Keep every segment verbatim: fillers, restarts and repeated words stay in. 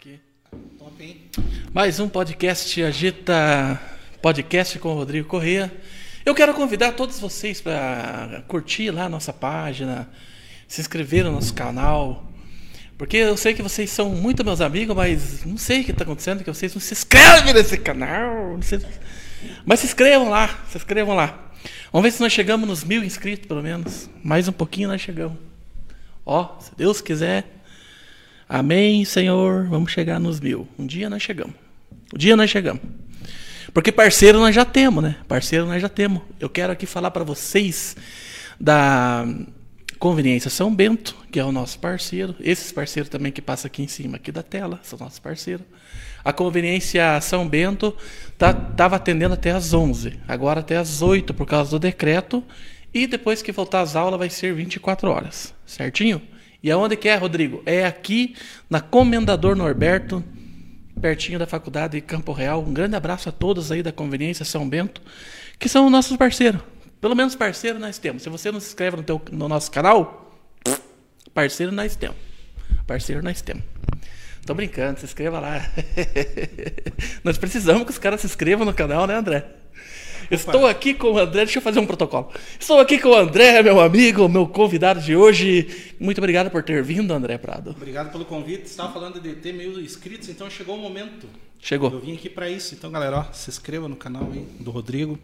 aqui. Top, hein? Mais um podcast Agita Podcast com o Rodrigo Corrêa. Eu quero convidar todos vocês para curtir lá a nossa página, se inscrever no nosso canal, porque eu sei que vocês são muito meus amigos, mas não sei o que está acontecendo, que vocês não se inscrevem nesse canal. Não sei... Mas se inscrevam lá, se inscrevam lá. Vamos ver se nós chegamos nos mil inscritos, pelo menos. Mais um pouquinho nós chegamos. Ó, se Deus quiser. Amém, Senhor. Vamos chegar nos mil. Um dia nós chegamos. Um dia nós chegamos. Porque parceiro nós já temos, né? Parceiro nós já temos. Eu quero aqui falar para vocês da Conveniência São Bento, que é o nosso parceiro. Esses parceiros também que passam aqui em cima aqui da tela são nossos parceiros. A Conveniência São Bento estava tá, atendendo até às onze, agora até às oito por causa do decreto. E depois que voltar às aulas vai ser vinte e quatro horas, certinho? E aonde que é, Rodrigo? É aqui na Comendador Norberto, pertinho da Faculdade de Campo Real. Um grande abraço a todos aí da Conveniência São Bento, que são nossos parceiros. Pelo menos parceiro nós temos. Se você não se inscreve no, teu, no nosso canal, parceiro nós temos. Parceiro nós temos. Tô brincando, se inscreva lá. Nós precisamos que os caras se inscrevam no canal, né, André? Opa. Estou aqui com o André, deixa eu fazer um protocolo. Estou aqui com o André, meu amigo, meu convidado de hoje. Muito obrigado por ter vindo, André Prado. Obrigado pelo convite. Você estava falando de ter mil inscritos, então chegou o momento. Chegou. Eu vim aqui para isso. Então, galera, ó, se inscreva no canal aí do Rodrigo.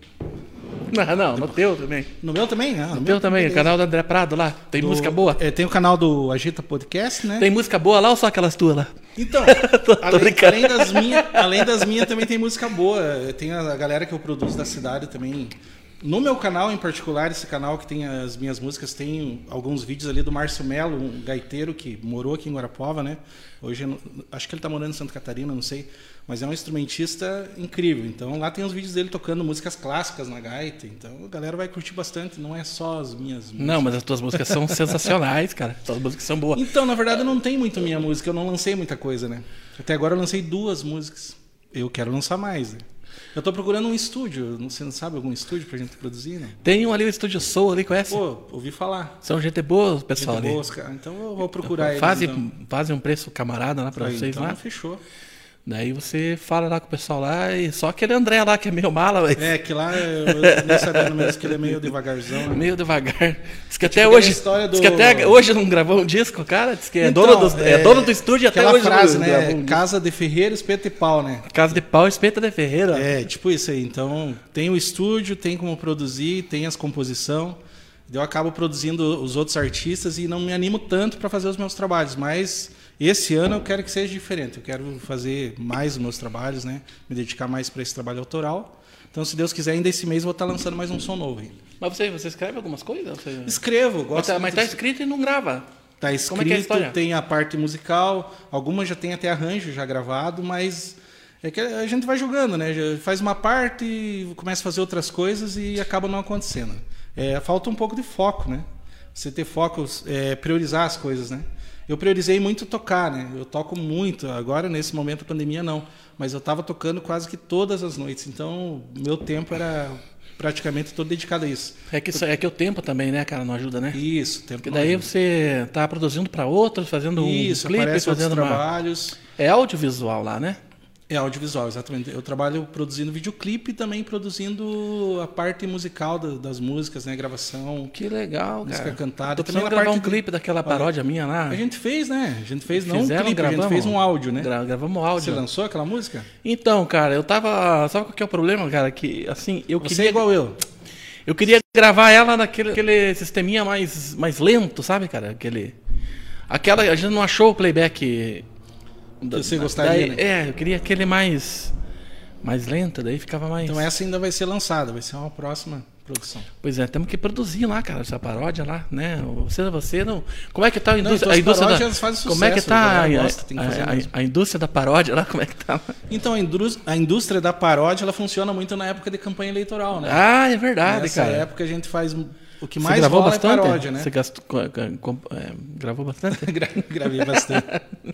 Não, não, no teu também. No meu também? Ah, no, no teu meu também, beleza. O canal do André Prado lá. Tem do, música boa? É, tem o canal do Agita Podcast, né? Tem música boa lá ou só aquelas tuas lá? Então, tô, tô além, além das minhas, além das minhas também tem música boa. Tem a galera que eu produzo da cidade também. No meu canal em particular, esse canal que tem as minhas músicas, tem alguns vídeos ali do Márcio Melo, um gaiteiro que morou aqui em Guarapuava, né? Hoje, acho que ele tá morando em Santa Catarina, não sei. Mas é um instrumentista incrível. Então lá tem os vídeos dele tocando músicas clássicas na gaita. Então a galera vai curtir bastante, não é só as minhas músicas. Não, mas as tuas músicas são sensacionais, cara. As tuas músicas são boas. Então, na verdade, não tem muito minha música, eu não lancei muita coisa, né? Até agora eu lancei duas músicas. Eu quero lançar mais, né? Eu tô procurando um estúdio. Você não sabe algum estúdio pra gente produzir, né? Tem um ali, o Estúdio Soul ali, conhece? Pô, ouvi falar. São gente boa, pessoal gente ali. Boa, cara. Então eu vou procurar eles. Fazem então. faz um preço camarada lá pra Aí, vocês então, lá. Fechou. Daí você fala lá com o pessoal lá e só aquele André lá que é meio mala. Mas... É, que lá eu nem sabendo mesmo que ele é meio devagarzão. Né? Meio devagar. Diz que É até tipo hoje. do... Diz que até hoje não gravou um disco, cara. Diz que é, então, dono, do, é... é dono do estúdio até hoje. Aquela frase, não né? um Casa de ferreiro, espeto e pau, né? Casa de pau, espeta de ferreira. É, tipo isso aí. Então, tem o estúdio, tem como produzir, tem as composições. Eu acabo produzindo os outros artistas e não me animo tanto para fazer os meus trabalhos, mas esse ano eu quero que seja diferente. Eu quero fazer mais os meus trabalhos, né? Me dedicar mais para esse trabalho autoral. Então, se Deus quiser, ainda esse mês eu vou estar lançando mais um som novo. Hein? Mas você, você escreve algumas coisas? Você... Escrevo, gosto. Mas tá, mas tá de... escrito e não grava. Tá escrito, Como é que é a história? Tem a parte musical, algumas já tem até arranjo já gravado, mas é que a gente vai jogando, né? Já faz uma parte, começa a fazer outras coisas e acaba não acontecendo. É, falta um pouco de foco, né? Você ter foco, é, priorizar as coisas, né? Eu priorizei muito tocar, né? Eu toco muito, agora nesse momento da pandemia não, mas eu estava tocando quase que todas as noites, então meu tempo era praticamente todo dedicado a isso. É que, é que o tempo também, né, cara, não ajuda, né? Isso, o tempo. Porque daí ajuda. Você tá produzindo para outros, fazendo isso, um clipe, aparece fazendo outros uma... trabalhos. É audiovisual lá, né? É audiovisual, exatamente. Eu trabalho produzindo videoclipe e também produzindo a parte musical da, das músicas, né? Gravação. Que legal, música cara. cantada. Tô Também precisando na gravar parte um de... clipe daquela paródia Olha, minha lá. A gente fez, né? A gente fez não Fizeram, um clipe, gravamos, a gente fez um áudio, né? Gra gravamos áudio. Você lançou aquela música? Então, cara, eu tava... Sabe qual que é o problema, cara? Que, assim, eu Você queria... é igual eu. Eu queria gravar ela naquele aquele sisteminha mais, mais lento, sabe, cara? Aquele... Aquela... A gente não achou o playback... Que você gostaria, daí, né? É, eu queria aquele mais... Mais lento, daí ficava mais... Então essa ainda vai ser lançada, vai ser uma próxima produção. Pois é, temos que produzir lá, cara, essa paródia lá, né? Você, você não... Como é que tá a Não, indústria, então a indústria paródias da... fazem Como é que sucesso, tá a a, galera gosta, tem que fazer a, mesmo. a, a indústria da paródia lá? Como é que tá? Então a indústria, a indústria da paródia, ela funciona muito na época de campanha eleitoral, né? Ah, é verdade, Nessa cara. época a gente faz... O que Você mais gravou rola bastante? é paródia, né? Você gastou, com, é, gravou bastante? Gravei bastante.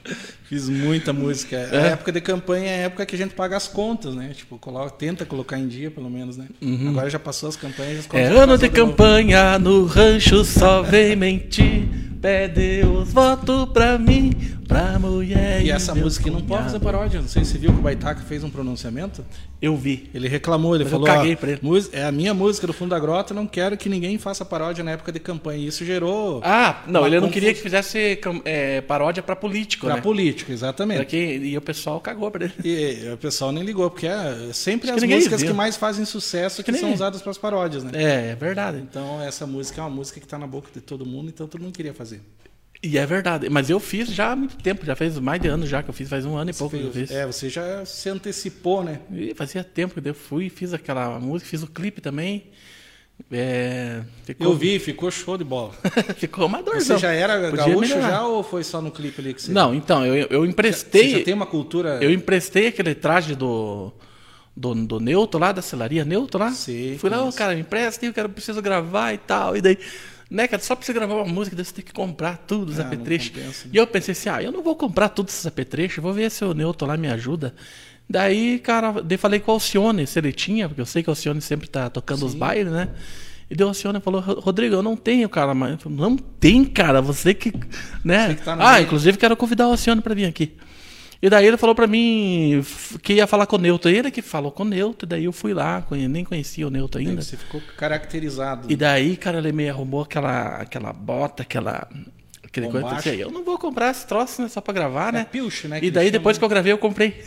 Fiz muita música. É. A época de campanha é a época que a gente paga as contas, né? Tipo, coloca, tenta colocar em dia, pelo menos, né? Uhum. Agora já passou as campanhas. As é ano de, de campanha, no rancho só vem mentir. Pede os votos pra mim, pra mulher. E essa música não pode fazer paródia. Não sei se você viu que o Baitaca fez um pronunciamento. Eu vi. Ele reclamou, ele Mas falou: eu caguei ó, pra ele. é a minha música do Fundo da Grota, não quero que ninguém faça paródia na época de campanha. E isso gerou. Ah, não, ele não confus... queria que fizesse é, paródia pra político, pra né? político, exatamente. Pra quem... E o pessoal cagou pra ele. E o pessoal nem ligou, porque é sempre Acho as que músicas viu. que mais fazem sucesso que, Que são nem- usadas para as paródias, né? É, é verdade. Então essa música é uma música que tá na boca de todo mundo, então todo mundo queria fazer. E é verdade. Mas eu fiz já há muito tempo, já fez mais de anos já que eu fiz, faz um ano e pouco que eu fiz. É, você já se antecipou, né? E fazia tempo que eu fui, fiz aquela música, fiz o clipe também. É, ficou... Eu vi, ficou show de bola. ficou uma dorzão. Você já era Podia gaúcho melhorar. já ou foi só no clipe ali que você... Não, então, eu, eu emprestei... Você já tem uma cultura... Eu emprestei aquele traje do... Do, do Neuto lá, da celaria Neuto lá. Sim, Fui lá, ô conheço. cara, me empresta, eu quero, preciso gravar e tal. E daí, né, cara, só pra você gravar uma música, daí você tem que comprar tudo, os Ah, não apetrechos. compensa, né? E eu pensei assim, ah, eu não vou comprar tudo esses apetrechos, vou ver se o Neuto lá me ajuda. Daí, cara, daí falei com o Alcione, se ele tinha, porque eu sei que o Alcione sempre tá tocando os bailes, né? E daí o Alcione falou, Rodrigo, eu não tenho, cara, mas eu falei, não tem, cara, você que, né? Você que tá no ah, meio. inclusive quero convidar o Alcione pra vir aqui. E daí ele falou pra mim que ia falar com o Neuto. Ele que falou com o Neuto, daí eu fui lá, conhe- nem conhecia o Neuto ainda. Você ficou caracterizado. E daí, cara, ele me arrumou aquela, aquela bota, aquela... Aquele coisa, eu Bombacha. pensei, eu não vou comprar esse troço, né, só pra gravar, É né? pilche, né? que E daí, eles depois que chamam. eu gravei, eu comprei.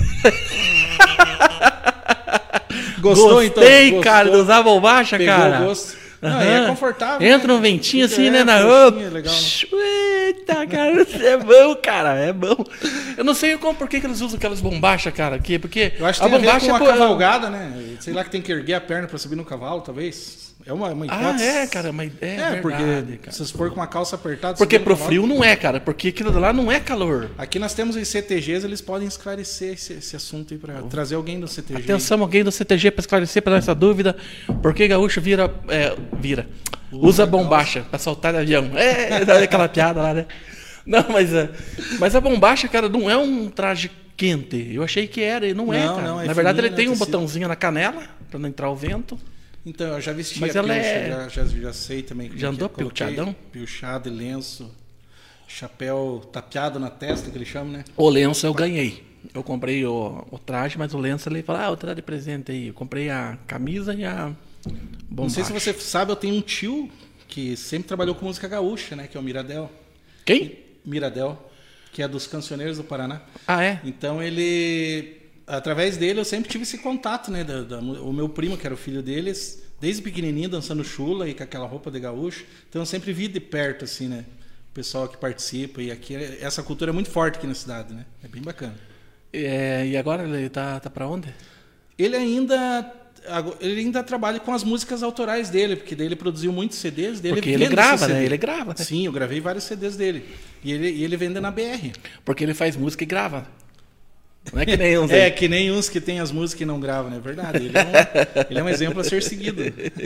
Gostou, Gostei, então? Gostou? cara, de usar bombacha, Pegou cara. o gosto. Não, e é Aham. confortável. Entra né? um ventinho assim, É, né, na fresquinho, roupa. é legal, né? Eita, cara, é bom, cara, é bom. Eu não sei como, por que, que eles usam aquelas bombachas, cara, aqui, porque Eu acho que a tem a ver bombacha com a pô, cavalgada, né? Sei lá que tem que erguer a perna pra subir no cavalo, talvez. É uma, uma Ah, hipótese. é, cara, mas é, É, verdade, porque cara. se você for com uma calça apertada... Porque subir no pro cavalo- frio não é, cara, porque aquilo lá não é calor. Aqui nós temos os C T Gs, eles podem esclarecer esse, esse assunto aí pra trazer alguém do C T G. Atenção, alguém do C T G para esclarecer para essa dúvida, por que gaúcho vira, é, vira, usa bombacha para saltar de avião. É, aquela piada lá, né? Não, mas, é, mas a bombacha, cara, não é um traje quente. Eu achei que era, e não é, Não, cara. não, é Na verdade, fininho, ele tem né, um tecido. botãozinho na canela para não entrar o vento. Então, eu já vesti Mas a ela pilcha, é- já, já, já sei também. como Já é que andou é. Coloquei pilchadão? Pilchado, lenço, chapéu tapeado na testa, que eles chamam, né? O lenço eu ganhei. Eu comprei o, o traje, mas o lenço ele falou, ah, eu trago de presente aí. Eu comprei a camisa e a bombacha. Não sei se você sabe, eu tenho um tio que sempre trabalhou com música gaúcha, né? Que é o Miradel. Quem? Miradel, que é dos Cancioneiros do Paraná. Ah, é? Então ele, através dele, eu sempre tive esse contato, né? Da, da- o meu primo, que era o filho deles, desde pequenininho dançando chula e com aquela roupa de gaúcho. Então eu sempre vi de perto, assim, né? O pessoal que participa e aqui essa cultura é muito forte aqui na cidade, né? É bem bacana. É, e agora ele tá, tá pra onde? Ele ainda ago- ele ainda trabalha com as músicas autorais dele, porque daí ele produziu muitos C Ds dele. Porque ele vende grava, esse C D. né? Ele grava, né? Sim, eu gravei vários C Ds dele. E ele, e ele vende na B R. Porque ele faz música e grava. Não é que nem uns É, aí. que nem uns que tem as músicas e não gravam, é verdade. Ele é um, ele é um exemplo a ser seguido.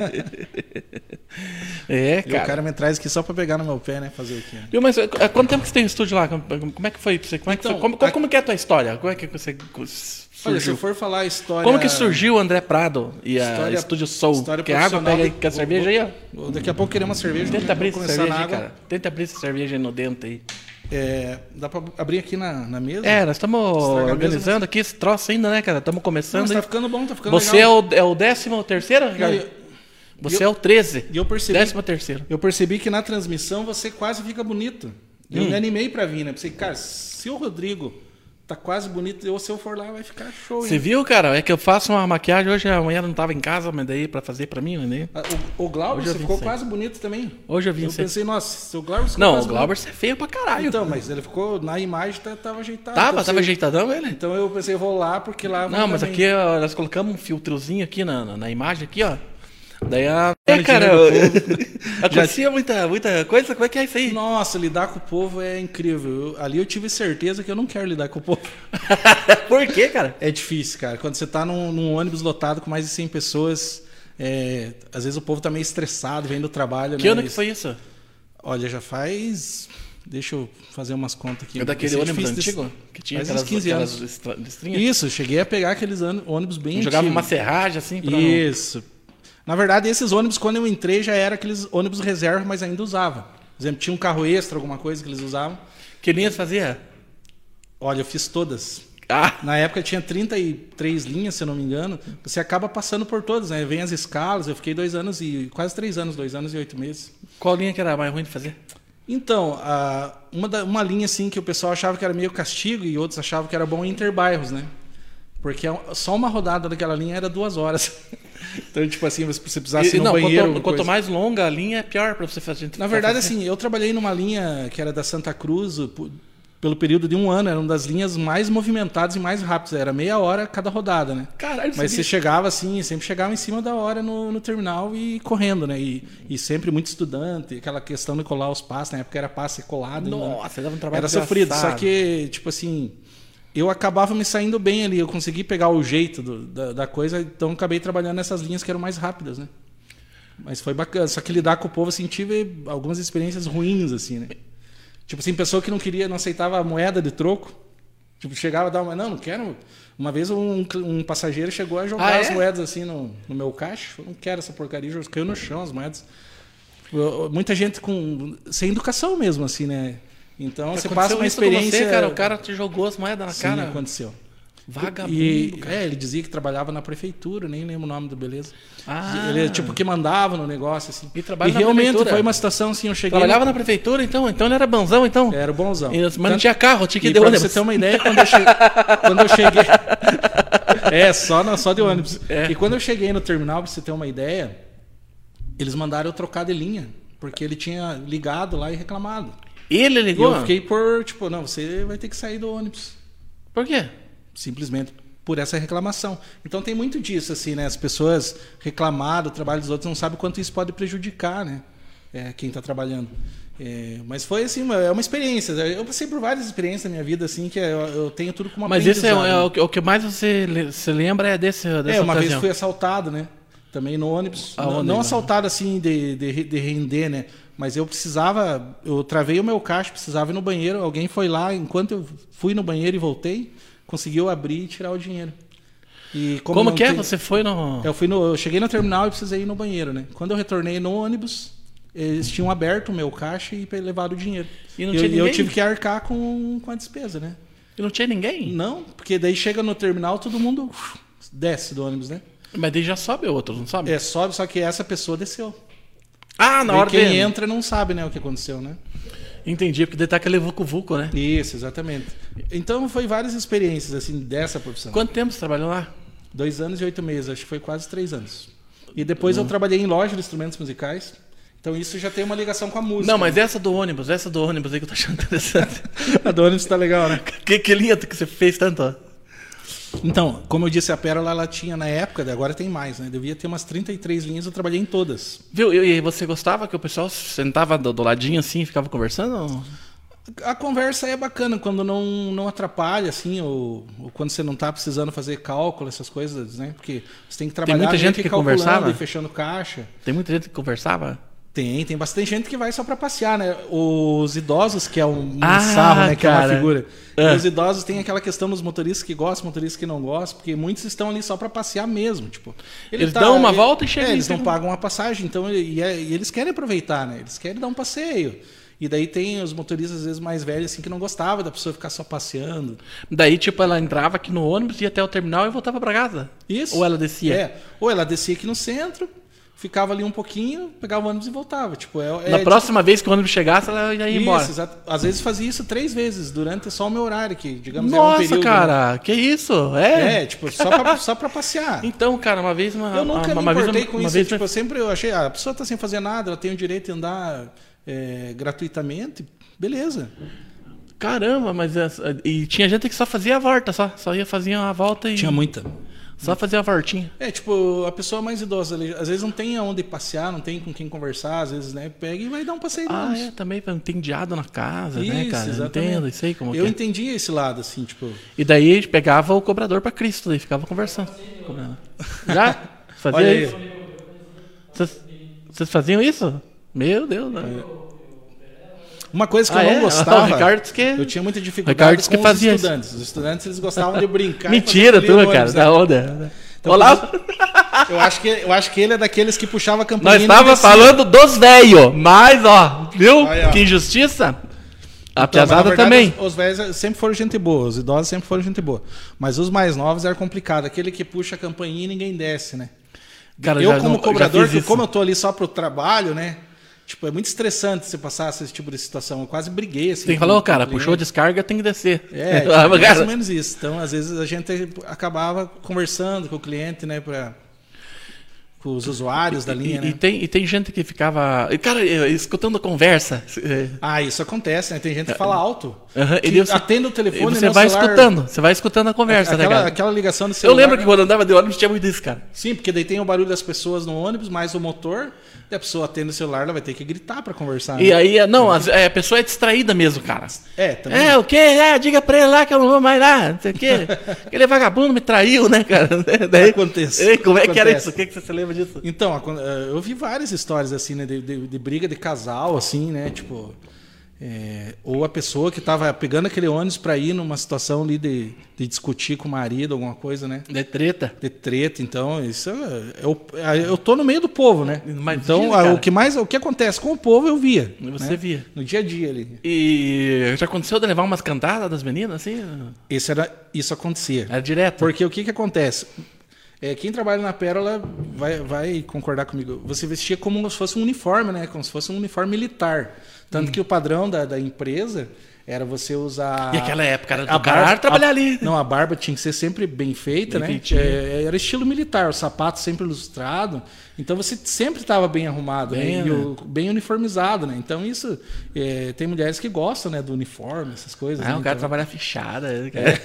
É, E cara. o cara me traz aqui só pra pegar no meu pé, né? Fazer o quê? Viu, mas há quanto tempo que você tem estúdio lá? Como como é que foi? pra você? Como, é que Então, foi? Como, como, a- como que é a tua história? Como é que você Olha, se surgiu? eu for falar a história... Como que surgiu o André Prado e a História- Estúdio Soul? história Quer água? profissional Pega aí, do- quer a cerveja aí, ó. Vou- Daqui a pouco queremos uma cerveja. Tenta abrir vamos essa começar cerveja na aí, água. cara. Tenta abrir essa cerveja aí no dentro aí. É, dá pra abrir aqui na, na mesa? É, nós estamos Estraga a organizando mesa, aqui esse troço ainda, né, cara? Estamos Não, começando. mas tá hein? ficando bom, tá ficando Você é legal. o, é o décimo terceiro, Ricardo? E- Você e eu- é o treze. E eu percebi, Décimo terceiro. eu percebi que na transmissão você quase fica bonito. Eu Hum. me animei pra vir, né? Pensei, cara, se o Rodrigo tá quase bonito, eu, se eu for lá vai ficar show. Você hein? viu, cara? É que eu faço uma maquiagem hoje, amanhã não tava em casa, mas daí pra fazer pra mim, né? Ah, O, o Glauber, Hoje eu você vim ficou sem. quase bonito também. Hoje eu vim Eu sem. pensei, nossa, se o Glauber ficou Não, quase o Glauber você é feio pra bonito. caralho. Então, mas ele ficou, na imagem tá- tava ajeitado. Tava, Então, tava você- ajeitadão ele? Então eu pensei, eu vou lá, porque lá... vai Não, mas também. aqui ó, nós colocamos um filtrozinho aqui na, na, na imagem aqui, ó. Daí a. Olha É, o cara, dinheiro do acontecia muita, muita coisa. Como é que é isso aí? Nossa, lidar com o povo é incrível. Eu- ali eu tive certeza que eu não quero lidar com o povo. Por quê, cara? É difícil, cara. Quando você tá num, num ônibus lotado com mais de cem pessoas, é, às vezes o povo tá meio estressado, vem do trabalho. Que né? ano que Eles- foi isso? Olha, já faz... Deixa eu fazer umas contas aqui. É daquele Isso é ônibus difícil de- antigo? Que tinha faz aquelas, uns quinze aquelas anos. listra- listrinhas? Isso, cheguei a pegar aqueles ân- ônibus bem Jogava antigos. uma serragem assim pra. Isso. Na verdade, esses ônibus, quando eu entrei, já era aqueles ônibus reserva, mas ainda usava. Por exemplo, tinha um carro extra, alguma coisa que eles usavam. Que linhas fazia? Olha, eu fiz todas. Ah. Na época tinha trinta e três linhas, se eu não me engano. Você acaba passando por todas, né? Vem as escalas, eu fiquei dois anos e... Quase três anos, dois anos e oito meses. Qual linha que era mais ruim de fazer? Então, a, uma, da, uma linha assim que o pessoal achava que era meio castigo e outros achavam que era bom interbairros, né? Porque só uma rodada daquela linha era duas horas. Então, tipo assim, você precisasse ir no não, banheiro... Quanto, quanto mais longa a linha, é pior para você fazer. Na verdade, assim, eu trabalhei numa linha que era da Santa Cruz pelo período de um ano. Era uma das linhas mais movimentadas e mais rápidas. Era meia hora cada rodada, né? Caralho, mas você chegava assim, sempre chegava em cima da hora no, no terminal e correndo, né? E, e sempre muito estudante, aquela questão de colar os passes. Na época era passe colado. Nossa, dava um trabalho era sofrido. Só que, tipo assim... Eu acabava me saindo bem ali, eu consegui pegar o jeito do, da, da coisa, então acabei trabalhando nessas linhas que eram mais rápidas, né? Mas foi bacana, só que lidar com o povo, assim, tive algumas experiências ruins, assim, né? Tipo assim, pessoa que não queria, não aceitava a moeda de troco, tipo, chegava a dar uma... Não, não quero... Uma vez um, um passageiro chegou a jogar ah, é? as moedas, assim, no, no meu caixa, eu não quero essa porcaria, caiu no chão as moedas. Muita gente com... sem educação mesmo, assim, né? Então você passa uma experiência... Você, cara, o cara te jogou as moedas na Sim, cara. Aconteceu. Vagabundo, e, cara. É, ele dizia que trabalhava na prefeitura, nem lembro o nome do beleza. Ah. Ele, tipo, que mandava no negócio, assim. E, trabalha e na realmente prefeitura. Foi uma situação, assim, eu cheguei... Trabalhava no... na prefeitura, então? Então ele era bonzão, então? Era bonzão. E, mas Tanto... não tinha carro, tinha que ir de ônibus. Pra você ter uma ideia, quando eu, che... quando eu cheguei... é, só, no, só de ônibus. É. E quando eu cheguei no terminal, pra você ter uma ideia, eles mandaram eu trocar de linha, porque ele tinha ligado lá e reclamado. Ele ligou? E eu fiquei por, tipo, não, você vai ter que sair do ônibus. Por quê? Simplesmente por essa reclamação. Então tem muito disso, assim, né? As pessoas reclamar do trabalho dos outros, não sabem quanto isso pode prejudicar, né? É, quem está trabalhando. É, mas foi, assim, uma, é uma experiência. Eu passei por várias experiências na minha vida, assim, que eu, eu tenho tudo como aprendizado. Mas esse é, é o, que, o que mais você se lembra é desse, dessa É, uma ocasião. vez fui assaltado, né? Também no ônibus. Ah, não, não assaltado, assim, de, de, de render, né? Mas eu precisava, eu travei o meu caixa, precisava ir no banheiro, alguém foi lá, enquanto eu fui no banheiro e voltei, conseguiu abrir e tirar o dinheiro. E como como que é? Tem... Você foi no... Eu, fui no... eu cheguei no terminal e precisei ir no banheiro, né? Quando eu retornei no ônibus, eles tinham aberto o meu caixa e levado o dinheiro. E não eu, tinha ninguém? Eu tive que arcar com, com a despesa, né? E não tinha ninguém? Não, porque daí chega no terminal, todo mundo uf, desce do ônibus, né? Mas daí já sobe outro, não sobe? É, sobe, só que essa pessoa desceu. Ah, na daí hora quem dele. entra não sabe, né, o que aconteceu, né? Entendi, porque daí tá aquele vucu-vucu, né? Isso, exatamente. Então foi várias experiências, assim, dessa profissão. Quanto tempo você trabalhou lá? Dois anos e oito meses, acho que foi quase três anos. E depois hum. eu trabalhei em loja de instrumentos musicais. Então isso já tem uma ligação com a música. Não, mas né? essa do ônibus, essa do ônibus aí que eu tô achando interessante. A do ônibus tá legal, né? Que, que linha que você fez tanto, ó? Então, como eu disse, a Pérola ela tinha na época, agora tem mais, né? Devia ter umas trinta e três linhas, eu trabalhei em todas. Viu? E você gostava que o pessoal sentava do, do ladinho assim e ficava conversando? A conversa é bacana quando não, não atrapalha, assim, ou, ou quando você não está precisando fazer cálculo, essas coisas, né? Porque você tem que trabalhar... Tem muita gente que conversava? E fechando caixa. Tem muita gente que conversava? Tem, tem bastante gente que vai só para passear, né? Os idosos, que é um, um ah, sarro, né? Que cara. é uma figura. É. E os idosos têm aquela questão dos motoristas que gostam, motoristas que não gostam, porque muitos estão ali só para passear mesmo, tipo. Ele eles tá, dão uma ele, volta e chegam. É, eles não pagam uma passagem, então e, é, e eles querem aproveitar, né? Eles querem dar um passeio. E daí tem os motoristas às vezes mais velhos assim que não gostavam da pessoa ficar só passeando. Daí tipo ela entrava aqui no ônibus, ia até o terminal e voltava para casa. Isso. Ou ela descia. É. Ou ela descia aqui no centro. Ficava ali um pouquinho, pegava o ônibus e voltava. Tipo, é, Na é, próxima tipo... vez que o ônibus chegasse, ela ia ir embora. Isso, exato. Às vezes fazia isso três vezes, durante só o meu horário, que, digamos, Nossa, era um período... cara, né? Que isso? É, é tipo, só pra, só pra passear. Então, cara, uma vez... Uma, eu nunca uma, me importei vez, com uma isso. Vez... Tipo, eu sempre eu achei, ah, a pessoa tá sem fazer nada, ela tem o direito de andar é, gratuitamente, beleza. Caramba, mas... E tinha gente que só fazia a volta, só. Só ia fazer uma volta e... Tinha muita. Só fazer a voltinha. É, tipo, a pessoa mais idosa, às vezes não tem aonde passear, não tem com quem conversar, às vezes, né, pega e vai dar um passeio. Ah, é, também entediado na casa, isso, né, cara? Exatamente. Entendo, isso aí como Eu que é. entendi esse lado, assim, tipo... E daí a gente pegava o cobrador pra Cristo, daí ficava conversando. Já? Fazia Olha isso? Vocês, vocês faziam isso? Meu Deus, né? É. Uma coisa que ah, eu não é? gostava, o Ricardo que... eu tinha muita dificuldade com que fazia os estudantes. Os estudantes eles gostavam de brincar. Mentira, tu, cara, da onda. Então, Olá. Eu acho, que, eu acho que ele é daqueles que puxava a campainha. Nós estava falando dos velhos, mas, ó, viu? Aí, ó. Que injustiça. A piazada também. Os, os velhos sempre foram gente boa, os idosos sempre foram gente boa. Mas os mais novos era complicado. Aquele que puxa a campainha e ninguém desce, né? Cara, eu, já como não- cobrador, já fiz que, como isso. eu tô ali só pro trabalho, né? Tipo, é muito estressante você passar esse tipo de situação. Eu quase briguei, assim. Tem que com- falar, com ô, cara, o cliente. puxou a descarga, tem que descer. É, tipo, Ah, mais cara, ou menos isso. Então, às vezes, a gente acabava conversando com o cliente, né? Pra, com os usuários da linha, e, né? e tem, e tem gente que ficava. e, Cara, eu- escutando a conversa. é, Ah, isso acontece, né? Tem gente que fala alto. Aham, que e você- atende o e telefone, você né, o vai celular- escutando, você vai escutando a conversa, né, aquela, cara? aquela ligação do Eu celular. lembro que quando eu andava de ônibus tinha muito isso, cara. Sim, porque daí tem o barulho das pessoas no ônibus, mais o motor, e a pessoa atende o celular, ela vai ter que gritar pra conversar. E né? aí, não, as- é, a pessoa é distraída mesmo, cara. É, também. É, o quê? É, diga pra ele lá que eu não vou mais lá, não sei o quê. Aquele vagabundo me traiu, né, cara? Daí, Acontece. Ei, como é que era Acontece. isso? O que, que você se lembra disso? Então, a- quando- eh, eu vi várias histórias assim, né, de, de- de briga de casal, assim, né, tipo, é, ou a pessoa que tava pegando aquele ônibus para ir numa situação ali de, de discutir com o marido, alguma coisa, né, De treta. de treta. Então, isso é, eu, eu tô no meio do povo, né? Imagina, Então, cara. a- o que mais, o que acontece com o povo eu via. Você né? via. No dia a dia ali. E já aconteceu de levar umas cantadas das meninas, assim? Isso era, isso acontecia. Era direto. Porque o que que acontece? É, quem trabalha na Pérola vai, vai concordar comigo. Você vestia como se fosse um uniforme, né? Como se fosse um uniforme militar. Tanto que o padrão da, da empresa era você usar... E aquela época era do a cara barba- trabalhar a- ali. Não, a barba tinha que ser sempre bem feita, Bem né? feitinha. É, era estilo militar, o sapato sempre ilustrado. Então você sempre estava bem arrumado, Bem, né? E né? o- bem uniformizado, né? Então isso... é, tem mulheres que gostam, né? Do uniforme, essas coisas. Ah, né? o cara Então, trabalha fichada. né, cara?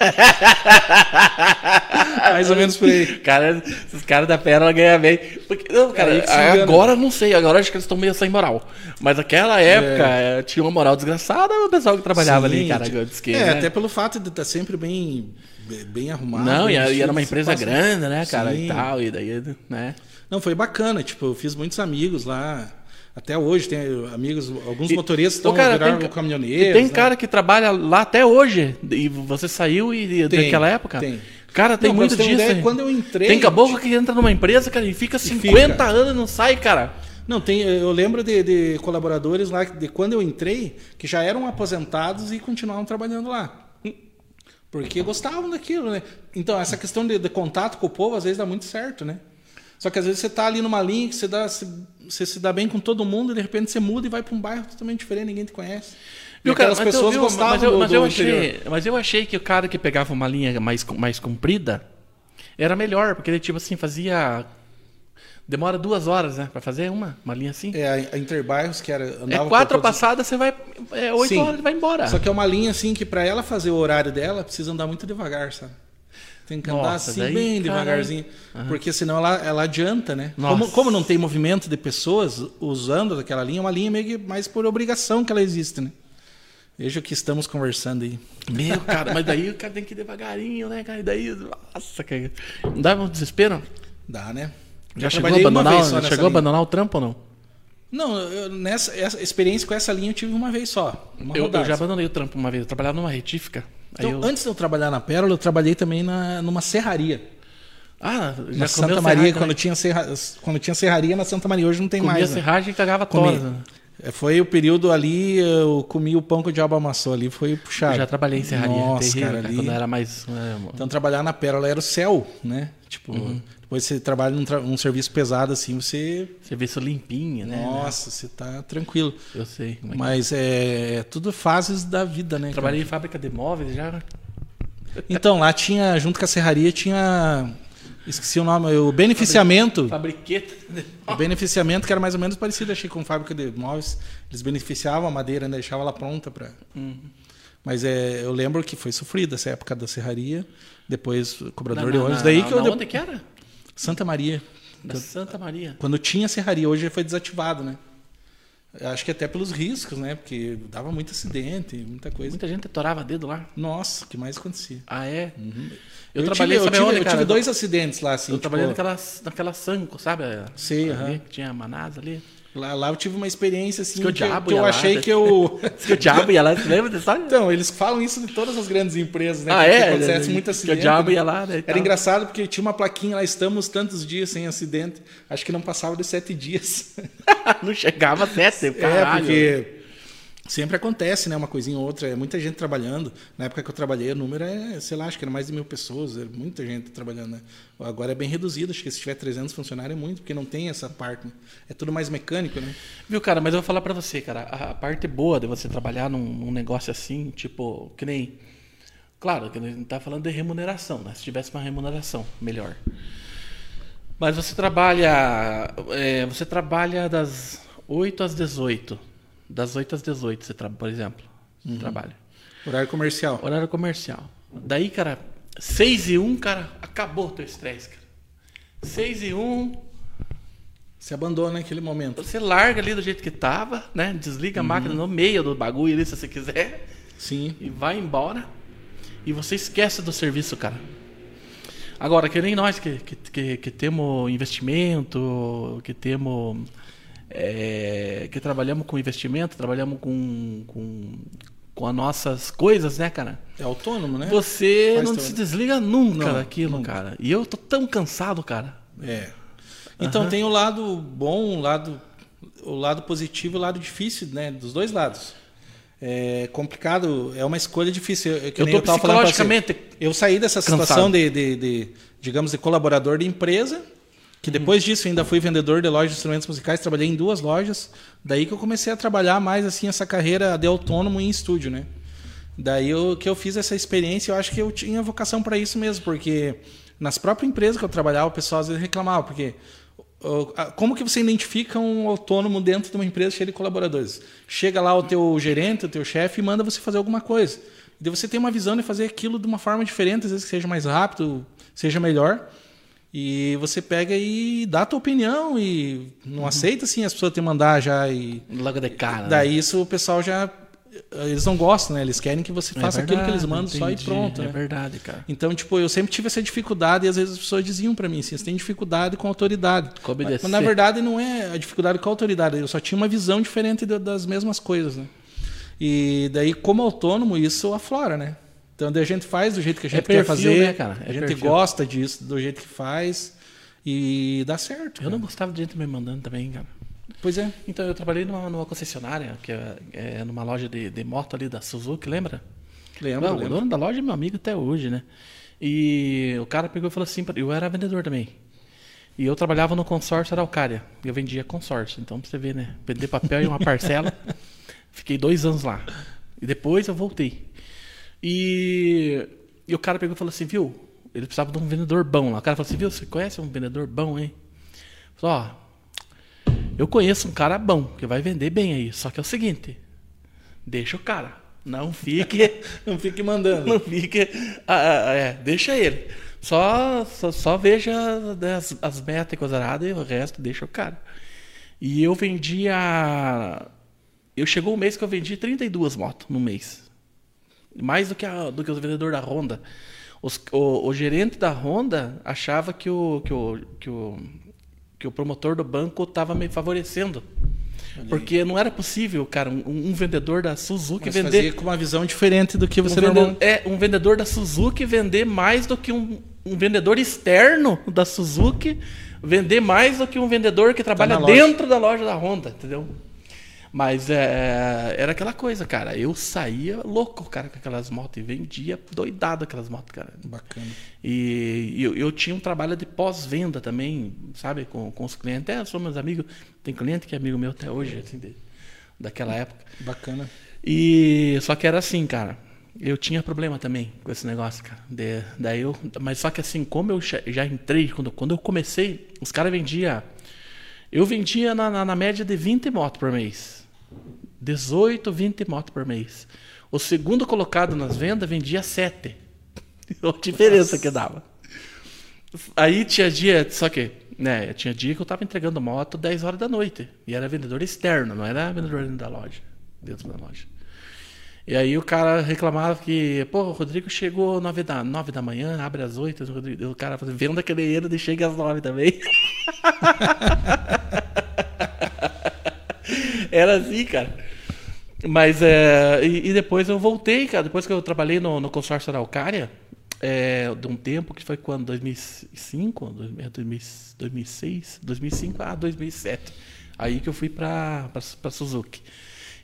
mais ou menos por aí. Cara, esses caras da Pérola ganham bem. Porque, não, cara, aí que se engana. agora eu não sei, agora acho que eles estão meio sem moral. Mas naquela época eh, tinha uma moral desgraçada o pessoal que trabalhava ali, Sim, cara, tipo, diz que, é, né? até pelo fato de estar sempre bem, bem arrumado. Não, e, bem era- e vestido, era uma você empresa passa- grande, né, cara, Sim. e tal, e daí, né? Não, foi bacana, tipo, eu fiz muitos amigos lá. Até hoje tem amigos, alguns E- motoristas Ô, estão cara, viraram tem- caminhoneiros. E tem né? cara que trabalha lá até hoje, e você saiu e, e Tem, daquela época? tem. Cara, tem Não, pra muito você ter uma disso. ideia, hein? quando eu entrei- Tem caboclo que entra numa empresa, cara, e fica cinquenta anos e não sai, cara. Não, tem, eu lembro de, de colaboradores lá, de quando eu entrei, que já eram aposentados e continuavam trabalhando lá. Porque gostavam daquilo, né? Então, essa questão de, de contato com o povo, às vezes dá muito certo, né? Só que às vezes você tá ali numa linha que você, dá, você, você se dá bem com todo mundo e de repente você muda e vai para um bairro totalmente diferente, ninguém te conhece. E Viu, cara, aquelas mas eu- pessoas viu, gostavam mas eu, do, mas do eu interior. achei, mas eu achei que o cara que pegava uma linha mais, com- mais comprida era melhor, porque ele, tipo assim, fazia... Demora duas horas, né, pra fazer uma, uma linha assim. É, a- a Interbairros, que era... É andava quatro por todos- passadas, você vai... É oito Sim. horas e vai embora. Só que é uma linha assim que para ela fazer o horário dela, precisa andar muito devagar, sabe? Tem que andar Nossa, assim daí, bem cara, devagarzinho, porque senão ela, ela adianta, né? Nossa. Como, como não tem movimento de pessoas usando aquela linha, é uma linha meio que mais por obrigação que ela existe, né? Veja o que estamos conversando aí. Meu, cara, mas daí o cara tem que ir devagarinho, né, cara? E daí, nossa, cara. Não dava um desespero? Dá, né? Já Eu chegou a trabalhei uma abandonar, vez só nessa chegou a linha. abandonar o trampo ou não? Não, eu, nessa essa experiência com essa linha eu tive uma vez só. Uma Eu, eu rodada. já abandonei o trampo uma vez. Eu trabalhava numa retífica. Aí Então, eu... antes de eu trabalhar na Pérola, eu trabalhei também na, numa serraria. Ah, já Na Santa comeu Maria, serragem, quando né? tinha, serra, quando tinha serraria na Santa Maria, hoje não tem Comia mais. né? serragem e cagava Comi. tosa. É, foi o período ali, eu comi o pão que o diabo amassou ali, foi puxado. Eu já trabalhei em serraria. Nossa, terrível, cara, cara, ali... quando eu era mais... é, Então, trabalhar na Pérola era o céu, né? Tipo, Uhum. depois você trabalha num, tra- num serviço pesado assim, você... serviço limpinho, né? Nossa, você tá tranquilo. Eu sei. como é que- Mas é, é tudo fases da vida, né? cara? Trabalhei em fábrica de móveis já. Então, lá tinha, junto com a serraria, tinha... Esqueci o nome, o beneficiamento. Fabriqueta. O beneficiamento que era mais ou menos parecido, achei, com fábrica de móveis. Eles beneficiavam a madeira, né? Deixavam ela pronta para... Uhum. Mas é, eu lembro que foi sofrido essa época da serraria. Depois, o cobrador Na- de na- ônibus. Daí na- que eu... na de- onde que era? Santa Maria. Da Santa Maria. Quando tinha serraria, hoje foi desativado, né? Eu acho que até pelos riscos, né? Porque dava muito acidente, muita coisa. Muita gente torava dedo lá. Nossa, o que mais acontecia? Ah, é? Eu, trabalhei, tive, eu, sabe tive, onde, eu cara? tive dois acidentes lá, assim. Eu trabalhei tipo, naquela, naquela Sanco, sabe? Sei, Ali, aham. que tinha Manasa ali. lá, lá eu tive uma experiência assim Diz que o que, diabo que eu ia lá, achei né? que eu... Diz que o diabo ia lá, você lembra dessa história? Então, eles falam isso de todas as grandes empresas, né? Ah, que é? acontece muito Que acidente. o diabo né? ia lá, né? e Era tal. engraçado porque tinha uma plaquinha lá, estamos tantos dias sem acidente. Acho que não passava de sete dias. Não chegava a sete, É, caralho. porque Sempre acontece, né? Uma coisinha ou outra. É muita gente trabalhando. Na época que eu trabalhei, o número é, sei lá, acho que era mais de mil pessoas. É muita gente trabalhando, né? Agora é bem reduzido. Acho que se tiver trezentos funcionários é muito, porque não tem essa parte. Né? É tudo mais mecânico, né? Viu, cara? Mas eu vou falar pra você, cara. A parte boa de você trabalhar num, num negócio assim, tipo, que nem... Claro, que a gente não tá falando de remuneração, né? Se tivesse uma remuneração melhor. Mas você trabalha... É, você trabalha das oito às dezoito. Das oito às dezoito, você trabalha, por exemplo. Você uhum. trabalha. Horário comercial. Horário comercial. Daí, cara, seis e um, cara, acabou o teu estresse, cara. seis e um... Você abandona naquele momento. Você larga ali do jeito que tava, né? Desliga uhum. a máquina no meio do bagulho ali, se você quiser. Sim. E vai embora. E você esquece do serviço, cara. Agora, que nem nós que, que, que, que temos investimento, que temos... É, que trabalhamos com investimento, trabalhamos com, com, com as nossas coisas, né, cara? É autônomo, né? Você Faz não teu... se desliga nunca não, daquilo, nunca. cara. E eu tô tão cansado, cara. É. Então uhum. tem o lado bom, o lado, o lado positivo e o lado difícil, né? Dos dois lados. É complicado, é uma escolha difícil. Eu, que eu tô eu tava psicologicamente falando você, eu saí dessa situação de, de, de, digamos, de colaborador de empresa, que depois hum. disso ainda fui vendedor de lojas de instrumentos musicais, trabalhei em duas lojas, daí que eu comecei a trabalhar mais assim essa carreira de autônomo em estúdio, né? Daí eu, que eu fiz essa experiência, eu acho que eu tinha vocação para isso mesmo, porque nas próprias empresas que eu trabalhava, o pessoal às vezes reclamava, porque como que você identifica um autônomo dentro de uma empresa cheia de colaboradores? Chega lá o teu gerente, o teu chefe e manda você fazer alguma coisa. E daí você tem uma visão de fazer aquilo de uma forma diferente, às vezes que seja mais rápido, seja melhor. E você pega e dá a tua opinião e não uhum. aceita assim as pessoas te mandar já e logo de cara. Daí né? Isso o pessoal já eles não gostam, né? Eles querem que você faça é verdade, aquilo que eles mandam entendi, só e pronto. É né? verdade, cara. Então, tipo, eu sempre tive essa dificuldade e às vezes as pessoas diziam pra mim assim, você tem dificuldade com a autoridade. Mas, mas na verdade não é a dificuldade com a autoridade, eu só tinha uma visão diferente das mesmas coisas, né? E daí, como autônomo, isso aflora, né? Então, daí a gente faz do jeito que a gente é perfil, quer fazer, né, cara? É a gente perfil. gosta disso, do jeito que faz e dá certo. Eu cara. não gostava de gente me mandando também, cara. Pois é. Então, eu trabalhei numa, numa concessionária, que é, é numa loja de, de moto ali da Suzuki, lembra? Lembro, Não, lembro. O dono da loja é meu amigo até hoje, né? E o cara pegou e falou assim, eu era vendedor também. E eu trabalhava no consórcio Araucária. Eu vendia consórcio. Então, pra você ver, né? Vender papel e uma parcela. Fiquei dois anos lá. E depois eu voltei. E, e o cara pegou e falou assim, viu? Ele precisava de um vendedor bom lá. O cara falou assim, viu? Você conhece um vendedor bom, hein? Falei, ó... Eu conheço um cara bom, que vai vender bem aí. Só que é o seguinte, deixa o cara. Não fique... não fique mandando. Não fique... Ah, é, deixa ele. Só, só, só veja as, as metas e coisa errada e o resto deixa o cara. E eu vendia... Eu chegou um mês que eu vendi trinta e duas motos no mês. Mais do que, a, do que o vendedor da Honda. Os, o, o gerente da Honda achava que o... Que o, que o que o promotor do banco estava me favorecendo. Porque não era possível, cara, um, um vendedor da Suzuki Mas vender... fazia com uma visão diferente do que você um normalmente... É, um vendedor da Suzuki vender mais do que um, um vendedor externo da Suzuki vender mais do que um vendedor que trabalha tá dentro da loja da Honda, entendeu? Mas é, era aquela coisa, cara. Eu saía louco, cara, com aquelas motos e vendia doidado aquelas motos, cara. Bacana. E, e eu, eu tinha um trabalho de pós-venda também, sabe, com, com os clientes. Até sou meus amigos, tem cliente que é amigo meu até hoje, assim, de, daquela época. Bacana. E só que era assim, cara. Eu tinha problema também com esse negócio, cara. De, daí eu, mas só que assim, como eu já entrei, quando, quando eu comecei, os caras vendiam. Eu vendia na, na, na média de vinte motos por mês. dezoito, vinte motos por mês. O segundo colocado nas vendas vendia sete. A diferença Nossa. que dava. Aí tinha dia, só que, né, tinha dia que eu tava entregando moto dez horas da noite. E era vendedor externo, não era vendedor dentro da loja. Dentro da loja. E aí o cara reclamava que, pô, o Rodrigo chegou nove da, nove da manhã, abre às oito. O cara falou, venda que nem ele, chega às nove também. Era assim, cara. Mas, é, e, e depois eu voltei, cara. Depois que eu trabalhei no, no consórcio Araucária, é, de um tempo, que foi quando? dois mil e cinco? dois mil e seis? dois mil e cinco? Ah, dois mil e sete. Aí que eu fui pra, pra, pra Suzuki.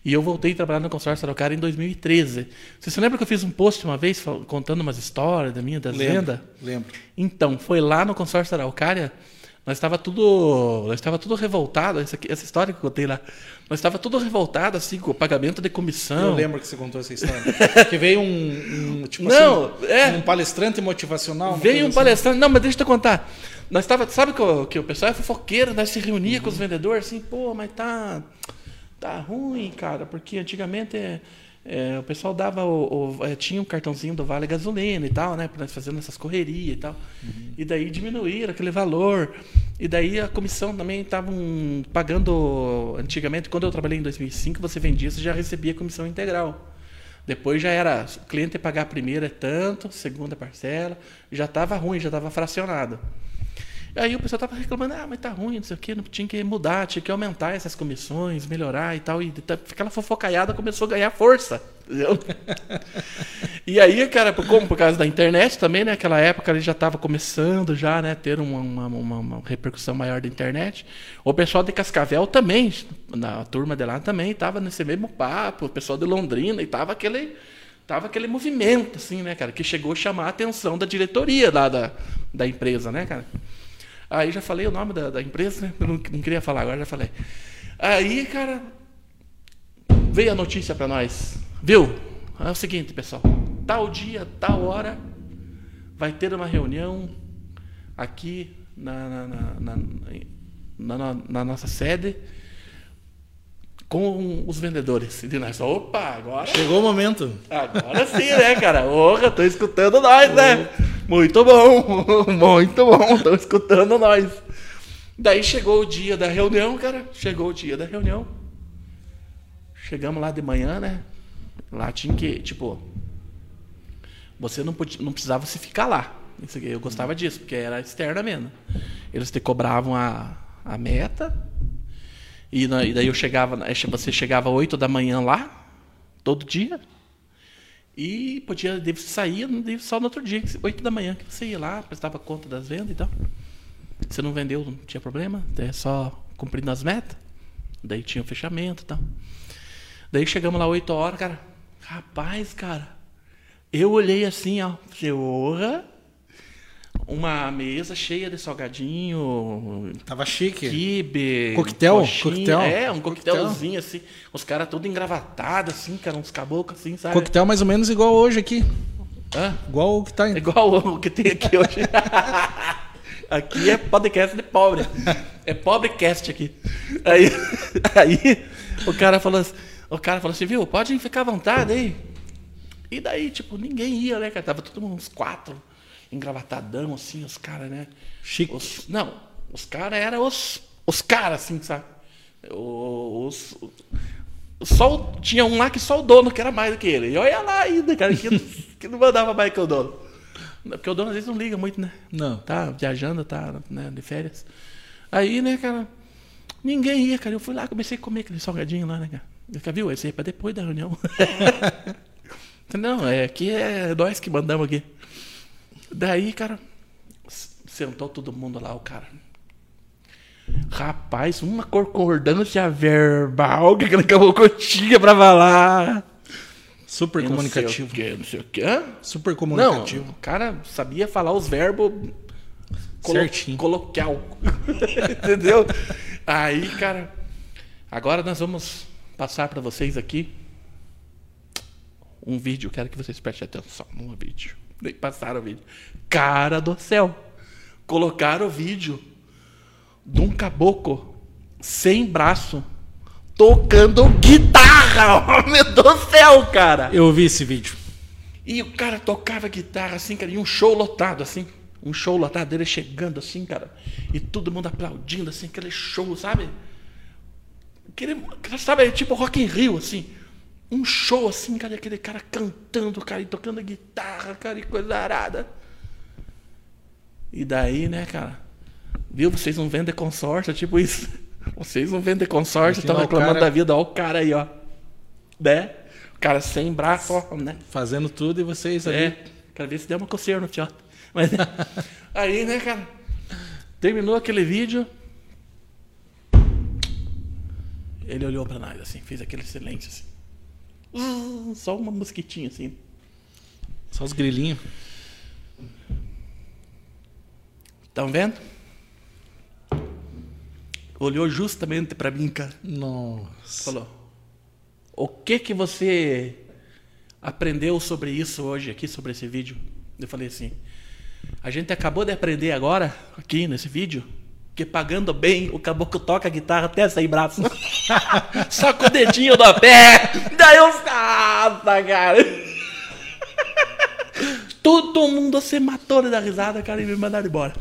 E eu voltei a trabalhar no consórcio Araucária em dois mil e treze. Você se lembra que eu fiz um post uma vez contando umas histórias da minha, das Lembro, vendas? lembro. Então, foi lá no consórcio Araucária, nós estava tudo, nós estava tudo revoltado, essa, aqui, essa história que eu contei lá. Nós estava tudo revoltado, assim, com o pagamento de comissão. Eu lembro que você contou essa história. Que veio um, um tipo não, assim, é, um palestrante motivacional. Veio um assim. palestrante, não, mas deixa eu te contar. Nós tava, sabe que o, que o pessoal é fofoqueiro, nós se reunia uhum. com os vendedores, assim, pô, mas tá, tá ruim, cara, porque antigamente é, é, o pessoal dava, o, o, é, tinha um cartãozinho do Vale Gasolina e tal, né, para nós fazendo essas correrias e tal. Uhum. E daí diminuíram aquele valor. E daí a comissão também estavam pagando, antigamente, quando eu trabalhei em dois mil e cinco, você vendia, você já recebia comissão integral. Depois já era, o cliente ia pagar a primeira é tanto, segunda parcela, já estava ruim, já estava fracionado. Aí o pessoal estava reclamando, ah, mas tá ruim, não sei o quê, não tinha que mudar, tinha que aumentar essas comissões, melhorar e tal. E aquela fofocaiada começou a ganhar força. Entendeu? E aí, cara, como por causa da internet também, né? Naquela época ele já estava começando já, né? Ter uma, uma, uma, uma repercussão maior da internet. O pessoal de Cascavel também, na turma de lá também, estava nesse mesmo papo, o pessoal de Londrina, e tava aquele, tava aquele movimento, assim, né, cara? Que chegou a chamar a atenção da diretoria lá da, da empresa, né, cara? Aí já falei o nome da, da empresa, né? Eu não, não queria falar, agora já falei. Aí, cara, veio a notícia para nós. Viu? É o seguinte, pessoal. Tal dia, tal hora, vai ter uma reunião aqui na, na, na, na, na, na nossa sede com os vendedores. E nós, opa, agora... Chegou o momento. Agora sim, né, cara? Porra, tô escutando nós, né? Muito bom, muito bom, estão escutando nós. Daí chegou o dia da reunião, cara. Chegou o dia da reunião. Chegamos lá de manhã, né? Lá tinha que, tipo, você não, podia, não precisava se ficar lá. Isso aqui, eu gostava disso, porque era externa mesmo. Eles te cobravam a, a meta. E, na, e daí eu chegava, você chegava às oito da manhã lá, todo dia. E podia deve sair só no outro dia, oito da manhã, que você ia lá, prestava conta das vendas e tal. Você não vendeu, não tinha problema, é só cumprindo as metas. Daí tinha o fechamento e tal. Daí chegamos lá oito horas, cara. Rapaz, cara, eu olhei assim, ó, porra, uma mesa cheia de salgadinho. Tava chique. Quibe. Coquetel? Coxinha, Coquetel? É, um coquetelzinho assim. Os caras todos engravatados, assim, cara, uns caboclos assim, sabe? Coquetel mais ou menos igual hoje aqui. Hã? Igual o que tá... Igual o que tem aqui hoje. Aqui é podcast de pobre. É pobrecast aqui. Aí, aí o cara falou assim, o cara falou assim, viu, pode ficar à vontade aí. E daí, tipo, ninguém ia, né, cara? Tava todo mundo, uns quatro, engravatadão, assim, os caras, né? Chique. Os, não, os caras eram os, os caras, assim, sabe? Os, os, só, tinha um lá que só o dono que era mais do que ele. E olha lá ainda, cara, que, que não mandava mais que o dono. Porque o dono às vezes não liga muito, né? Não. Tá viajando, tá, né, de férias. Aí, né, cara, ninguém ia, cara. Eu fui lá, comecei a comer aquele salgadinho lá, né, cara? Eu falei, viu, esse aí é pra depois da reunião. Não, é, aqui é nós que mandamos aqui. Daí, cara, sentou todo mundo lá, o cara. Rapaz, uma concordância verbal que aquele caboclo tinha pra falar. Super comunicativo. Não sei o quê, não sei o quê. Super comunicativo. Não, o cara sabia falar os verbos colo certinho. Coloquial. Entendeu? Aí, cara, agora nós vamos passar para vocês aqui um vídeo. Quero que vocês prestem atenção no vídeo. Nem passaram o vídeo. Cara do céu. Colocaram o vídeo de um caboclo sem braço tocando guitarra. Oh, meu Deus do céu, cara. Eu vi esse vídeo. E o cara tocava guitarra assim, cara, e um show lotado, assim. Um show lotado dele chegando assim, cara. E todo mundo aplaudindo, assim, aquele show, sabe? Aquele, sabe, tipo Rock in Rio, assim. Um show assim, cara, aquele cara cantando, cara, e tocando guitarra, cara, e coisa arada. E daí, né, cara? Viu, vocês não vendem consórcio, tipo isso. Vocês não vendem consórcio, estão reclamando cara... da vida. Olha o cara aí, ó. Né? O cara sem braço, ó, né? Fazendo tudo e vocês ali. É, quero ver se der uma coceira no teatro. Mas aí, né, cara? Terminou aquele vídeo. Ele olhou pra nós, assim, fez aquele silêncio, assim. Uh, só uma mosquitinha, assim. Só os grilinhos. Estão vendo? Olhou justamente pra mim, cara. Nossa. Falou: o que que você aprendeu sobre isso hoje aqui, sobre esse vídeo? Eu falei assim: a gente acabou de aprender agora, aqui nesse vídeo, que pagando bem, o caboclo toca a guitarra até sem braço. Só com o dedinho do pé. Daí eu... Nossa, cara. Todo mundo se matou de dar risada, cara, e me mandaram embora.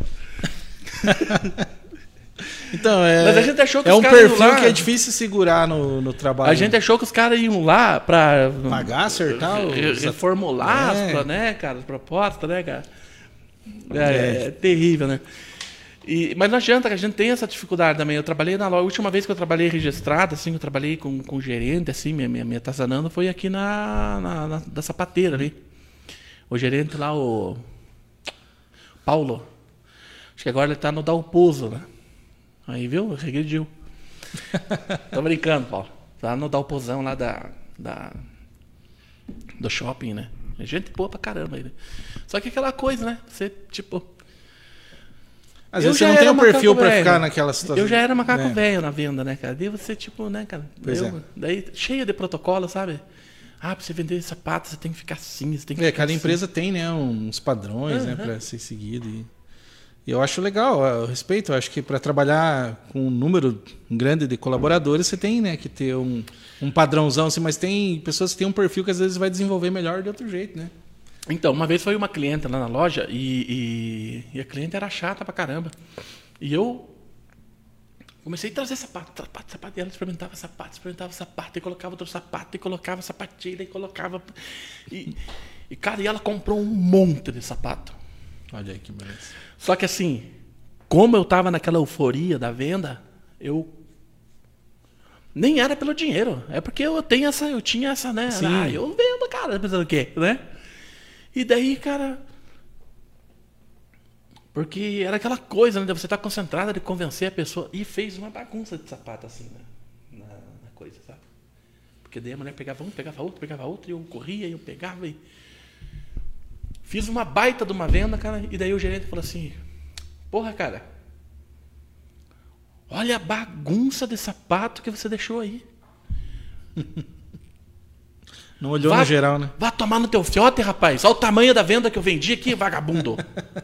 Então, é, Mas a gente achou que é os um caras perfil lá... que é difícil segurar no, no trabalho. A gente achou que os caras iam lá pra... Pagar, acertar os... reformular é. as, né, cara, as propostas, né, cara? É, é. é terrível, né? E, mas não adianta, que a gente tem essa dificuldade também. Eu trabalhei na loja, a última vez que eu trabalhei registrado, assim, eu trabalhei com, com gerente, assim, me, me, me atazanando, foi aqui na, na, na da sapateira ali. O gerente lá, o Paulo. Acho que agora ele tá no Dalpozo, né? Aí, viu? Regrediu. Tô brincando, Paulo. Tá no Dalpozão lá da, da, do shopping, né? Gente boa pra caramba aí, né? Só que aquela coisa, né? Você, tipo... Às vezes você não tem um perfil pra ficar naquela situação. Eu já era macaco é. velho na venda, né, cara? Daí você, tipo, né, cara? Pois eu, é. Daí, cheio de protocolo, sabe? Ah, pra você vender sapato, você tem que ficar assim, você tem que É, ficar cada assim. empresa tem, né, uns padrões, Uhum. né, pra ser seguido. E, e eu acho legal, eu respeito. Eu acho que para trabalhar com um número grande de colaboradores, você tem, né, que ter um, um padrãozão, assim, mas tem pessoas que têm um perfil que às vezes vai desenvolver melhor de outro jeito, né? Então, uma vez foi uma cliente lá na loja e, e, e a cliente era chata pra caramba. E eu comecei a trazer sapato, sapato, sapato. E ela experimentava sapato, experimentava sapato, e colocava outro sapato, e colocava sapatilha, e colocava... E, e, cara, e ela comprou um monte de sapato. Olha aí que beleza. Só que assim, como eu tava naquela euforia da venda, eu... Nem era pelo dinheiro. É porque eu tenho essa, eu tinha essa, né? Sim. Ah, eu vendo, cara, pensando o quê, né? E daí, cara... Porque era aquela coisa, né? Você tá concentrada de convencer a pessoa. E fez uma bagunça de sapato, assim, né? na, na coisa, sabe? Porque daí a mulher pegava um, pegava outro, pegava outro, e eu corria, e eu pegava e... Fiz uma baita de uma venda, cara, e daí o gerente falou assim: porra, cara, olha a bagunça de sapato que você deixou aí. Não olhou vá, no geral, né? Vá tomar no teu fiote, rapaz. Olha o tamanho da venda que eu vendi aqui, vagabundo.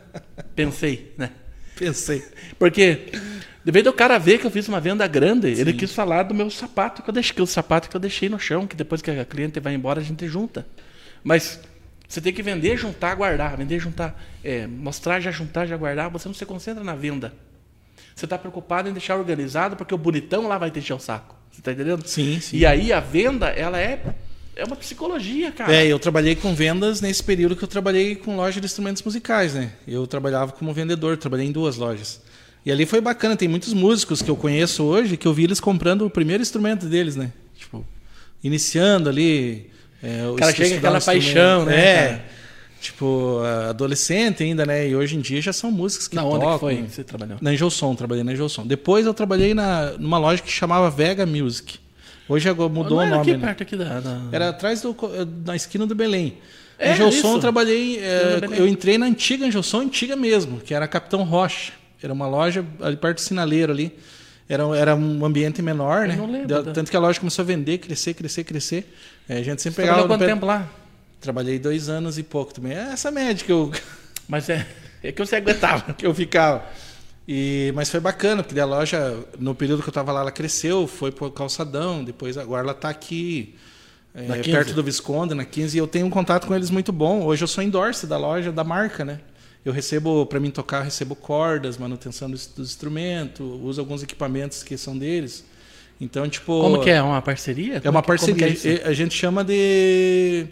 Pensei, né? Pensei. Porque, de vez do cara ver que eu fiz uma venda grande, Sim. ele quis falar do meu sapato que eu deixei, o sapato que eu deixei no chão, que depois que a cliente vai embora, a gente junta. Mas você tem que vender, juntar, guardar. Vender, juntar. É, mostrar, já juntar, já guardar. Você não se concentra na venda. Você está preocupado em deixar organizado, porque o bonitão lá vai te encher o saco. Você está entendendo? Sim, sim. E aí a venda, ela é... É uma psicologia, cara. É, eu trabalhei com vendas nesse período que eu trabalhei com loja de instrumentos musicais, né? Eu trabalhava como vendedor, trabalhei em duas lojas. E ali foi bacana, tem muitos músicos que eu conheço hoje que eu vi eles comprando o primeiro instrumento deles, né? Tipo, iniciando ali... É, o cara chega com aquela paixão, né? É, cara? Tipo, adolescente ainda, né? E hoje em dia já são músicos que na tocam. Onde que foi que você trabalhou? Na Angelson, trabalhei na Angelson. Depois eu trabalhei na, numa loja que chamava Vega Music. Hoje agora mudou não o nome. Aqui né? perto aqui da, da... Era atrás do, na esquina do Belém. É, Angelson isso. eu trabalhei. É, Belém. eu entrei na antiga Angelson, antiga mesmo, que era Capitão Rocha. Era uma loja ali perto do sinaleiro ali. Era, era um ambiente menor, eu né? Não lembro, Tanto da... que a loja começou a vender, crescer, crescer, crescer. É, a gente sempre Você pegava. trabalhou quanto pé... tempo lá? Trabalhei dois anos e pouco também. É essa média que eu. Mas é, é que você aguentava. que eu ficava. E, mas foi bacana, porque a loja, no período que eu estava lá, ela cresceu, foi para o Calçadão, depois agora ela está aqui, é, perto do Visconde, na quinze, e eu tenho um contato com eles muito bom. Hoje eu sou endorse da loja, da marca, né? Eu recebo, para mim tocar, eu recebo cordas, manutenção dos, dos instrumentos, uso alguns equipamentos que são deles. Então, tipo... Como que é? Uma parceria? É uma como parceria. Que é a gente chama de...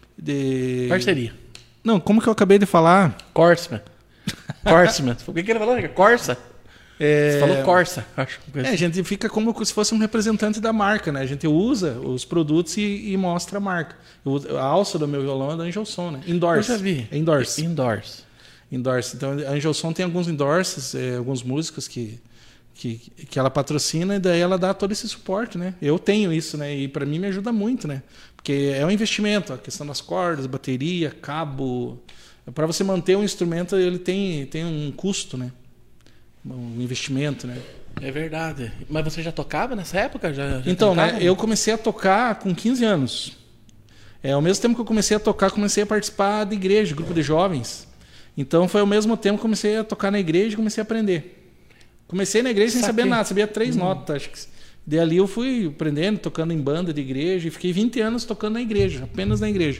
de... Parceria. Não, como que eu acabei de falar? Corsa. Corsa. O que, que ele falou? Corsa? É... Você falou Corsa, acho. É, a gente fica como se fosse um representante da marca, né? A gente usa os produtos e, e mostra a marca. Eu, a alça do meu violão é da Angelson, né? Endorse. Eu já vi. É endorse. Endorse. Endorse. Então, a Angelson tem alguns endorses, é, alguns músicos que, que, que ela patrocina e daí ela dá todo esse suporte, né? Eu tenho isso, né? E para mim me ajuda muito, né? Porque é um investimento, a questão das cordas, bateria, cabo. Para você manter um instrumento, ele tem, tem um custo, né? Um investimento, né? É verdade. Mas você já tocava nessa época? Já, já então, tocava? né? Eu comecei a tocar com quinze anos. É, ao mesmo tempo que eu comecei a tocar, comecei a participar de igreja, grupo de jovens. Então foi ao mesmo tempo que comecei a tocar na igreja e comecei a aprender. Comecei na igreja sem Saquei. saber nada, sabia três Hum. notas, acho que. Daí ali eu fui aprendendo, tocando em banda de igreja e fiquei vinte anos tocando na igreja, apenas na igreja.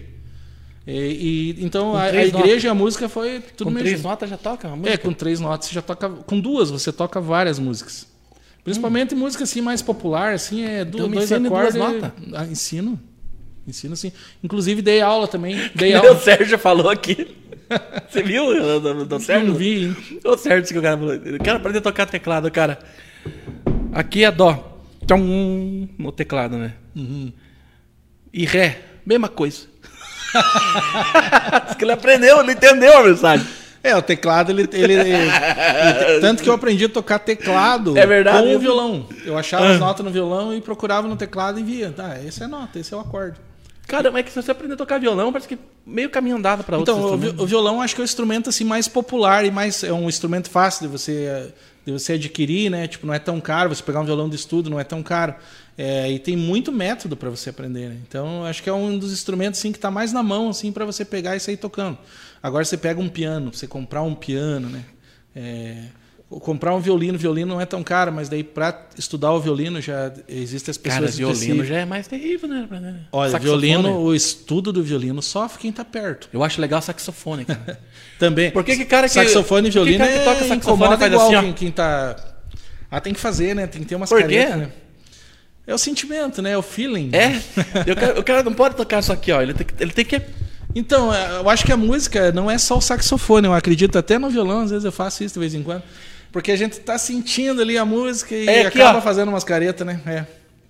E, e então Com a, a três igreja notas. e a música foi tudo Com meio três junto. notas já toca uma música? É, com três notas você já toca. Com duas você toca várias músicas. Principalmente hum. música assim mais popular, assim, é do, então, me dois ensine acordes. duas notas. Ah, ensino. Ensino sim. Inclusive dei aula também. Dei Que aula. O Sérgio falou aqui. Você viu do, do Sérgio? Não vi, hein? O Sérgio disse que o cara falou. Eu quero aprender a tocar teclado, cara. Aqui é dó. Tchum, no teclado, né? Uhum. E ré, mesma coisa. Diz que ele aprendeu, ele entendeu a mensagem. É, o teclado, ele, ele, ele, ele- Tanto que eu aprendi a tocar teclado É verdade, com isso. o violão. Eu achava Ah. as notas no violão e procurava no teclado e via. Tá, essa é a nota, esse é o acorde. Cara, mas é que se você aprender a tocar violão, parece que meio caminho andado pra outros Então, o, vi- instrumentos. o violão acho que é o instrumento assim, mais popular e mais. É um instrumento fácil de você, de você adquirir, né? Tipo, não é tão caro. Você pegar um violão de estudo não é tão caro. É, e tem muito método para você aprender, né? Então, acho que é um dos instrumentos assim, que está mais na mão assim, para você pegar e sair tocando. Agora você pega um piano, você comprar um piano, né? É, comprar um violino, violino não é tão caro, mas daí para estudar o violino já existem as pessoas Cara, violino específicas. já é mais terrível, né? Olha, Saxofone. violino, o estudo do violino sofre quem está perto. Eu acho legal saxofone, cara. Também. Por que que cara que- saxofone e por que violino cara que é toca saxofone incomoda faz igual assim, ó? quem, quem tá... Ah, tem que fazer, né? Tem que ter umas Por quê? caretas, né? É o sentimento, né? É o feeling. É? Eu quero- o cara não pode tocar só aqui, ó. Ele tem que, ele tem que Então, eu acho que a música não é só o saxofone. Eu acredito até no violão, às vezes eu faço isso de vez em quando. Porque a gente tá sentindo ali a música e É aqui, acaba ó. fazendo umas caretas, né? É.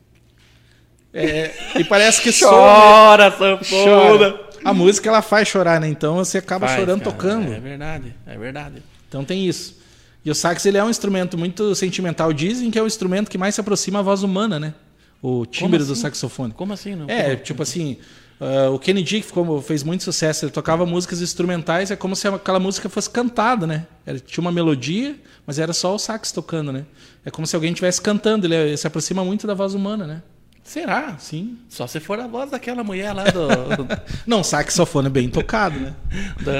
É, e parece que só chora, sanfona. chora. A música ela faz chorar, né? Então você acaba Faz, chorando cara. tocando. É verdade, é verdade. Então tem isso. E o sax ele é um instrumento muito sentimental. Dizem que é o instrumento que mais se aproxima à voz humana, né? O timbre do assim? saxofone. Como assim? Não? É, Como- tipo assim, uh, o Kennedy, que ficou, fez muito sucesso, ele tocava músicas instrumentais, é como se aquela música fosse cantada, né? Era, tinha uma melodia, mas era só o sax tocando, né? É como se alguém estivesse cantando, ele, ele se aproxima muito da voz humana, né? Será? Sim. Só se for a voz daquela mulher lá do... Não, saxofone é bem tocado, né? da-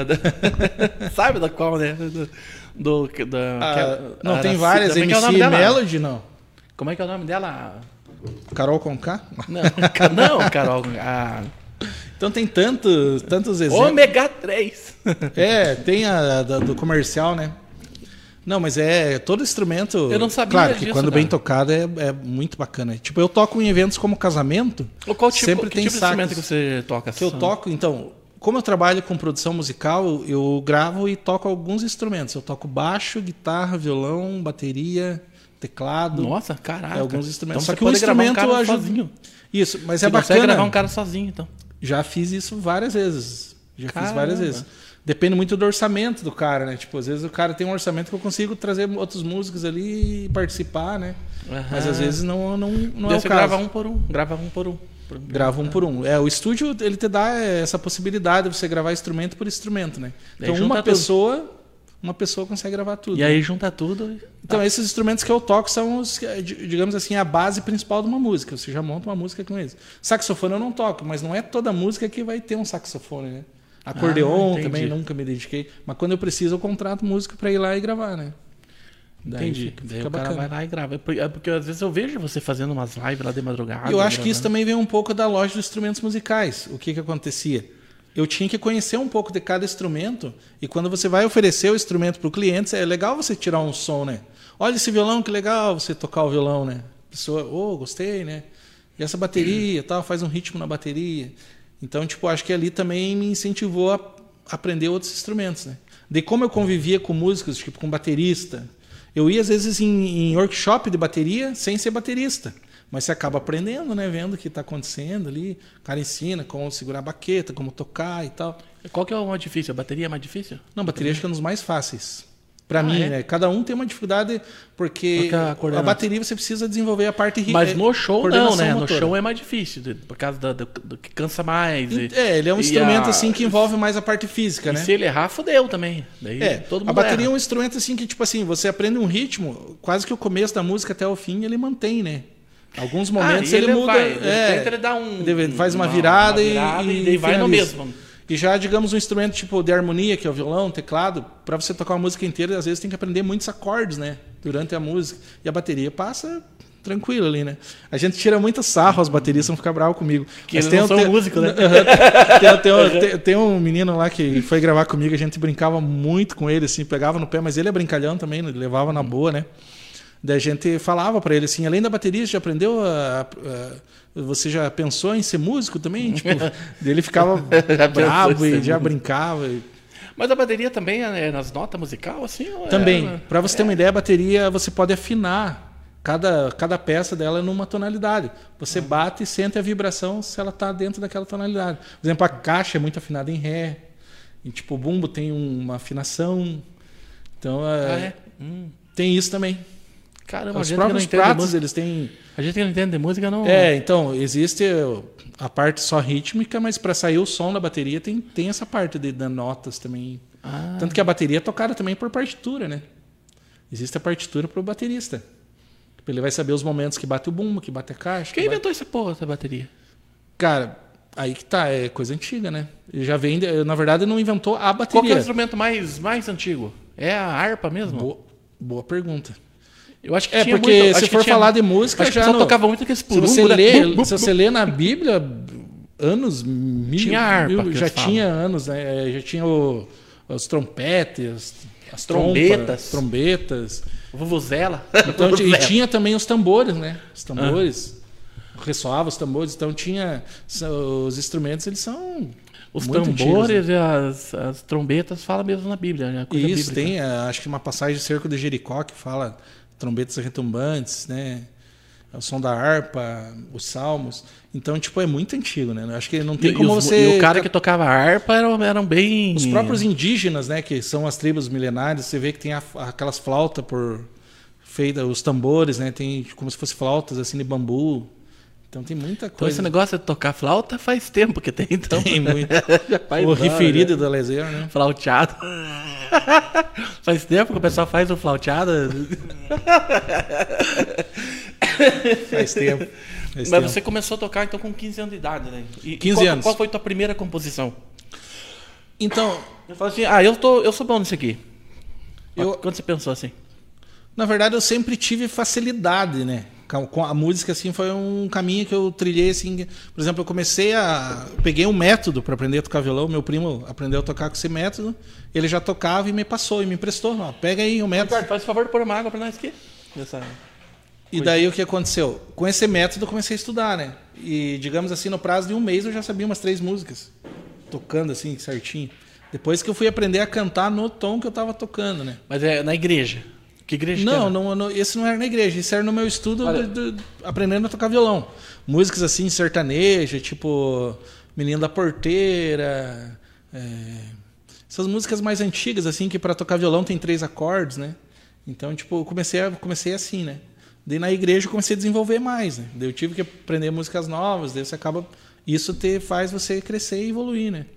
da- sabe da qual, né? Do... do da, Ah, que- não, a- tem a- várias, como é que é o M C nome dela? Melody, não. Como é que é o nome dela? Carol Conká? Não, ca- não Carol. A... Então tem tantos, tantos exemplos. Ômega três. É, tem a, da- do comercial, né? Não, mas é todo instrumento. Eu não sabia Claro que disso, quando cara. bem tocado é, é muito bacana. Tipo, eu toco em eventos como casamento. Ou qual tipo, sempre que tem tipo de sax. instrumento que você toca? Que eu toco, então, como eu trabalho com produção musical, eu gravo e toco alguns instrumentos. Eu toco baixo, guitarra, violão, bateria, teclado. Nossa, caraca. É, alguns instrumentos. Então Só você que o pode gravar um instrumento cara ajuda. sozinho. Isso, mas Você é consegue bacana. gravar um cara sozinho, então. Já fiz isso várias vezes. Já Caramba. fiz várias vezes. Depende muito do orçamento do cara, né? Tipo, às vezes o cara tem um orçamento que eu consigo trazer outros músicos ali e participar, né? Mas às vezes não, não, não é o você caso. grava um por um. Grava um por um. Por- Grava um por um. É, o estúdio, ele te dá essa possibilidade de você gravar instrumento por instrumento, né? Daí Então junta uma tudo. pessoa, uma pessoa consegue gravar tudo. E aí junta tudo. e- Então esses instrumentos que eu toco são os, que, digamos assim, a base principal de uma música. Você já monta uma música com eles. Saxofone eu não toco, mas não é toda música que vai ter um saxofone, né? Acordeon Ah, também entendi. nunca me dediquei. Mas quando eu preciso, eu contrato música para ir lá e gravar, né? Daí Entendi. fica- Daí fica o cara bacana. vai lá e grava. É porque, é porque às vezes eu vejo você fazendo umas lives lá de madrugada. E eu acho que isso gravando. também vem um pouco da loja de instrumentos musicais. O que que acontecia? Eu tinha que conhecer um pouco de cada instrumento e quando você vai oferecer o instrumento para o cliente, é legal você tirar um som, né? Olha esse violão, que legal você tocar o violão, né? A pessoa, oh, gostei, né? E essa bateria, tal, faz um ritmo na bateria. Então, tipo, acho que ali também me incentivou a aprender outros instrumentos, né? De como eu convivia com músicos, tipo, com baterista. Eu ia, às vezes, em, em workshop de bateria sem ser baterista. Mas você acaba aprendendo, né? Vendo o que está acontecendo ali. O cara ensina como segurar a baqueta, como tocar e tal. Qual que é o mais difícil? A bateria é mais difícil? Não, bateria acho que é um dos mais fáceis. Pra Ah, mim, é? né? Cada um tem uma dificuldade, porque, Porque a a, coordenação- bateria você precisa desenvolver a parte ri- Mas é, no show não, coordenação né? No motora. show é mais difícil, de- por causa do, do- do que cansa mais. e- É, ele é um e instrumento a- assim que envolve mais a parte física, E né? se ele errar, fodeu também. Daí É, todo mundo a bateria erra. é um instrumento assim que, tipo assim, você aprende um ritmo, quase que o começo da música até o fim ele mantém, né? Alguns momentos Ah, e ele, muda. vai, de é, repente ele dá um, ele faz uma uma- virada, uma e- virada e, e daí vai no finaliza. mesmo. E já, digamos, um instrumento tipo de harmonia, que é o violão, teclado, para você tocar uma música inteira, às vezes tem que aprender muitos acordes, né? Durante a música. E a bateria passa tranquilo ali, né? A gente tira muito sarro, as bateristas vão ficar bravos comigo. Que Mas eles tem não um- são tem- músicos, né? tem, tem um- tem- tem um menino lá que foi gravar comigo, a gente brincava muito com ele, assim, pegava no pé, mas ele é brincalhão também, ele levava na boa, né? Daí a gente falava para ele assim, além da bateria, você já aprendeu a, a- você já pensou em ser músico também? Tipo, daí ele ficava Já pensou bravo em e ser já músico. brincava. e- Mas a bateria também é nas notas musical, assim? ou é- Também, para você ter uma ideia, a bateria você pode afinar cada, cada peça dela numa tonalidade. Você bate e sente a vibração se ela está dentro daquela tonalidade. Por exemplo, a caixa é muito afinada em ré. E, tipo, o bumbo tem uma afinação. Então, Ah, é, é? Hum. tem isso também. Caramba, a Os gente que não próprios entende de pratos, música, eles têm... a gente que não entende de música não... É, então, existe a parte só rítmica, mas para sair o som da bateria tem, tem essa parte de, de notas também. Ah. Tanto que a bateria é tocada também por partitura, né? Existe a partitura para o baterista. Ele vai saber os momentos que bate o bumbo, que bate a caixa. Quem que bate- inventou essa porra, essa bateria? Cara, aí que tá, é coisa antiga, né? Ele já vem, de- na verdade, não inventou a Qual que é bateria. o instrumento mais, mais antigo? É a harpa mesmo? Boa, boa pergunta. Eu acho que É, tinha porque muito, se acho que for tinha- falar de música, acho que já o pessoal no- tocava muito aquele Se você, pulumbo, né? lê, Bum, bum, se você lê na Bíblia, anos mil, Tinha harpa, mil- que já eles falam. tinha anos, né? Já tinha o- os trompetes, as Trombetas. trompas, trombetas. Vuvuzela. Então, e Vuvuzela. tinha também os tambores, né? Os tambores. Ressoava os tambores, então tinha são- os instrumentos, eles são Os muito tambores antigos, né? e as, as trombetas falam mesmo na Bíblia, né? Coisa Isso, bíblica. tem, eh, acho que uma passagem de Cerco de Jericó que fala trombetas retumbantes, né? O som da harpa, os salmos. Então, tipo, é muito antigo, né? Acho que não tem E, como e os- você... e o cara que tocava harpa eram, eram bem... Os próprios indígenas, né? Que são as tribos milenares, você vê que tem a- aquelas flautas por... Feita, os tambores, né? Tem como se fosse flautas, assim, de bambu. Então tem muita Então coisa. esse negócio de tocar flauta faz tempo que tem, então. Tem muito. Já faz O anos, referido né? da Lezeira, né? Flauteado. Faz tempo que o pessoal faz o flauteado. Faz tempo. Faz Mas tempo. você começou a tocar então com quinze anos de idade, né? E, quinze qual, anos. Qual foi a tua primeira composição? Então, Eu falo assim, ah, eu, tô, eu sou bom nisso aqui. Eu- Quando você pensou assim? na verdade, eu sempre tive facilidade, né? Com com a música, assim, foi um caminho que eu trilhei, assim... Por exemplo, eu comecei a... Peguei um método para aprender a tocar violão. Meu primo aprendeu a tocar com esse método. Ele já tocava e me passou, e me emprestou. Ó, pega aí o método. Ricardo, faz o favor de pôr uma água pra nós aqui. Essa... E daí o que aconteceu? Com esse método eu comecei a estudar, né? E, digamos assim, no prazo de um mês eu já sabia umas três músicas. Tocando, assim, certinho. Depois que eu fui aprender a cantar no tom que eu tava tocando, né? Mas é na igreja. Que igreja que Não, era? não, não, esse não era na igreja, isso era no meu estudo Olha. do- do- aprendendo a tocar violão. Músicas assim, sertaneja, tipo Menino da Porteira, é, essas músicas mais antigas, assim, que para tocar violão tem três acordes, né? Então, tipo, eu comecei, a, comecei assim, né? Daí na igreja eu comecei a desenvolver mais, né? Daí eu tive que aprender músicas novas, daí você acaba... Isso te faz você crescer e evoluir, né?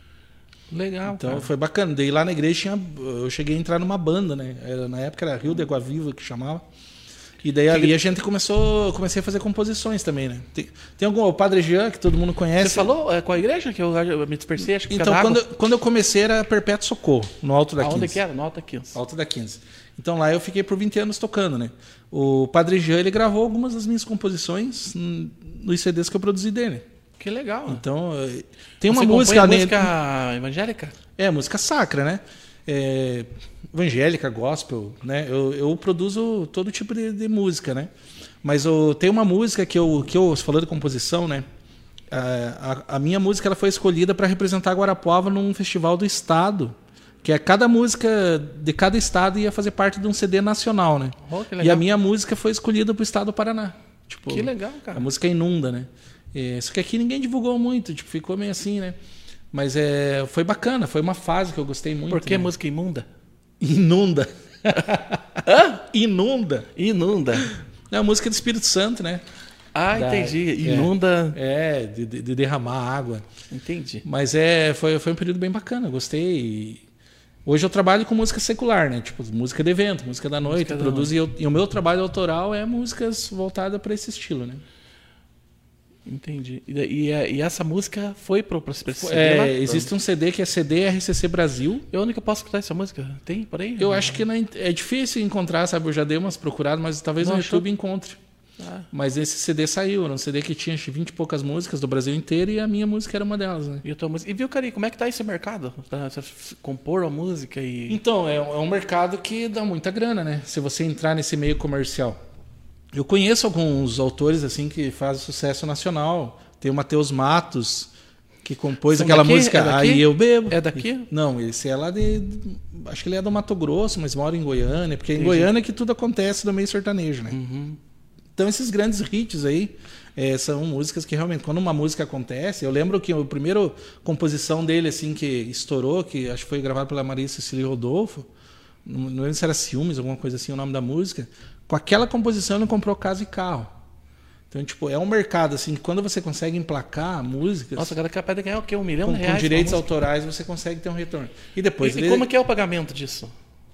Legal, Então cara. foi bacana. Daí lá na igreja tinha, eu cheguei a entrar numa banda, né? Era, na época era Rio de Água Viva que chamava. E daí ali a gente começou, comecei a fazer composições também, né? Tem, tem algum, o Padre Jean, que todo mundo conhece. Você falou é, qual a igreja que eu, eu me dispersei? Acho que Então, cada quando, água. eu- quando eu comecei era Perpétuo Socorro, no Alto da Aonde quinze. que era? Nota aqui. Alto da quinze. Então lá eu fiquei por vinte anos tocando, né? O Padre Jean, ele gravou algumas das minhas composições hum, nos C Ds que eu produzi dele. Que legal. Então, eh, tem uma Você música... compõe né? música evangélica? É, música sacra, né? É, evangélica, gospel, né? Eu, eu produzo todo tipo de, de música, né? Mas eu, tem uma música que eu, que eu, você falou de composição, né? A, a, a minha música ela foi escolhida para representar Guarapuava num festival do estado, que é cada música de cada estado ia fazer parte de um C D nacional, né? Oh, que E legal. a minha música foi escolhida para o estado do Paraná. Tipo, Que legal, cara. a música Inunda, né? É, só que aqui ninguém divulgou muito, tipo, ficou meio assim, né? Mas é, foi bacana, foi uma fase que eu gostei muito. Por que né? música imunda? Inunda. Hã? Inunda. Inunda. É a música do Espírito Santo, né? Ah, Da- entendi. Inunda. É, de, de- de derramar água. Entendi. Mas é, foi, foi um período bem bacana, gostei. E hoje eu trabalho com música secular, né? Tipo, música de evento, música da noite. Música da produzo, E, eu- e o meu trabalho autoral é músicas voltadas para esse estilo, né? Entendi. E, e, e essa música foi para esse C D É, lá? existe um C D que é C D R C C Brasil. Eu onde que eu posso escutar essa música? Tem por aí? Eu acho que na in- é difícil encontrar, sabe? Eu já dei umas procuradas, mas talvez Não no achou? YouTube encontre. Ah, Mas esse C D saiu, era um C D que tinha acho, vinte e poucas músicas do Brasil inteiro e a minha música era uma delas, né? e, a tua música. E viu, Cari, como é que tá esse mercado? Pra você compor a música e. Então, é, um- é um mercado que dá muita grana, né? Se você entrar nesse meio comercial. Eu conheço alguns autores assim que fazem sucesso nacional. Tem o Matheus Matos, que compôs São aquela daqui? música É daqui? Aí Eu Bebo. É daqui? Não, esse é lá de. Acho que ele é do Mato Grosso, mas mora em Goiânia, porque é em Entendi. Goiânia que tudo acontece no meio sertanejo, né? Uhum. Então esses grandes hits aí eh, são músicas que realmente, quando uma música acontece, eu lembro que a primeira composição dele assim que estourou, que acho que foi gravado pela Maria Cecília e Rodolfo, não não lembro se era Ciúmes, alguma coisa assim, o nome da música. Com aquela composição ele comprou casa e carro. Então, tipo, é um mercado assim, que quando você consegue emplacar músicas Nossa, o cara é capaz de ganhar o quê? Um milhão com, de com reais? direitos com a música? autorais, você consegue ter um retorno. E depois E, ele- e como que é o pagamento disso?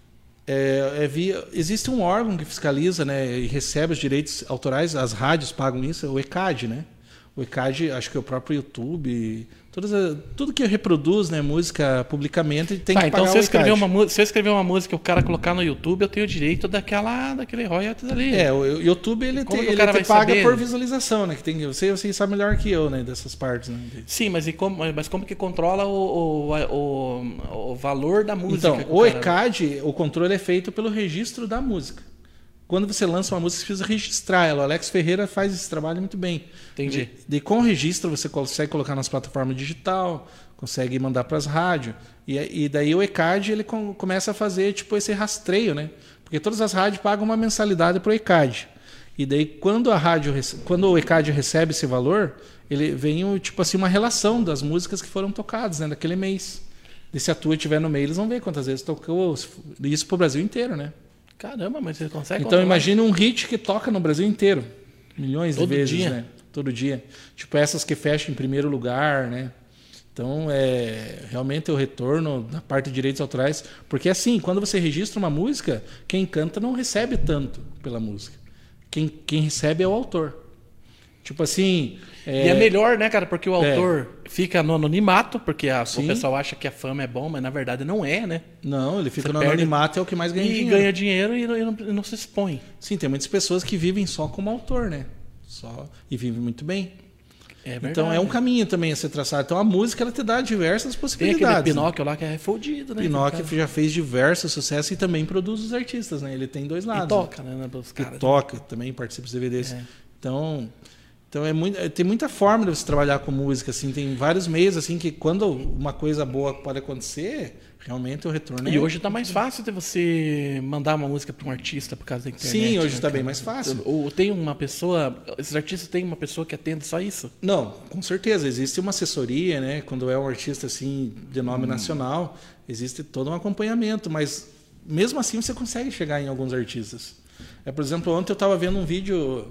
é, é via, existe um órgão que fiscaliza, né, e recebe os direitos autorais, as rádios pagam isso, é o ECAD, né? O ECAD, acho que é o próprio YouTube, todas a- tudo que reproduz, né, música publicamente tem Tá, que então pagar se eu, o escrever ECAD. uma, mu- se eu escrever uma música e o cara colocar no YouTube, eu tenho o direito daquela, daquele royalties ali. É, o o YouTube ele, Como te, que o ele cara te vai paga saber? por visualização, né? Que tem, você, você sabe melhor que eu, né, dessas partes, né? Sim, mas, e como, mas como que controla o, o, o, o valor da música? Então, que o cara- ECAD, o controle é feito pelo registro da música. Quando você lança uma música, você precisa registrar ela. O Alex Ferreira faz esse trabalho muito bem. Entendi. De, de, com o registro, você consegue colocar nas plataformas digital, consegue mandar para as rádios. E, e daí o ECAD ele com, começa a fazer tipo esse rastreio, né? Porque todas as rádios pagam uma mensalidade para o ECAD. E daí, quando, a rádio, quando o ECAD recebe esse valor, ele vem o, tipo assim, uma relação das músicas que foram tocadas, né, naquele mês. E se a tua estiver no meio, eles vão ver quantas vezes tocou isso para o Brasil inteiro, né? Caramba, mas você consegue Então controlar? imagine um hit que toca no Brasil inteiro. Milhões Todo de vezes, dia. né? Todo dia. Tipo essas que fecham em primeiro lugar, né? Então, é, realmente o retorno na parte de direitos autorais. Porque assim, quando você registra uma música, quem canta não recebe tanto pela música. Quem, quem recebe é o autor. Tipo assim... E é melhor, né, cara? Porque o É. autor fica no anonimato, porque a- o Sim. pessoal acha que a fama é bom, mas na verdade não é, né? Não, ele fica Você no perde- anonimato, é o que mais ganha E dinheiro. ganha dinheiro e não, e não- e não se expõe. Sim, tem muitas pessoas que vivem só como autor, né? Só, e vivem muito bem. É verdade. Então é um caminho também a ser traçado. Então a música ela te dá diversas Tem possibilidades. aquele né? Pinóquio lá que é fodido, né? Pinóquio Cara. já fez diversos sucessos e também produz os artistas, né? Ele tem dois lados. E toca, né? Os Né? caras. E toca, também participa dos D V Ds. É. Então, então é muito, tem muita forma de você trabalhar com música, assim, tem vários meios assim que quando uma coisa boa pode acontecer, realmente o retorno é... E hoje tá mais fácil de você mandar uma música para um artista por causa da internet. Sim, hoje né, está bem cara? mais fácil. Ou tem uma pessoa, esses artistas têm uma pessoa que atende só isso? Não, com certeza. Existe uma assessoria, né? Quando é um artista assim de nome Hum. nacional, existe todo um acompanhamento, mas mesmo assim você consegue chegar em alguns artistas. É, por exemplo, ontem eu estava vendo um vídeo,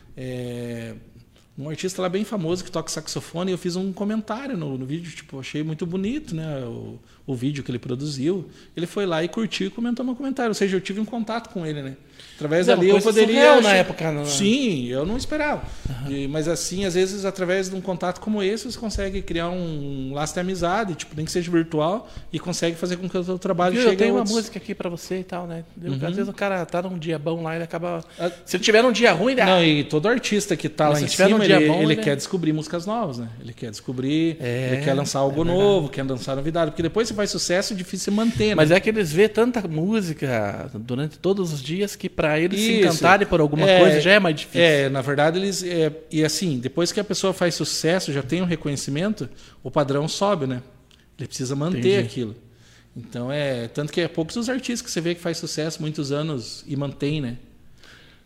é, um artista lá bem famoso que toca saxofone, e eu fiz um comentário no, no vídeo, tipo, achei muito bonito, né? O, o vídeo que ele produziu. Ele foi lá e curtiu e comentou meu comentário. Ou seja, eu tive um contato com ele, né? Através É, dali uma eu coisa poderia. surreal na achar- época, né? Sim, eu não esperava. E- mas assim, às vezes, através de um contato como esse, você consegue criar um laço de amizade, tipo, nem que seja virtual, e consegue fazer com que o seu trabalho Viu, chegue eu tenho a uma outros... música aqui pra você e tal, né? Uhum. Às vezes o cara tá num dia bom lá, ele acaba. Ah. Se ele tiver num dia ruim, ele. Não, e todo artista que tá Mas lá se em tiver cima, num dia ele, bom, ele ele- quer descobrir músicas novas, né? Ele quer descobrir, É, ele quer lançar algo é verdade. novo, quer lançar novidade, porque depois você faz sucesso, é difícil você manter, né? Mas é que eles vê tanta música durante todos os dias que pra eles se Isso. encantarem por alguma É, coisa já é mais difícil. É, na verdade, eles. É, e assim, depois que a pessoa faz sucesso, já tem um reconhecimento, o padrão sobe, né? Ele precisa manter Entendi. aquilo. Então é. Tanto que é poucos os artistas que você vê que faz sucesso muitos anos e mantém, né?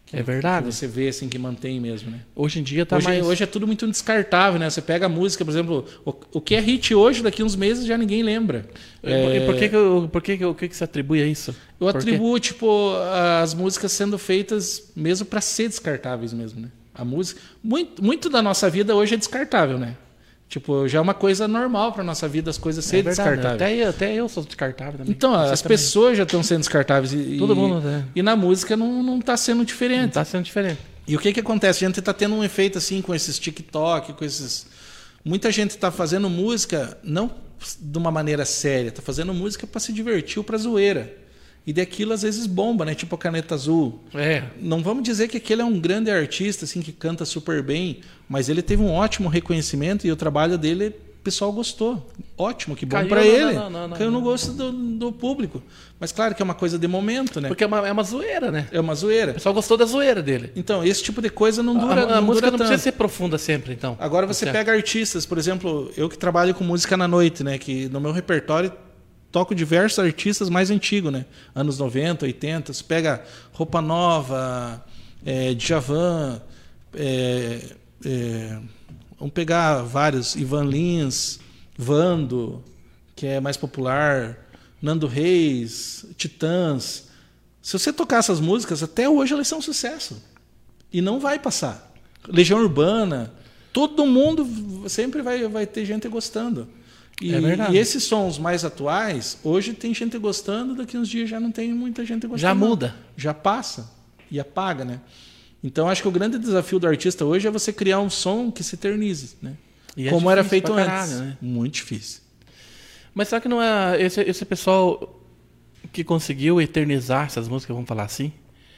Que, é verdade. Que você vê assim que mantém mesmo, né? Hoje em dia tá hoje, mais... Hoje é tudo muito descartável, né? Você pega a música, por exemplo, o, o que é hit hoje, daqui uns meses já ninguém lembra. É... E por que que, eu, por que, que, o que que você atribui a isso? Eu atribuo, tipo, as músicas sendo feitas mesmo para ser descartáveis mesmo, né? A música... Muito, muito da nossa vida hoje é descartável, né? Tipo, já é uma coisa normal para nossa vida as coisas serem é descartáveis. Até eu, até eu sou descartável também. Então, Você as também. pessoas já estão sendo descartáveis. E, Todo mundo, né? E na música não, não tá sendo diferente. Não tá sendo diferente. E o que que acontece? A gente tá tendo um efeito assim com esses TikTok, com esses... Muita gente tá fazendo música não de uma maneira séria, tá fazendo música para se divertir ou para zoeira. E daquilo às vezes bomba, né? Tipo a Caneta Azul. É. Não vamos dizer que aquele é um grande artista, assim, que canta super bem, mas ele teve um ótimo reconhecimento e o trabalho dele, o pessoal gostou. Ótimo, que bom para ele. Não, não, não, Caiu não, no gosto do, do público. Mas claro que é uma coisa de momento, né? Porque é uma, é uma zoeira, né? É uma zoeira. O pessoal gostou da zoeira dele. Então, esse tipo de coisa não dura A, a não música dura não tanto. precisa ser profunda sempre, então. Agora você certo. pega artistas, por exemplo, eu que trabalho com música na noite, né? Que no meu repertório toco diversos artistas mais antigos, né? Anos noventa, oitenta. Você pega Roupa Nova, é, Djavan, é, é, vamos pegar vários, Ivan Lins, Vando, que é mais popular, Nando Reis, Titãs. Se você tocar essas músicas, até hoje elas são um sucesso. E não vai passar. Legião Urbana, todo mundo sempre vai, vai ter gente gostando. E, é verdade. E esses sons mais atuais, hoje tem gente gostando, daqui uns dias já não tem muita gente gostando. Já muda. Não. Já passa e apaga, né? Então acho que o grande desafio do artista hoje é você criar um som que se eternize, né? E é como era feito antes. Caralho, né? Muito difícil. Mas será que não é esse, esse pessoal que conseguiu eternizar essas músicas, vamos falar assim,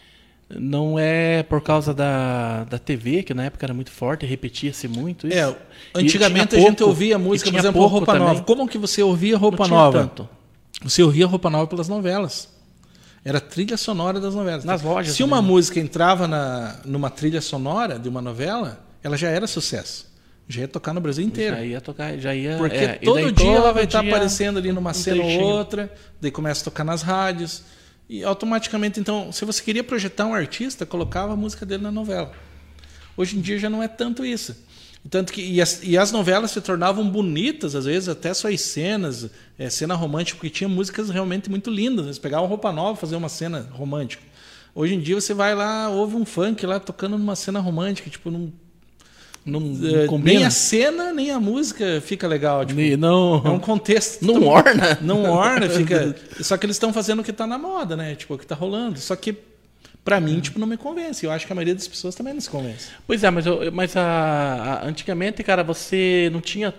não é por causa da, da T V, que na época era muito forte, repetia-se muito isso? É, antigamente a gente pouco, ouvia música, por exemplo, Roupa também. Nova. Como que você ouvia Roupa não Nova? Tanto. Você ouvia Roupa Nova pelas novelas. Era a trilha sonora das novelas. Nas lojas. Se também. uma música entrava na, numa trilha sonora de uma novela, ela já era sucesso. Já ia tocar no Brasil inteiro. Já ia tocar, já ia... Porque é, todo dia todo ela vai dia estar aparecendo ali numa um cena trechinho. ou outra, daí começa a tocar nas rádios. E automaticamente, então, se você queria projetar um artista, colocava a música dele na novela. Hoje em dia já não é tanto isso. Tanto que, e, as, e as novelas se tornavam bonitas, às vezes, até suas cenas, é, cena romântica, porque tinha músicas realmente muito lindas. Eles pegavam Roupa Nova fazer uma cena romântica. Hoje em dia você vai lá, ouve um funk lá tocando numa cena romântica, tipo, num. Não, não combina. Nem a cena, nem a música fica legal. Tipo, não, é um contexto. Não orna. Não orna, fica. Só que eles estão fazendo o que está na moda, né? Tipo, o que está rolando. Só que, para mim, tipo, não me convence. Eu acho que a maioria das pessoas também não se convence. Pois é, mas, eu, mas a, a, antigamente, cara, você não tinha,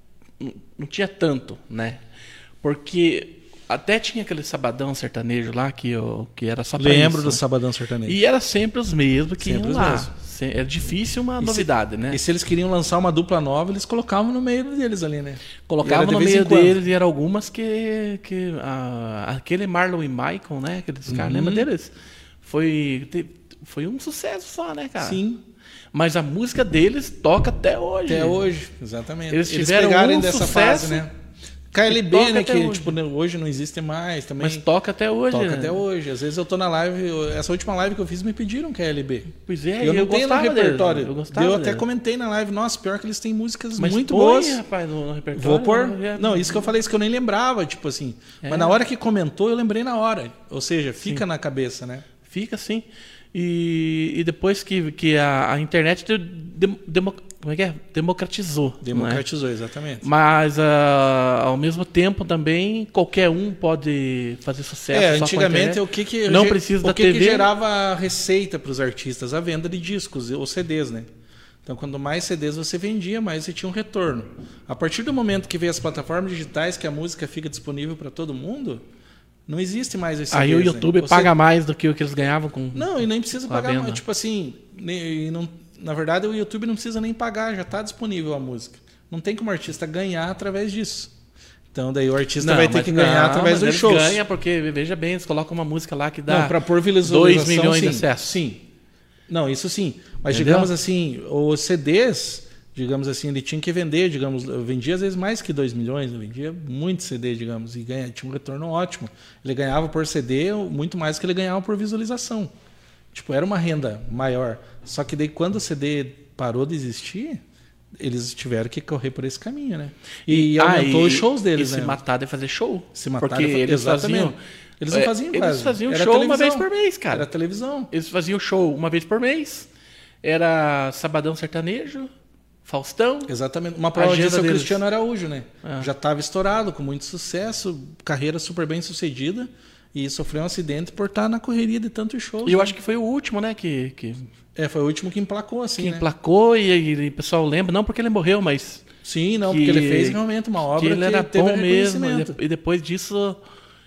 não tinha tanto, né? Porque até tinha aquele sabadão sertanejo lá que, eu, que era só pra Lembro isso, do né? sabadão sertanejo. E era sempre os mesmos que sempre iam lá. Mesmos. Era difícil uma e novidade, se, né? E se eles queriam lançar uma dupla nova, eles colocavam no meio deles ali, né? Colocavam no meio deles e eram algumas que... que a, aquele Marlon e Michael, né? Aqueles caras, uhum. lembra deles? Foi, foi um sucesso só, né, cara? Sim. Mas a música deles toca até hoje. Até hoje, exatamente. Eles, eles tiveram pegaram um dessa sucesso, fase, né? K L B, né? Que hoje. Tipo, hoje não existe mais também. Mas toca até hoje. Toca né? até hoje. Às vezes eu tô na live, essa última live que eu fiz me pediram K L B. Pois é, eu não eu tenho no gostava repertório. Deles, eu gostava eu até deles. comentei na live, nossa, pior que eles têm músicas Mas muito põe, boas. Rapaz, no, no repertório, Vou pôr. Não, não, isso que eu falei, isso que eu nem lembrava, tipo assim. É. Mas na hora que comentou, eu lembrei na hora. Ou seja, fica sim. na cabeça, né? Fica sim. E, e depois que, que a, a internet dem, demo, como é que é? democratizou. Democratizou, né? exatamente. Mas, uh, ao mesmo tempo, também, qualquer um pode fazer sucesso. É, só antigamente, o que, que, não precisa o da que T V. que gerava receita para os artistas? A venda de discos ou C Ds, né? Então, quando mais C Ds você vendia, mais você tinha um retorno. A partir do momento que veio as plataformas digitais, que a música fica disponível para todo mundo, não existe mais esse. Aí o YouTube né? paga você... mais do que o que eles ganhavam com. Não, e nem precisa pagar venda. mais. Tipo assim, nem, não, na verdade o YouTube não precisa nem pagar, já está disponível a música. Não tem como o artista ganhar através disso. Então daí o artista não, vai ter que não, ganhar através dos shows. Ganha porque, veja bem, eles colocam uma música lá que dá. Não, para pôr visualização, dois milhões sim, de acessos. Sim. Não, isso sim. Mas Entendeu? digamos assim, os C Ds, digamos assim, ele tinha que vender, digamos, eu vendia às vezes mais que dois milhões, eu vendia muito C D, digamos, e ganha, tinha um retorno ótimo. Ele ganhava por C D muito mais do que ele ganhava por visualização. Tipo, era uma renda maior. Só que daí quando o C D parou de existir, eles tiveram que correr por esse caminho, né? E, e aumentou ah, e, os shows deles, e né? se matar de fazer show. Se matar porque de eles exatamente. faziam... Eles não faziam Eles quase. faziam Era show televisão. uma vez por mês, cara. Era televisão. Eles faziam show uma vez por mês. Era Sabadão Sertanejo, Faustão. Exatamente. Uma prova disso é o deles. Cristiano Araújo, né? Ah. Já estava estourado, com muito sucesso, carreira super bem sucedida. E sofreu um acidente por estar na correria de tantos shows. E eu né? acho que foi o último, né? Que, que... É, foi o último que emplacou, assim, que né? emplacou e, e o pessoal lembra, não porque ele morreu, mas... Sim, não, que, porque ele fez realmente uma obra que, ele que era teve bom mesmo. reconhecimento. E depois disso...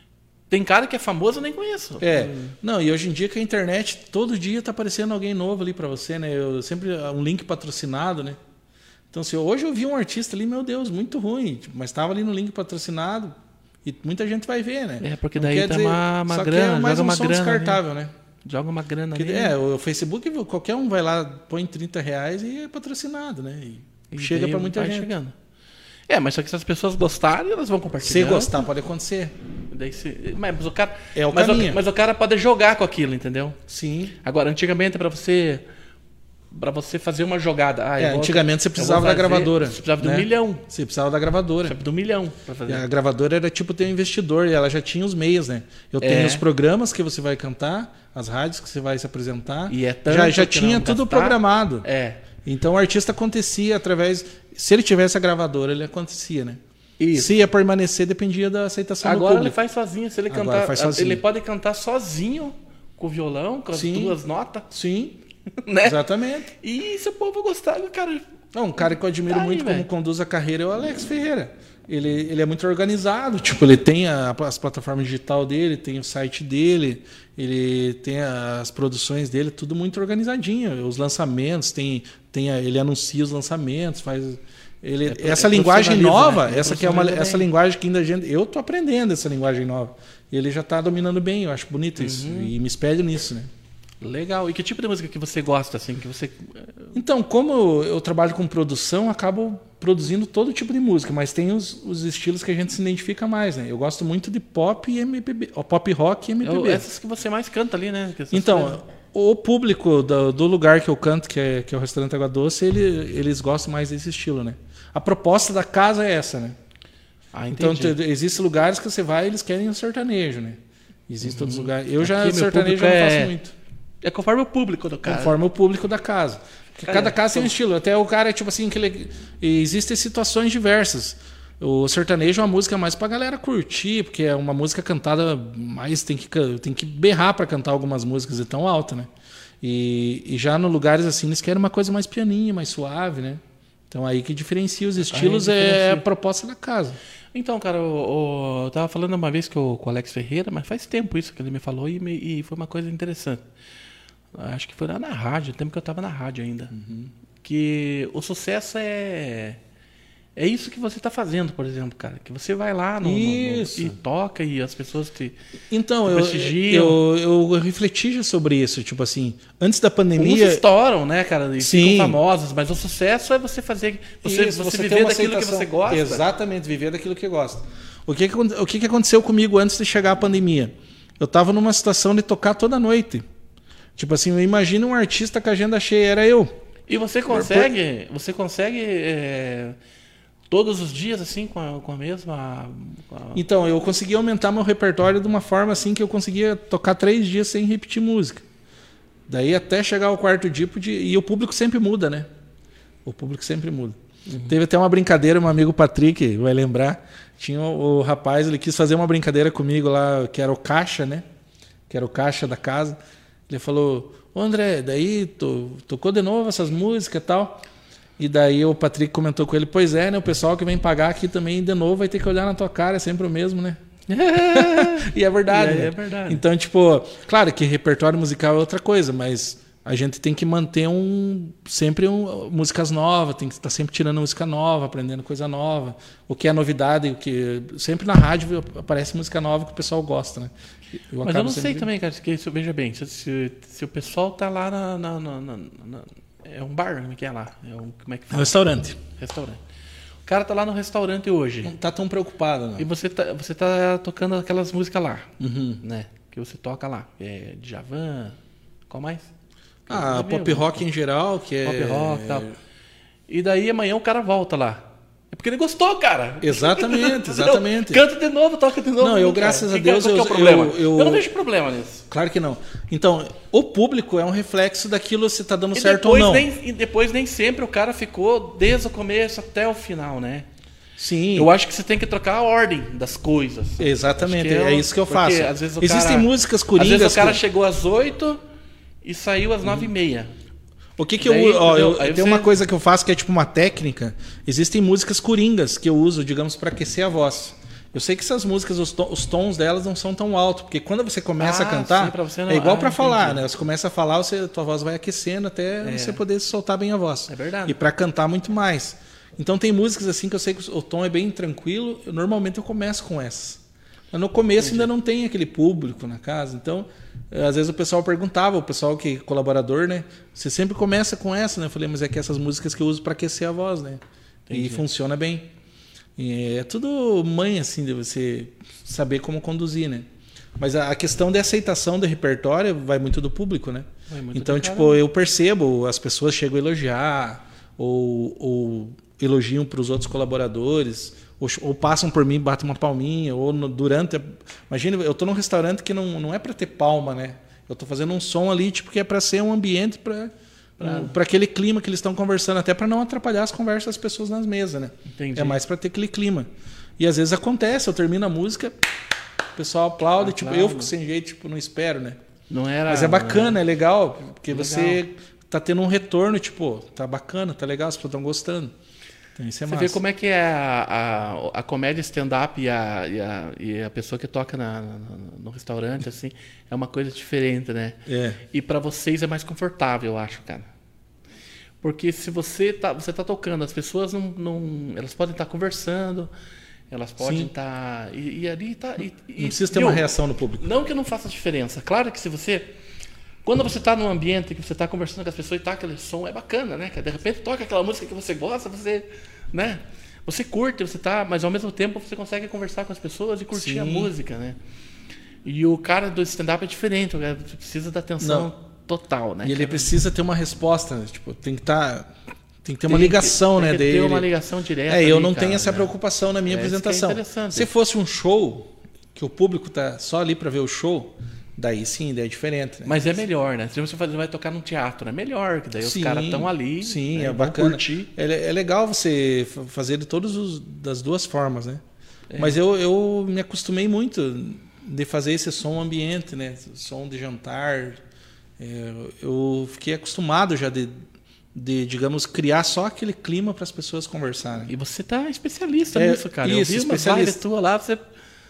Tem cara que é famoso, eu nem conheço. É, não, e hoje em dia com a internet, todo dia tá aparecendo alguém novo ali para você, né? Eu sempre um link patrocinado, né? Então, se hoje eu vi um artista ali, meu Deus, muito ruim, tipo, mas estava ali no link patrocinado e muita gente vai ver, né? É, porque não daí tá dizer, uma, uma só grana, que é mais joga um uma som grana. descartável, ali. né? Joga uma grana que, ali. É, o Facebook, qualquer um vai lá, põe trinta reais e é patrocinado, né? E, e chega para muita gente. Chegando. É, mas só que se as pessoas gostarem, elas vão compartilhar. Se gostar, pode acontecer. Daí se... Mas o cara, é o mas, caminho. o, mas o cara pode jogar com aquilo, entendeu? Sim. Agora, antigamente, para você para você fazer uma jogada... Ah, é, vou, antigamente você precisava fazer, da gravadora. Você precisava né? de um milhão. Você precisava da gravadora. Você precisava de um milhão para fazer. E a gravadora era tipo ter um investidor e ela já tinha os meios, né? Eu tenho é. os programas que você vai cantar, as rádios que você vai se apresentar. E é tanto já já tinha tudo gastar. programado. É. Então o artista acontecia através... Se ele tivesse a gravadora, ele acontecia, né? Isso. Se ia permanecer, dependia da aceitação Agora do público. ele faz sozinho. Se ele Agora cantar, faz sozinho. ele pode cantar sozinho com o violão, com as Sim. duas notas. Sim, né? Exatamente. E se o povo gostar, cara... Não, um cara que eu admiro tá aí, muito véio. como conduz a carreira é o Alex Ferreira. Ele, ele é muito organizado, tipo, ele tem a, as plataformas digital dele, tem o site dele, ele tem as produções dele, tudo muito organizadinho. Os lançamentos, tem, tem a, ele anuncia os lançamentos, faz... Ele, é, essa é linguagem nova, né? essa que é uma essa linguagem que ainda a gente, eu tô aprendendo essa linguagem nova. E ele já está dominando bem, eu acho bonito isso uhum. e me espelho nisso, né? Legal. E que tipo de música que você gosta assim, que você Então, como eu trabalho com produção, acabo produzindo todo tipo de música, mas tem os, os estilos que a gente se identifica mais, né? Eu gosto muito de pop e M P B, pop rock e M P B. Eu, essas que você mais canta ali, né? Então, coisas... o público do, do lugar que eu canto, que é, que é o Restaurante Água Doce, ele, eles gostam mais desse estilo, né? A proposta da casa é essa, né? Ah, então, existem lugares que você vai e eles querem o sertanejo, né? Existem uhum. outros lugares. Eu já, Aqui, sertanejo, eu não faço é... muito. É conforme o público do cara. Conforme o público da casa. Porque é, cada casa tem um estilo. Até o cara, tipo assim, que ele... existem situações diversas. O sertanejo é uma música mais pra galera curtir, porque é uma música cantada mais... Tem que, tem que berrar pra cantar algumas músicas de tão alta, né? E, e já no lugares assim, eles querem uma coisa mais pianinha, mais suave, né? Então aí que diferencia os estilos diferencia. É a proposta da casa. Então, cara, eu, eu tava falando uma vez que eu, com o Alex Ferreira, mas faz tempo isso que ele me falou e, me, e foi uma coisa interessante. Acho que foi lá na rádio, tempo que eu estava na rádio ainda. Uhum. Que o sucesso é é isso que você está fazendo, por exemplo, cara. Que você vai lá no, no, no, e toca e as pessoas te, então, te eu, prestigiam. Eu, eu, eu refleti já sobre isso. Tipo assim, antes da pandemia... Uns estouram, né, cara? E Sim. ficam famosos. Mas o sucesso é você fazer... Você, isso, você, você viver daquilo aceitação. que você gosta. Exatamente, viver daquilo que gosta. O que, o que aconteceu comigo antes de chegar a pandemia? Eu estava numa situação de tocar toda noite. Tipo assim, eu imagino um artista com a agenda cheia, era eu. E você consegue, você consegue é, todos os dias assim com a, com a mesma... Com a... Então, eu consegui aumentar meu repertório de uma forma assim que eu conseguia tocar três dias sem repetir música. Daí até chegar ao quarto dia, podia... e o público sempre muda, né? O público sempre muda. Uhum. Teve até uma brincadeira, meu amigo Patrick vai lembrar, tinha o, o rapaz, ele quis fazer uma brincadeira comigo lá, que era o caixa, né? Que era o caixa da casa. Ele falou, ô André, daí to, tocou de novo essas músicas e tal. E daí o Patrick comentou com ele, pois é, né? O pessoal que vem pagar aqui também de novo vai ter que olhar na tua cara, é sempre o mesmo, né? E é verdade, é, né? é verdade. Então, tipo, claro que repertório musical é outra coisa, mas a gente tem que manter um sempre um, músicas novas, tem que estar sempre tirando música nova, aprendendo coisa nova. O que é novidade, o que sempre na rádio aparece música nova que o pessoal gosta, né? Eu Mas eu não sei também, cara, que isso, veja bem, se, se, se o pessoal tá lá na, na, na, na, na... É um bar, como é que é lá? É um, como é que fala? É um restaurante. Restaurante. O cara tá lá no restaurante hoje. Não tá tão preocupado, não. E você tá, você tá tocando aquelas músicas lá, uhum. né? Que você toca lá. É Djavan, Qual mais? Ah, pop rock em geral, que é... Pop rock e tal. E daí amanhã o cara volta lá. É porque ele gostou, cara. Exatamente, exatamente. Canta de novo, toca de novo. Não, eu, graças cara. a Deus, que, eu, que é o problema? Eu, eu, eu não vejo problema nisso. Claro que não. Então, o público é um reflexo daquilo se tá dando e certo ou não. Nem, e depois nem sempre o cara ficou desde o começo até o final, né? Sim. Eu acho que você tem que trocar a ordem das coisas. Exatamente, é, é isso que eu faço. Às vezes o Existem cara, músicas coringas... Às vezes o cara que... chegou às oito e saiu às nove e meia. O que que Daí, eu, ó, eu tem você... uma coisa que eu faço que é tipo uma técnica. Existem músicas coringas que eu uso, digamos, para aquecer a voz. Eu sei que essas músicas, os, to os tons delas não são tão altos, porque quando você começa ah, a cantar, sim, pra você não... é igual ah, para falar, né? Você começa a falar, você, tua voz vai aquecendo até é. você poder soltar bem a voz. É verdade. E para cantar muito mais. Então tem músicas assim que eu sei que o tom é bem tranquilo, eu, normalmente eu começo com essas. Mas no começo Entendi. ainda não tem aquele público na casa, então às vezes o pessoal perguntava, o pessoal que é colaborador, né? Você sempre começa com essa, né? Eu falei, mas é que essas músicas que eu uso para aquecer a voz, né? Entendi. E funciona bem. E é tudo mãe, assim, de você saber como conduzir, né? Mas a questão de aceitação do repertório vai muito do público, né? Muito então, tipo, cara. eu percebo, as pessoas chegam a elogiar, ou, ou elogiam para os outros colaboradores, ou, ou passam por mim, batem uma palminha, ou no, durante... A... Imagina, eu estou num restaurante que não, não é para ter palma, né? Eu estou fazendo um som ali, tipo, que é para ser um ambiente para para aquele clima que eles estão conversando, até para não atrapalhar as conversas das pessoas nas mesas, né? Entendi. É mais para ter aquele clima. E às vezes acontece, eu termino a música, o pessoal aplaude, ah, tipo, claro. eu fico sem jeito, tipo, não espero, né? Não era... Mas é bacana, é legal, porque legal. você tá tendo um retorno, tipo, tá bacana, tá legal, as pessoas estão gostando. Então, isso é você massa. vê como é que é a, a, a comédia stand-up e a, e, a, e a pessoa que toca na, na, no restaurante, assim, é uma coisa diferente, né? É. E para vocês é mais confortável, eu acho, cara. Porque se você tá, você tá tocando, as pessoas não, não elas podem estar tá conversando, elas podem estar tá, e, e ali tá e, não precisa ter eu, uma reação no público. Não que não faça diferença. Claro que se você quando você está num ambiente que você está conversando com as pessoas e tá aquele som é bacana, né? Que de repente toca aquela música que você gosta, você, né? Você curte, você tá, mas ao mesmo tempo você consegue conversar com as pessoas e curtir Sim. a música, né? E o cara do stand-up é diferente, o cara precisa da atenção não. total, né? E ele cara? precisa ter uma resposta, né? Tipo, tem que estar, tá, tem que ter uma tem ligação, que, né, tem que dele. Ter uma ligação direta. É, eu ali, não cara, tenho essa né? preocupação na minha é, apresentação. É Se fosse um show que o público tá só ali para ver o show, daí sim, daí é diferente. Né? Mas é melhor, né? Se você vai tocar num teatro, é melhor, que daí sim, os caras estão ali. Sim, né? é bacana. É, é legal você fazer de todas os, das duas formas, né? É. Mas eu, eu me acostumei muito de fazer esse som ambiente, né? Som de jantar. É, eu fiquei acostumado já de, de, digamos, criar só aquele clima para as pessoas conversarem. E você tá especialista é, nisso, cara. Isso, eu vi especialista. Tua lá, você...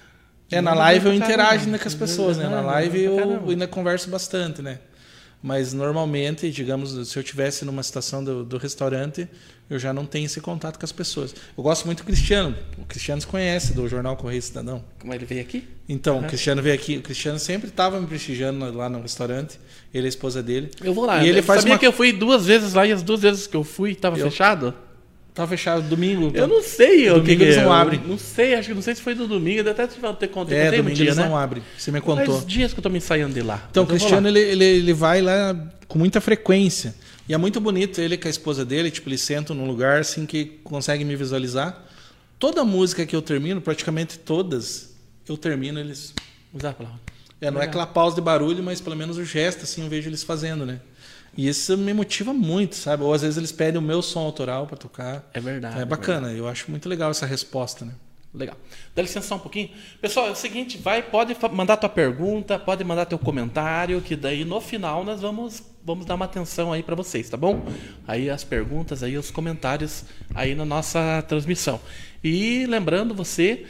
É, na live eu interajo ainda com as pessoas, né? Na live eu ainda converso bastante, né? Mas normalmente, digamos, se eu estivesse numa situação do, do restaurante, eu já não tenho esse contato com as pessoas. Eu gosto muito do Cristiano. O Cristiano se conhece do Jornal Correio Cidadão. Como ele veio aqui? Então, uhum. o Cristiano veio aqui. O Cristiano sempre estava me prestigiando lá no restaurante. Ele e a esposa dele. Eu vou lá. E ele eu faz sabia uma... que eu fui duas vezes lá e as duas vezes que eu fui estava eu... fechado? Tava fechado domingo. Eu não sei. Domingo que eles que não abrem. Não sei, acho que não sei se foi do domingo. Eu até te ter contado. É, domingo um dia, eles né? não abrem. Você me contou. Faz dias que eu tô me ensaiando de lá. Então, o Cristiano, ele, ele, ele vai lá com muita frequência. E é muito bonito ele com a esposa dele. Tipo, eles sentam num lugar assim que conseguem me visualizar. Toda música que eu termino, praticamente todas, eu termino eles... Usar a palavra. É, não é aquela pausa de barulho, mas pelo menos o gesto, assim, eu vejo eles fazendo, né? E isso me motiva muito, sabe? Ou às vezes eles pedem o meu som autoral para tocar. É verdade. É bacana, é verdade. Eu acho muito legal essa resposta, né? Legal. Dá licença só um pouquinho. Pessoal, é o seguinte, vai, pode mandar tua pergunta, pode mandar teu comentário, que daí no final nós vamos, vamos dar uma atenção aí para vocês, tá bom? Aí as perguntas, aí os comentários aí na nossa transmissão. E lembrando você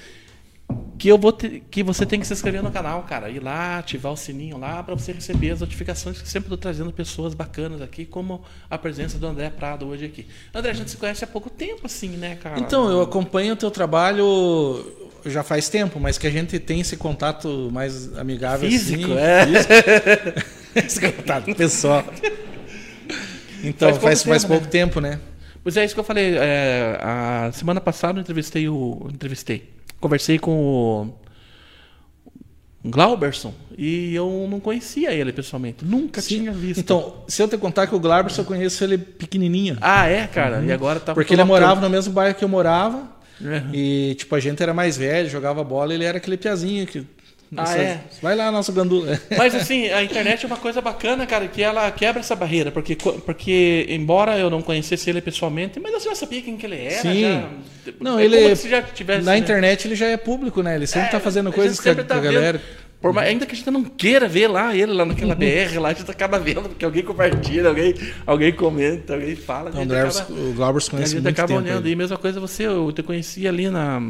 que eu vou ter, que você tem que se inscrever no canal, cara, ir lá, ativar o sininho lá para você receber as notificações, que sempre estou trazendo pessoas bacanas aqui, como a presença do André Prado hoje aqui. André, a gente se conhece há pouco tempo, assim, né, cara? Então, eu acompanho o teu trabalho já faz tempo, mas que a gente tem esse contato mais amigável, físico, assim, é. Físico. Esse contato pessoal. Então, faz, faz, faz tempo, pouco né? tempo, né? Pois é, isso que eu falei. É, a semana passada eu entrevistei o. Entrevistei. Conversei com o, Glauberson, e eu não conhecia ele pessoalmente. Nunca Sim. tinha visto. Então, se eu te contar que o Glauberson eu conheço ele pequenininho. Ah, é, cara? Uhum. E agora tá Porque ele morava no mesmo bairro que eu morava. Uhum. E, tipo, a gente era mais velho, jogava bola, ele era aquele piazinho que... Ah, Nossa, é? Vai lá, nosso gandula. Mas, assim, a internet é uma coisa bacana, cara, que ela quebra essa barreira. Porque, porque embora eu não conhecesse ele pessoalmente, mas você já sabia quem que ele era. Sim. Já, não, é ele... como se já tivesse, na né? internet ele já é público, né? Ele sempre É, tá fazendo a coisas gente com a, sempre tá com a galera. Por mais, ainda que a gente não queira ver lá ele, lá naquela B R, lá a gente acaba vendo, porque alguém compartilha, alguém, alguém comenta, alguém fala. Então, a gente o acaba, Glauberson conhece a gente muito acaba tempo olhando. ele. E mesma coisa você, eu te conheci ali na...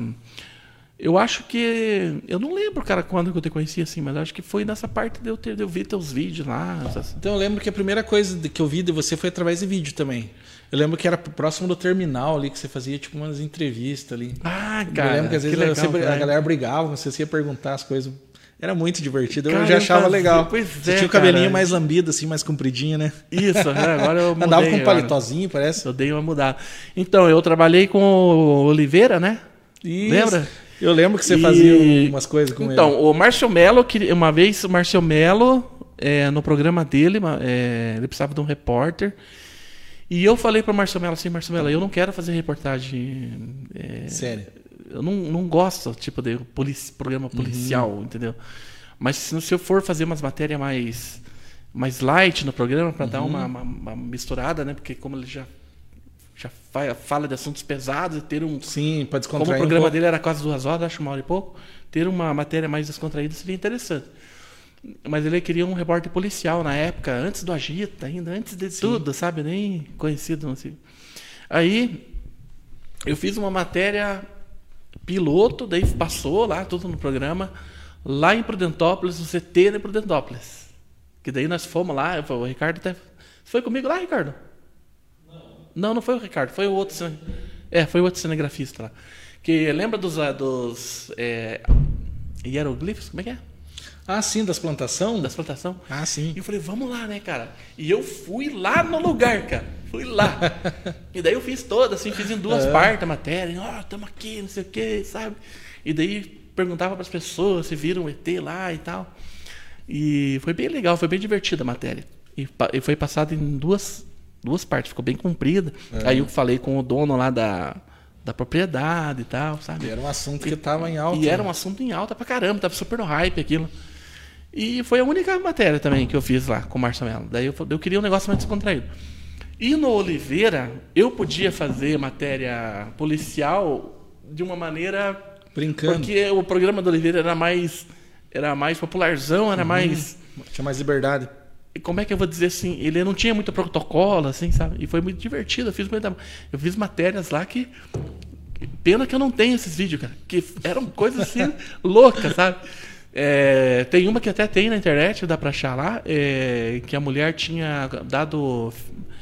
Eu acho que... Eu não lembro, cara, quando que eu te conheci assim, mas acho que foi nessa parte de eu, ter, de eu ver teus vídeos lá. Essas... Então eu lembro que a primeira coisa que eu vi de você foi através de vídeo também. Eu lembro que era próximo do terminal ali, que você fazia tipo umas entrevistas ali. Ah, cara, eu lembro que às vezes legal, você, a cara. galera brigava, você ia perguntar as coisas. Era muito divertido, eu Cara, já achava eu fazia, legal. pois você é, tinha o cabelinho cara. mais lambido, assim, mais compridinho, né? Isso, né? Agora eu mudei. Andava com um agora. palitozinho, parece. Eu dei uma mudada. Então, eu trabalhei com o Oliveira, né? Isso. Lembra? Eu lembro que você E- fazia umas coisas com Então, ele. o Márcio Melo, queria- uma vez o Márcio Melo, é, no programa dele, ma- é, ele precisava de um repórter. E eu falei para o Márcio Melo assim, Márcio Melo, eu não quero fazer reportagem. é, Sério. Eu não, não gosto, tipo, de polici- programa policial, Uhum. entendeu? Mas se, se eu for fazer umas matérias mais, mais light no programa, para dar Uhum. uma, uma, uma misturada, né? Porque como ele já, já fa- fala de assuntos pesados, e ter um, Sim, pode como o descontrair um programa pouco. dele era quase duas horas, acho uma hora e pouco, ter uma matéria mais descontraída seria interessante. Mas ele queria um repórter policial na época, antes do Agita, ainda antes de tudo, sabe? Nem conhecido. Não sei. Aí eu fiz uma matéria piloto, daí passou lá, tudo no programa, lá em Prudentópolis, no C T de Prudentópolis. Que daí nós fomos lá, eu falei, o Ricardo até... Você foi comigo lá, Ricardo? Não, não foi o Ricardo, foi o outro. cine- É, foi o outro cinegrafista lá. Que lembra dos, ah, dos é, hieroglifos? Como é que é? Ah, sim, das plantações? Das plantações. Ah, sim. E eu falei, vamos lá, né, cara? E eu fui lá no lugar, cara. Fui lá. E daí eu fiz toda, assim, fiz em duas É. partes a matéria. Ó, oh, tamo aqui, não sei o quê, sabe? E daí perguntava para as pessoas se viram o E T lá e tal. E foi bem legal, foi bem divertida a matéria. E, pa- e foi passado em duas, duas partes, ficou bem comprida. É. Aí eu falei com o dono lá da, da propriedade e tal, sabe? E era um assunto que tava em alta. E era né? um assunto em alta pra caramba, tava super no hype aquilo. E foi a única matéria também que eu fiz lá com o Márcio Melo. Daí eu, eu queria um negócio mais descontraído. E no Oliveira, eu podia fazer matéria policial de uma maneira... Brincando. Porque o programa do Oliveira era mais, era mais popularzão, era mais... Tinha mais liberdade. Como é que eu vou dizer assim? Ele não tinha muito protocolo, assim, sabe? E foi muito divertido. Eu fiz, muita, eu fiz matérias lá que... Pena que eu não tenho esses vídeos, cara. Que eram coisas assim loucas, sabe? É, tem uma que até tem na internet, dá pra achar lá, é, que a mulher tinha dado...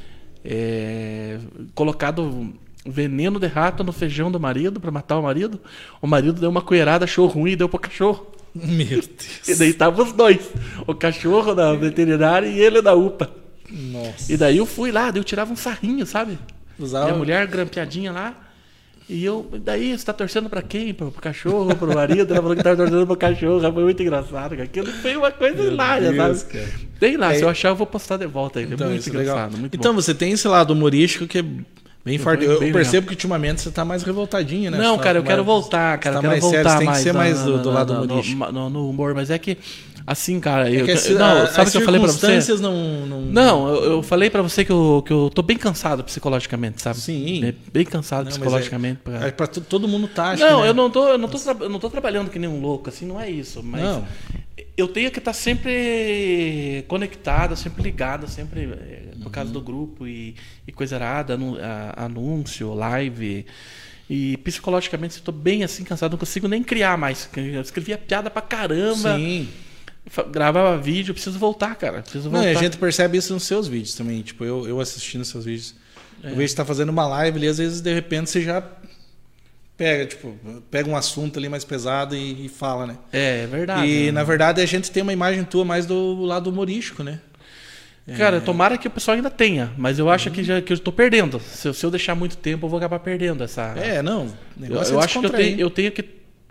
é, colocado veneno de rato no feijão do marido pra matar o marido. O marido deu uma colherada, achou ruim e deu pro cachorro. Meu Deus. E daí estavam os dois. O cachorro da veterinária e ele da U P A. Nossa. E daí eu fui lá, daí eu tirava um sarrinho, sabe? Usava... E a mulher grampeadinha lá. E eu, daí, você tá torcendo pra quem? Pro, pro cachorro, pro marido? Ela falou que tava torcendo pro cachorro. Foi muito engraçado, cara. Aquilo foi uma coisa Meu hilária, Deus, sabe? cara. Tem lá, É. se eu achar, eu vou postar de volta aí. É Então, muito isso é legal. engraçado, muito Então, bom. você tem esse lado humorístico que é bem forte. bem Eu legal. percebo que ultimamente você tá mais revoltadinho, né? Não, Você tá cara, eu mais- quero voltar, cara. você Eu tá quero mais sério, voltar você tem que mais ser na- mais do, na- do lado na- humorístico. no, no, no humor, mas é que, assim, cara, eu, É que as, não, a- sabe o as que eu falei pra você? circunstâncias não, não... Não, eu, eu falei pra você que eu, que eu tô bem cansado psicologicamente, sabe? Sim. Bem, bem cansado Não, mas psicologicamente. pra- É pra to- todo mundo tá, acho Não, que, né? eu não tô, eu não tô, tra- eu não tô trabalhando que nem um louco, assim, não é isso. Mas Não. eu tenho que estar sempre conectado, sempre ligado, sempre eh, por causa do grupo e, e coisa errada, anu- a- anúncio, live. E psicologicamente eu tô bem assim, cansado, não consigo nem criar mais. Eu escrevia piada pra caramba, Sim. fa- gravava vídeo, eu preciso voltar, cara. Preciso Não, voltar. e a gente percebe isso nos seus vídeos também. Tipo, eu, eu assistindo seus vídeos. É. Eu vejo que você tá fazendo uma live ali, às vezes, de repente, você já pega, tipo, pega um assunto ali mais pesado e, e fala, né? É, é verdade. E, né? na verdade, a gente tem uma imagem tua mais do lado humorístico, né? Cara, tomara que o pessoal ainda tenha, mas eu acho que, já, que eu estou perdendo. Se eu, se eu deixar muito tempo, eu vou acabar perdendo essa. É, não. o eu negócio eu é acho que eu descontrair. tenho, eu tenho que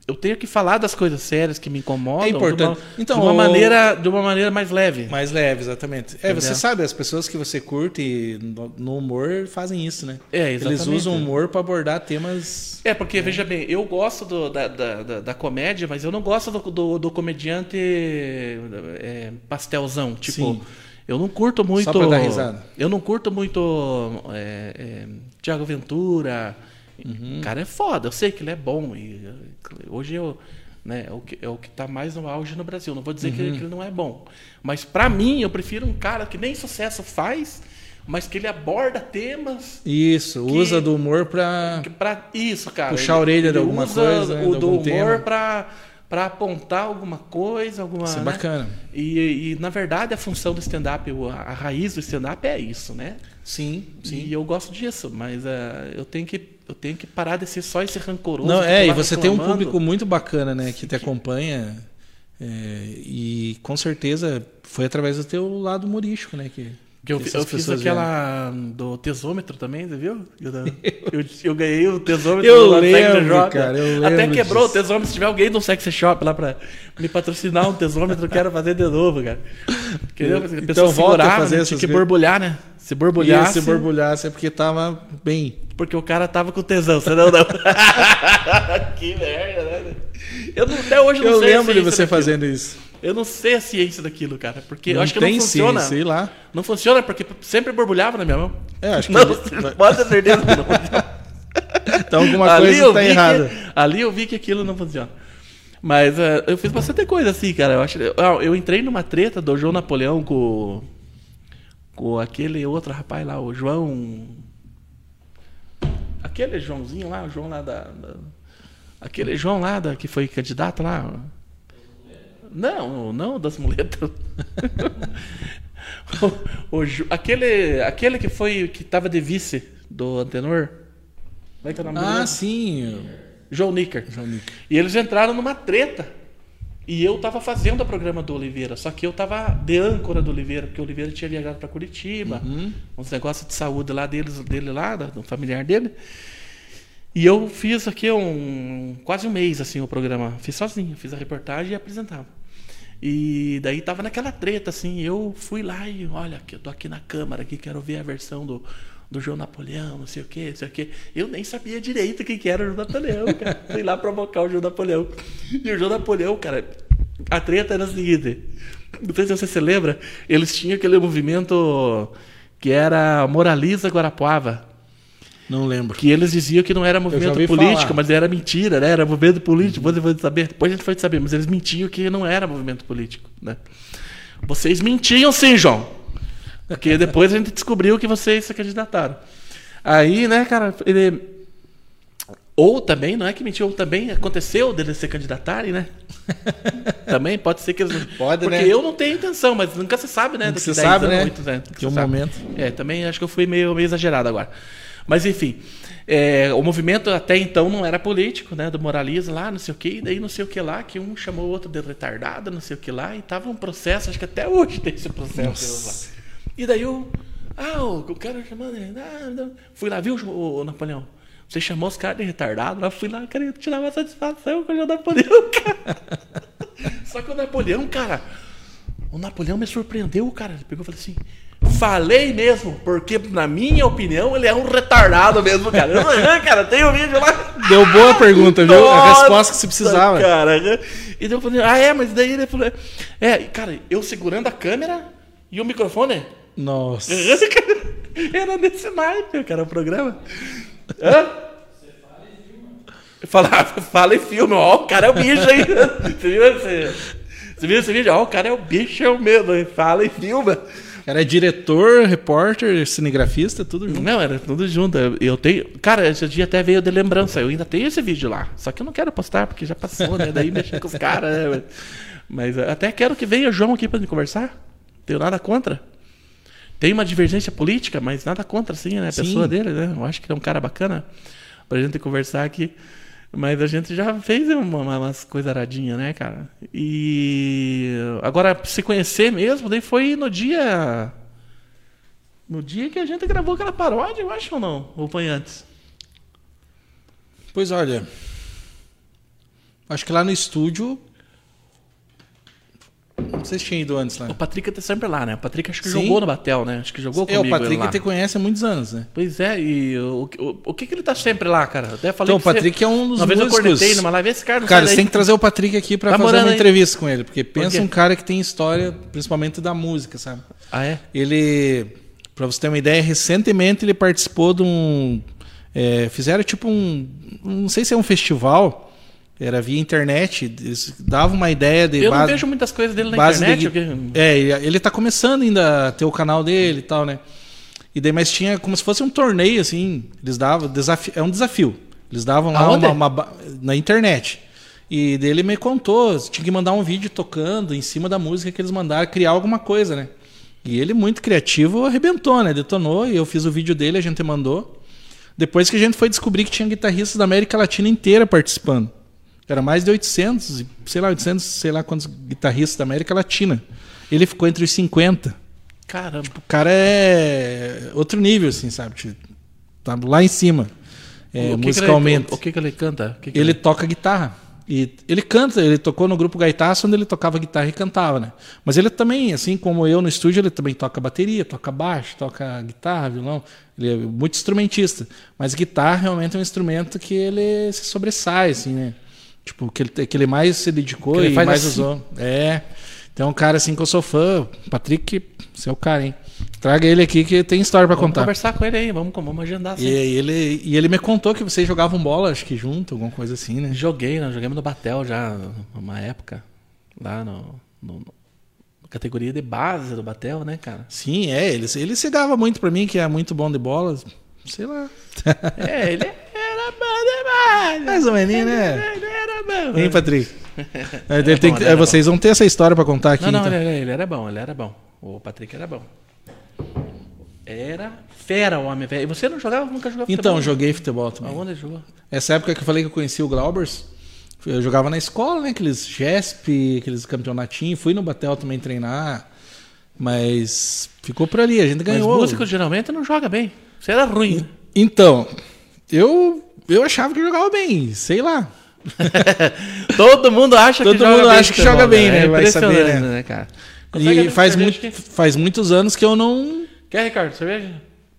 eu tenho que falar das coisas sérias que me incomodam É importante. de uma, Então, de uma o- maneira, de uma maneira mais leve. Mais leve, exatamente. É, Entendeu? você sabe, as pessoas que você curte no, no humor fazem isso, né? É, exatamente. Eles usam o humor para abordar temas. É, porque, veja bem, eu gosto do- da, da, da, da comédia, mas eu não gosto do, do, do comediante é, pastelzão. Tipo, Sim. eu não curto muito. Só pra dar risada. Eu não curto muito é, é, Thiago Ventura. Uhum. O cara é foda, eu sei que ele é bom. E hoje eu. Né, é o que é o que está mais no auge no Brasil. Não vou dizer que, ele, que ele não é bom. Mas, pra mim, eu prefiro um cara que nem sucesso faz, mas que ele aborda temas. Isso, Que- usa do humor para Que pra isso, cara. Puxar a orelha de alguma usa coisa, né, o de do algum humor tema. pra, pra apontar alguma coisa, alguma. Isso é né? bacana. E, e, na verdade, a função do stand-up, o- a, a raiz do stand-up é isso, né? Sim, sim. E eu gosto disso, mas eh, eu, tenho que, eu tenho que parar de ser só esse rancoroso. Não, que é, fica e lá você tem um reclamando. público muito bacana, né, que te acompanha. é, e com certeza foi através do teu lado humorístico, né? Que, Que eu, que fi- essas eu fiz pessoas aquela do tesômetro também, você viu? Eu, eu, eu ganhei o tesômetro Eu lá no Sex lembro, Shop. cara, eu Até lembro quebrou disso. o tesômetro. Se tiver alguém do Sex Shop lá pra me patrocinar um tesômetro, eu quero fazer de novo, cara. Entendeu? A Então pessoa volta a segurava, fazer né? essas Tinha que coisas. borbulhar, né? Se Ia borbulhasse, se borbulhasse é porque tava bem. porque o cara tava com tesão, senão não. Que merda, né? Eu não, até hoje eu não Eu sei a lembro de ciência você daquilo. fazendo isso. Eu não sei a ciência daquilo, cara. Porque eu Não acho que tem não funciona. ciência, sei lá. Não funciona porque sempre borbulhava na minha mão. É, acho que Não, ele- pode ter certeza que não funciona. então alguma Ali coisa eu está vi que- errada. ali eu vi que aquilo não funciona. Mas eh, eu fiz bastante coisa assim, cara. Eu, acho, eu, eu entrei numa treta do João Napoleão com, com aquele outro rapaz lá, o João. Aquele Joãozinho lá, o João lá da. da- aquele João lá da, que foi candidato lá. Não, não das muletas. o, o Ju- aquele, aquele que foi que tava de vice do Antenor. Como é que é o nome Ah, dele? sim. João Nicker. João Nicker. E eles entraram numa treta. E eu tava fazendo o programa do Oliveira, só que eu tava de âncora do Oliveira, porque o Oliveira tinha viajado para Curitiba, Uhum. uns negócios de saúde lá deles, dele lá, da- do familiar dele. E eu fiz aqui um quase um mês assim o programa, fiz sozinho, fiz a reportagem e apresentava. E daí tava naquela treta assim, eu fui lá e olha, que eu tô aqui na câmara, aqui quero ver a versão do do João Napoleão, não sei o que, não sei o que. Eu nem sabia direito quem que era o João Napoleão, cara. Fui lá provocar o João Napoleão. E o João Napoleão, cara, a treta era a seguinte. Não sei se você se lembra, eles tinham aquele movimento que era Moraliza Guarapuava. Não lembro. Que eles diziam que não era movimento ouvi político, falar. mas era mentira, né? Era movimento político. Depois foi saber, depois a gente foi saber, mas eles mentiam que não era movimento político, né? Vocês mentiam sim, João. Porque depois a gente descobriu que vocês se candidataram. Aí, né, cara, ele. Ou também, não é que mentiu, ou também aconteceu deles se candidatarem, né? Também pode ser que eles. Pode, Porque né? eu não tenho intenção, mas nunca se sabe, né? Nunca daqui se dez sabe, anos, né? oito anos, nunca Que se um sabe. momento. É, também acho que eu fui meio, meio exagerado agora. Mas enfim, é, o movimento até então não era político, né? Do moralismo lá, não sei o que, e daí não sei o que lá, que um chamou o outro de retardado, não sei o que lá, e tava um processo, acho que até hoje tem esse processo lá. E daí eu. Ah, o, o cara chamando ele. Ah, não. Fui lá, viu, o, o Napoleão? Você chamou os caras de retardado, eu fui lá, queria tirar uma satisfação com o Napoleão, cara. Só que o Napoleão, cara, o Napoleão me surpreendeu, cara. Ele pegou e falou assim: falei mesmo, porque na minha opinião ele é um retardado mesmo, cara. Eu falei, ah, cara, tem o um vídeo lá. Deu boa pergunta, viu? A Nossa, resposta que você precisava. Cara. E daí eu falei, ah, é, mas daí ele falou, é, cara, eu segurando a câmera e o microfone. Nossa. Era nesse naipe, cara, o programa. Hã? Fala, fala e filme, ó, o cara é o bicho aí. Você viu esse, você viu esse vídeo? Ó, o cara é o bicho mesmo, hein? Fala e filma. Era diretor, repórter, cinegrafista, tudo junto. Não, era tudo junto. Eu- Eu tenho. Cara, esse dia até veio de lembrança. Eu ainda tenho esse vídeo lá. Só que eu não quero postar, porque já passou, né? Daí mexer com os caras, né? Mas até quero que venha o João aqui pra me conversar. Não tenho nada contra. Tem uma divergência política, mas nada contra, assim, né? A Sim. pessoa dele, né? Eu acho que ele é um cara bacana pra gente conversar aqui. Mas a gente já fez uma, uma- umas coisas aradinhas, né, cara? E agora, se conhecer mesmo, daí foi no dia. No dia que a gente gravou aquela paródia, eu acho ou não? Ou foi antes? Pois olha, Acho que lá no estúdio... Não sei se tinha ido antes lá. O Patrick tá sempre lá, né? O Patrick acho que Sim. jogou no Batel, né? Acho que jogou É, comigo o Patrick lá. te conhece há muitos anos, né? Pois é, e o, o, o que que ele tá sempre lá, cara? Até falei Então, o pra você- Patrick é um dos Uma vez eu músicos. cornetei numa live, esse cara não Cara, sai você daí. tem que trazer o Patrick aqui pra Tá fazer morando uma aí? entrevista com ele. Porque pensa quê? um cara que tem história, principalmente da música, sabe? Ah, é? Ele, pra você ter uma ideia, recentemente ele participou de um... é, fizeram tipo um... Não sei se é um festival... Era via internet, eles davam uma ideia de Eu não base, vejo muitas coisas dele na base internet. de, porque- É, ele, ele tá começando ainda a ter o canal dele e tal, né? E daí, mas tinha como se fosse um torneio, assim, eles davam, desafio, é um desafio. Eles davam lá Aonde? uma, uma ba- na internet. E daí ele me contou, tinha que mandar um vídeo tocando em cima da música que eles mandaram, criar alguma coisa, né? E ele, muito criativo, arrebentou, né? Detonou, e eu fiz o vídeo dele, a gente mandou. Depois que a gente foi descobrir que tinha guitarristas da América Latina inteira participando. Era mais de oitocentos, sei lá, oitocentos, sei lá quantos guitarristas da América Latina. Ele ficou entre os cinquenta. Caramba. O cara é outro nível, assim, sabe? Tipo, tá lá em cima, é, O que que musicalmente. ele- o que que ele canta? O que que Ele toca guitarra. E ele canta, ele tocou no grupo Gaitaço, onde ele tocava guitarra e cantava, né? Mas ele também, assim como eu no estúdio, ele também toca bateria, toca baixo, toca guitarra, violão. Ele é muito instrumentista. Mas guitarra realmente é um instrumento que ele se sobressai, assim, né? Tipo, que ele, que ele mais se dedicou Que ele e faz mais assim. usou. É. Então, um cara assim que eu sou fã, Patrick, você é o cara, hein? Traga ele aqui que tem história pra Vamos contar. conversar com ele aí, vamos, vamos agendar assim. E ele, e ele me contou que vocês jogavam bola, acho que junto, alguma coisa assim, né? Joguei, nós jogamos no Batel já, uma época, lá no, no- no- na categoria de base do Batel, né, cara? Sim, é. Ele, ele cegava muito pra mim, que é muito bom de bola. Sei lá. É, ele era bom demais. Mais ou menos, né? Ele era bom. Hein, Patrick? É, ele Era tem bom, que- ele era é, vocês vão ter essa história pra contar aqui. Não, não, então. ele, ele era bom, ele era bom. O Patrick era bom. Era fera o homem, velho. E você não jogava, nunca jogava Então, futebol? joguei futebol também. Aonde ele jogou? Essa época que eu falei que eu conheci o Glaubers, eu jogava na escola, né? Aqueles G E S P, aqueles campeonatinhos. Fui no Batel também treinar, mas ficou por ali. A gente Mas ganhou. músicos geralmente não joga bem. Você era ruim, né? Então, eu, eu achava que eu jogava bem, sei lá. Todo mundo acha Todo que joga mundo bem. acha que futebol, joga bem, cara. né? É Vai saber, impressionante, né? cara? Consegue E abrir faz, cerveja muito, aqui? faz muitos anos que eu não. Quer, Ricardo, cerveja?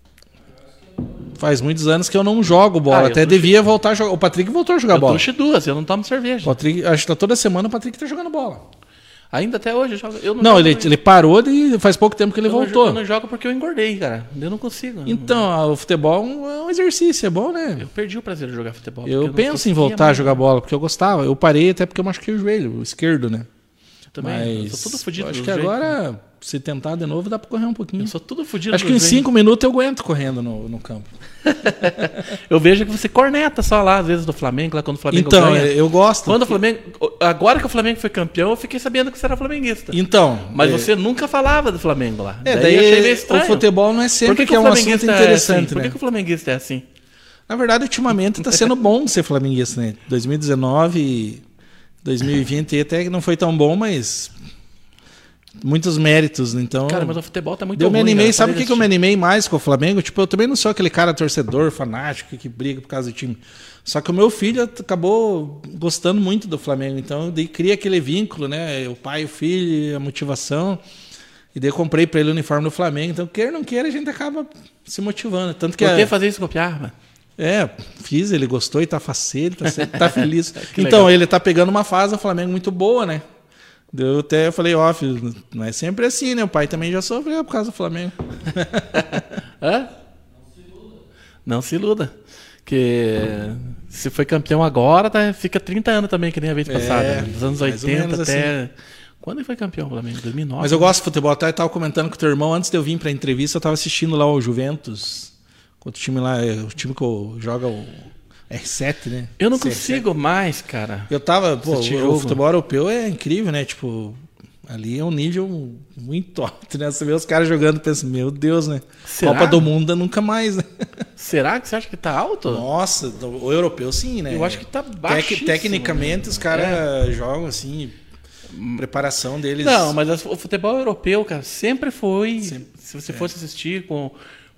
Faz muitos anos que eu não jogo bola. Ah, eu Até tô devia voltar a jogar. O Patrick voltou a jogar Eu bola. trouxe duas, eu não tomo cerveja. O Patrick, acho que tá toda semana o Patrick tá jogando bola. Ainda até hoje eu jogo. Eu não, Não, jogo ele, porque- ele parou e faz pouco tempo que ele eu não voltou. jo- Eu não jogo porque eu engordei, cara. Eu não consigo. Então, ah, o futebol é um- é um exercício, é bom, né? Eu perdi o prazer de jogar futebol. porque Eu não penso em conseguia voltar a mais. jogar bola, porque eu gostava. Eu parei até porque eu machuquei o joelho, o esquerdo, né? Eu também. Mas Eu sou tudo fudido. acho do que jeito. agora, se tentar de novo, dá pra correr um pouquinho. Eu sou tudo fudido. Acho do que em jeito. cinco minutos eu aguento correndo no, no campo. Eu vejo que você corneta só lá, às vezes, do Flamengo, lá quando o Flamengo Então, ganha. eu gosto. Quando o Flamengo. Agora que o Flamengo foi campeão, eu fiquei sabendo que você era flamenguista. Então. Mas é, você nunca falava do Flamengo lá. É, daí, daí, eu achei meio estranho. o futebol não é Por sempre que, que, é o um assunto flamenguista interessante, é assim? Por né? que, que o flamenguista é assim? Na verdade, ultimamente tá sendo bom ser flamenguista, né? dois mil e dezenove e dois mil e vinte até que não foi tão bom, mas muitos méritos, né? Então, Cara, mas o futebol tá muito eu ruim. me animei, cara. sabe o Parei que, que eu de me animei mais com o Flamengo? Tipo, eu também não sou aquele cara torcedor, fanático, que briga por causa do time. Só que o meu filho acabou gostando muito do Flamengo, então daí cria aquele vínculo, né? O pai, o filho, a motivação. E daí eu comprei pra ele o uniforme do Flamengo, então queira ou não queira, a gente acaba se motivando. Tanto que Por que a- fazer isso com o Piar, mano? é, fiz, ele gostou e tá faceiro, tá, sempre- tá feliz. Que Então, legal. ele tá pegando uma fase do Flamengo muito boa, né? Eu até falei, ó, filho, não é sempre assim, né? O pai também já sofreu por causa do Flamengo. Hã? Não se iluda. Que se foi campeão agora, tá, fica trinta anos também, que nem a vez É, passada. né? Dos anos mais ou oitenta menos até. Quando ele foi campeão, Flamengo? dois mil e nove. Mas eu gosto de futebol, até tava comentando com o teu irmão, antes de eu vir pra entrevista, eu tava assistindo lá o Juventus, outro time lá, é o time que eu joga o R sete, né? Eu não C R sete. consigo mais, cara. Eu tava, pô, Assistir o, jogo. o futebol europeu é incrível, né? Tipo, ali é um nível muito alto, né? Você vê os caras jogando e pensa, meu Deus, né? Será? Copa do Mundo nunca mais, né? Será que você acha que tá alto? Nossa, o europeu sim, né? Eu acho que tá Tec- baixíssimo. Tecnicamente os caras jogam assim, preparação deles. Não, mas as- o futebol europeu, cara, sempre foi. Sempre, se você é. fosse assistir com,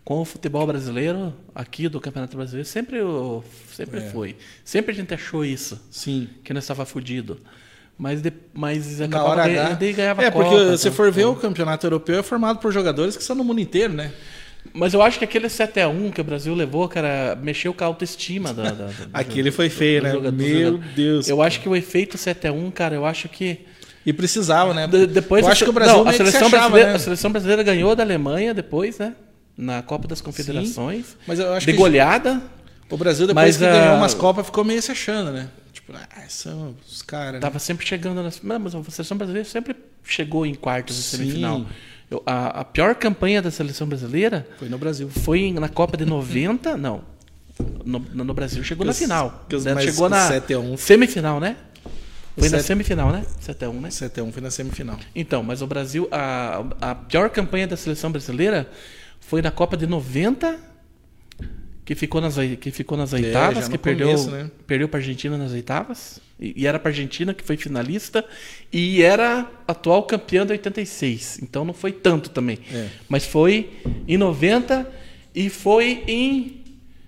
com o futebol brasileiro, aqui do Campeonato Brasileiro, sempre, sempre É. foi. Sempre a gente achou isso, Sim. que nós estava fudido. Mas, de, mas Na acabava hora ganha- H. daí ganhava É, porque Copa, se tá? for ver, o campeonato europeu é formado por jogadores que são no mundo inteiro, né? Mas eu acho que aquele sete a um que o Brasil levou, cara, mexeu com a autoestima da, da, do Aquele do- foi feio, do né? jogador- do Meu jogador. Deus. Eu acho que o efeito sete a um, cara, eu acho que... E precisava, né? De- depois eu a acho se- que o Brasil não, a meio que se seleção achava, brasileira, né? a seleção brasileira ganhou da Alemanha depois, né? Na Copa das Confederações. Mas eu acho de que goleada. o Brasil, depois Mas que a- ganhou umas Copas, ficou meio se achando, né? Tipo, ah, são os caras. Né? Tava sempre chegando nas. Não, mas a seleção brasileira sempre chegou em quartas de Sim. semifinal. Eu- a, a pior campanha da seleção brasileira Foi no Brasil. foi em- na Copa de noventa. Não. No, no Brasil chegou Que na os- final. que os Né? mais- Chegou os na sete a um. semifinal, né? Foi na sete- semifinal, né? sete a um, né? sete a um foi na semifinal. Então, mas o Brasil, a, a pior campanha da seleção brasileira foi na Copa de noventa, que ficou nas, oi- que ficou nas oitavas, É, já no que perdeu, começo, né? perdeu para a Argentina nas oitavas, e, e era para a Argentina, que foi finalista, e era atual campeã de oitenta e seis. Então não foi tanto também. É. Mas foi em noventa e foi em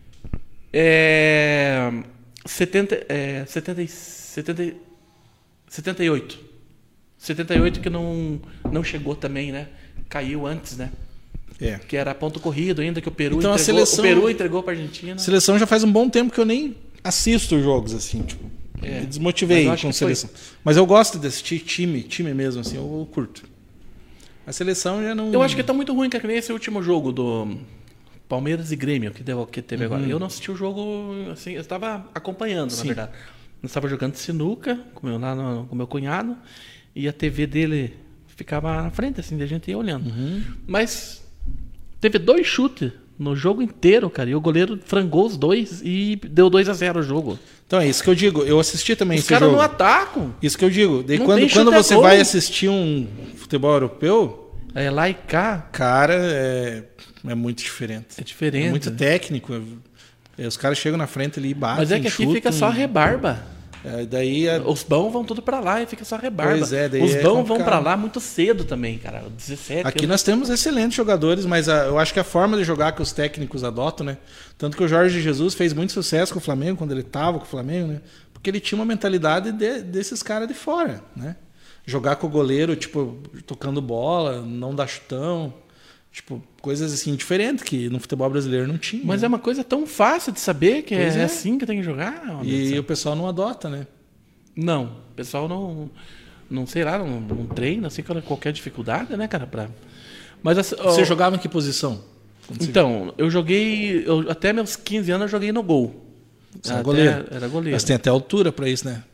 é, setenta, é, setenta, e- setenta, e- setenta e oito. setenta e oito que não, não chegou também, né? Caiu antes, né? É. Que era ponto corrido ainda, que o Peru Então, a entregou, seleção- o Peru entregou para a Argentina. A seleção já faz um bom tempo que eu nem assisto os jogos, assim, tipo. É. Me desmotivei Mas eu acho com a que foi. seleção. Mas eu gosto de assistir time, time mesmo, assim, eu curto. A seleção já não. Eu acho que tá muito ruim, que é que nem esse último jogo do Palmeiras e Grêmio que, deu, que teve agora. Eu não assisti o jogo, assim, eu estava acompanhando, na Sim. verdade. Eu estava jogando sinuca com meu, lá no- com meu cunhado e a T V dele ficava na frente, assim, da gente ia olhando. Uhum. Mas teve dois chutes no jogo inteiro, cara, e o goleiro frangou os dois e deu dois a zero o jogo. Então é isso que eu digo. Eu assisti também Os esse caras jogo. não atacam. Isso que eu digo. Daí Não quando, tem quando chute a você gol. vai assistir um futebol europeu, É lá e cá, cara, é, é muito diferente. é diferente. É muito técnico. é- os caras chegam na frente ali e batem. Mas é que aqui chutam. fica só rebarba. É, daí é- Os bons vão tudo pra lá e fica só rebarba. Pois é, daí Os é bons vão complicado. pra lá muito cedo também, cara. dezessete. Aqui eu- nós temos excelentes jogadores, mas a- eu acho que a forma de jogar que os técnicos adotam, né? Tanto que o Jorge Jesus fez muito sucesso com o Flamengo quando ele estava com o Flamengo, né? Porque ele tinha uma mentalidade de- desses caras de fora, né? Jogar com o goleiro, tipo, tocando bola, não dar chutão, tipo, coisas assim diferentes que no futebol brasileiro não tinha. Mas né? é uma coisa tão fácil de saber que é, Pois é. assim que tem que jogar. meu Deus do E céu. o pessoal não adota, né? Não, o pessoal não, não sei lá, não, não treina, assim, com qualquer dificuldade, né, cara? Pra... Mas assim, ó, Você jogava em que posição? Quando você- Então, eu joguei. Eu, até meus quinze anos eu joguei no gol. Você era Até- goleiro? Era goleiro. Mas tem até altura pra isso, né?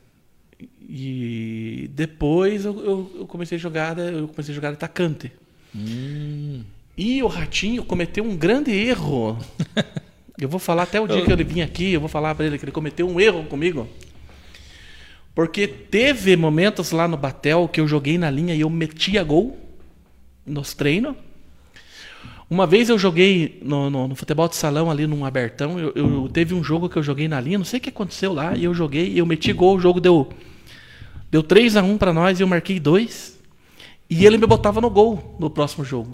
E depois eu, eu, eu comecei a jogar, eu comecei a jogar atacante. Hum. E o Ratinho cometeu um grande erro. Eu vou falar até o dia que ele vinha aqui, eu vou falar para ele que ele cometeu um erro comigo. Porque teve momentos lá no Batel que eu joguei na linha e eu metia gol nos treinos. Uma vez eu joguei no, no, no futebol de salão ali num abertão, eu, eu teve um jogo que eu joguei na linha, não sei o que aconteceu lá, e eu joguei e eu meti gol, o jogo deu deu três a um para nós e eu marquei dois. E ele me botava no gol no próximo jogo.